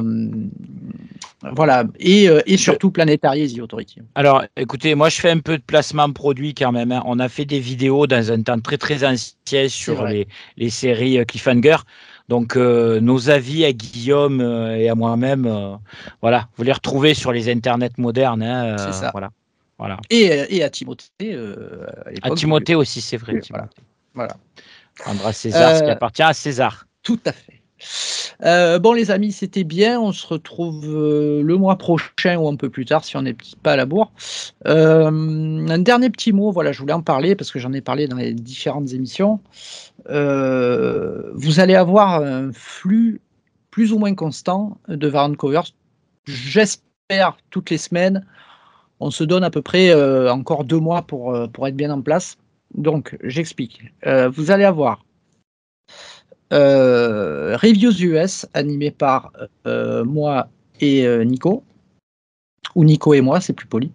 voilà. Et surtout Planetary The Authority. Alors, écoutez, moi, je fais un peu de placement produit quand même. Hein. On a fait des vidéos dans un temps très, très ancien sur les séries Cliffhanger. Donc, nos avis à Guillaume et à moi-même, voilà, vous les retrouvez sur les internets modernes. Hein, c'est ça. Voilà. Et à Timothée. À Timothée aussi, c'est vrai. Voilà. Rendre à César ce qui appartient à César. Tout à fait. Bon, les amis, c'était bien. On se retrouve le mois prochain ou un peu plus tard si on n'est pas à la bourre. Un dernier petit mot, voilà, je voulais en parler parce que j'en ai parlé dans les différentes émissions. Vous allez avoir un flux plus ou moins constant de Variant Covers. J'espère toutes les semaines. On se donne à peu près encore 2 mois pour être bien en place. Donc, j'explique. Vous allez avoir Reviews US animé par moi et Nico. Ou Nico et moi, c'est plus poli.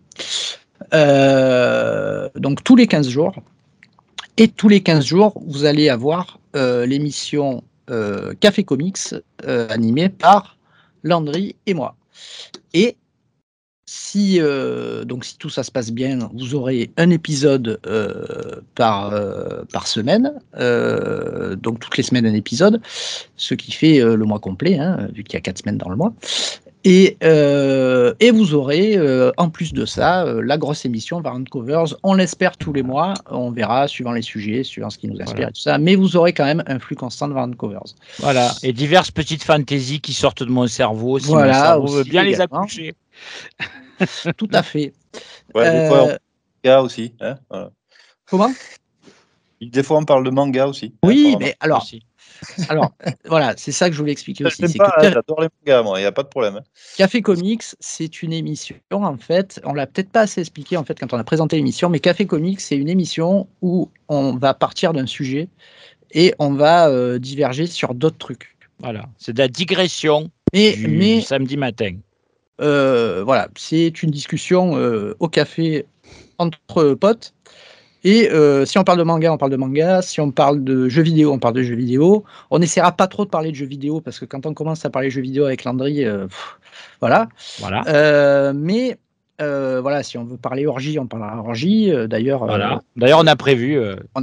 Donc, tous les 15 jours. Et tous les 15 jours, vous allez avoir l'émission Café Comics animée par Landry et moi. Et si tout ça se passe bien, vous aurez un épisode par semaine, donc toutes les semaines un épisode, ce qui fait le mois complet, hein, vu qu'il y a 4 semaines dans le mois. Et vous aurez, en plus de ça, la grosse émission Variant Covers. On l'espère tous les mois. On verra suivant les sujets, suivant ce qui nous inspire et tout ça. Mais vous aurez quand même un flux constant de Variant Covers. Voilà. Et diverses petites fantaisies qui sortent de mon cerveau. Si voilà, mon cerveau veut bien les accoucher. Tout à fait. Ouais, des fois, manga aussi. Hein, voilà. Comment ? Des fois, on parle de manga aussi. Oui, mais alors. Alors, voilà, c'est ça que je voulais expliquer aussi. J'adore les mangas, moi, il n'y a pas de problème. Hein. Café Comics, c'est une émission, en fait, on l'a peut-être pas assez expliqué en fait quand on a présenté l'émission, mais Café Comics, c'est une émission où on va partir d'un sujet et on va diverger sur d'autres trucs. Voilà, c'est de la digression du samedi matin. Voilà, c'est une discussion au café entre potes. Et si on parle de manga, on parle de manga. Si on parle de jeux vidéo, on parle de jeux vidéo. On n'essaiera pas trop de parler de jeux vidéo parce que quand on commence à parler de jeux vidéo avec Landry, voilà. Mais voilà, si on veut parler orgie, on parlera orgie. D'ailleurs, on a prévu.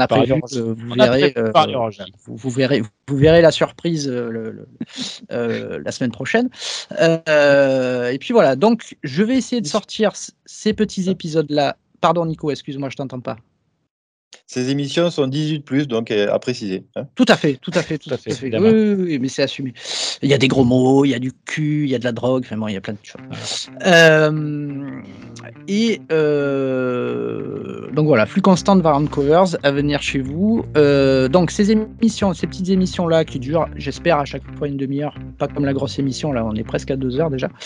Vous verrez la surprise la semaine prochaine. Et puis voilà. Donc, je vais essayer de sortir ces petits épisodes-là. Pardon, Nico, excuse-moi, je t'entends pas. Ces émissions sont 18+, donc à préciser. Hein. Tout à fait. Oui, mais c'est assumé. Il y a des gros mots, il y a du cul, il y a de la drogue, vraiment, il y a plein de choses. Donc voilà, flux constant de Variant Covers à venir chez vous. Donc ces petites émissions-là qui durent, j'espère, à chaque fois une demi-heure, pas comme la grosse émission, là on est presque à 2 heures déjà,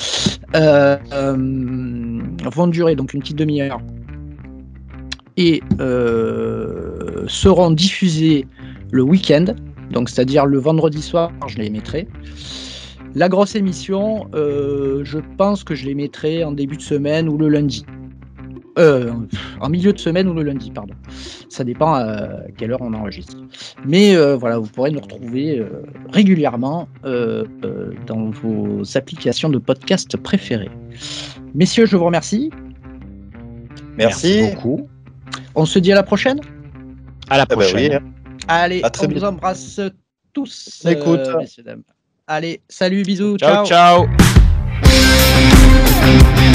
vont durer donc une petite demi-heure. Et seront diffusés le week-end, donc c'est-à-dire le vendredi soir, je les mettrai. La grosse émission, je pense que je les mettrai en début de semaine ou le lundi. En milieu de semaine ou le lundi, pardon. Ça dépend à quelle heure on enregistre. Mais voilà, vous pourrez nous retrouver régulièrement dans vos applications de podcast préférées. Messieurs, je vous remercie. Merci beaucoup. On se dit à la prochaine. À la prochaine. Oui. Allez, on vous embrasse tous. Écoute. Messieurs, dames. Allez, salut, bisous, ciao. ciao.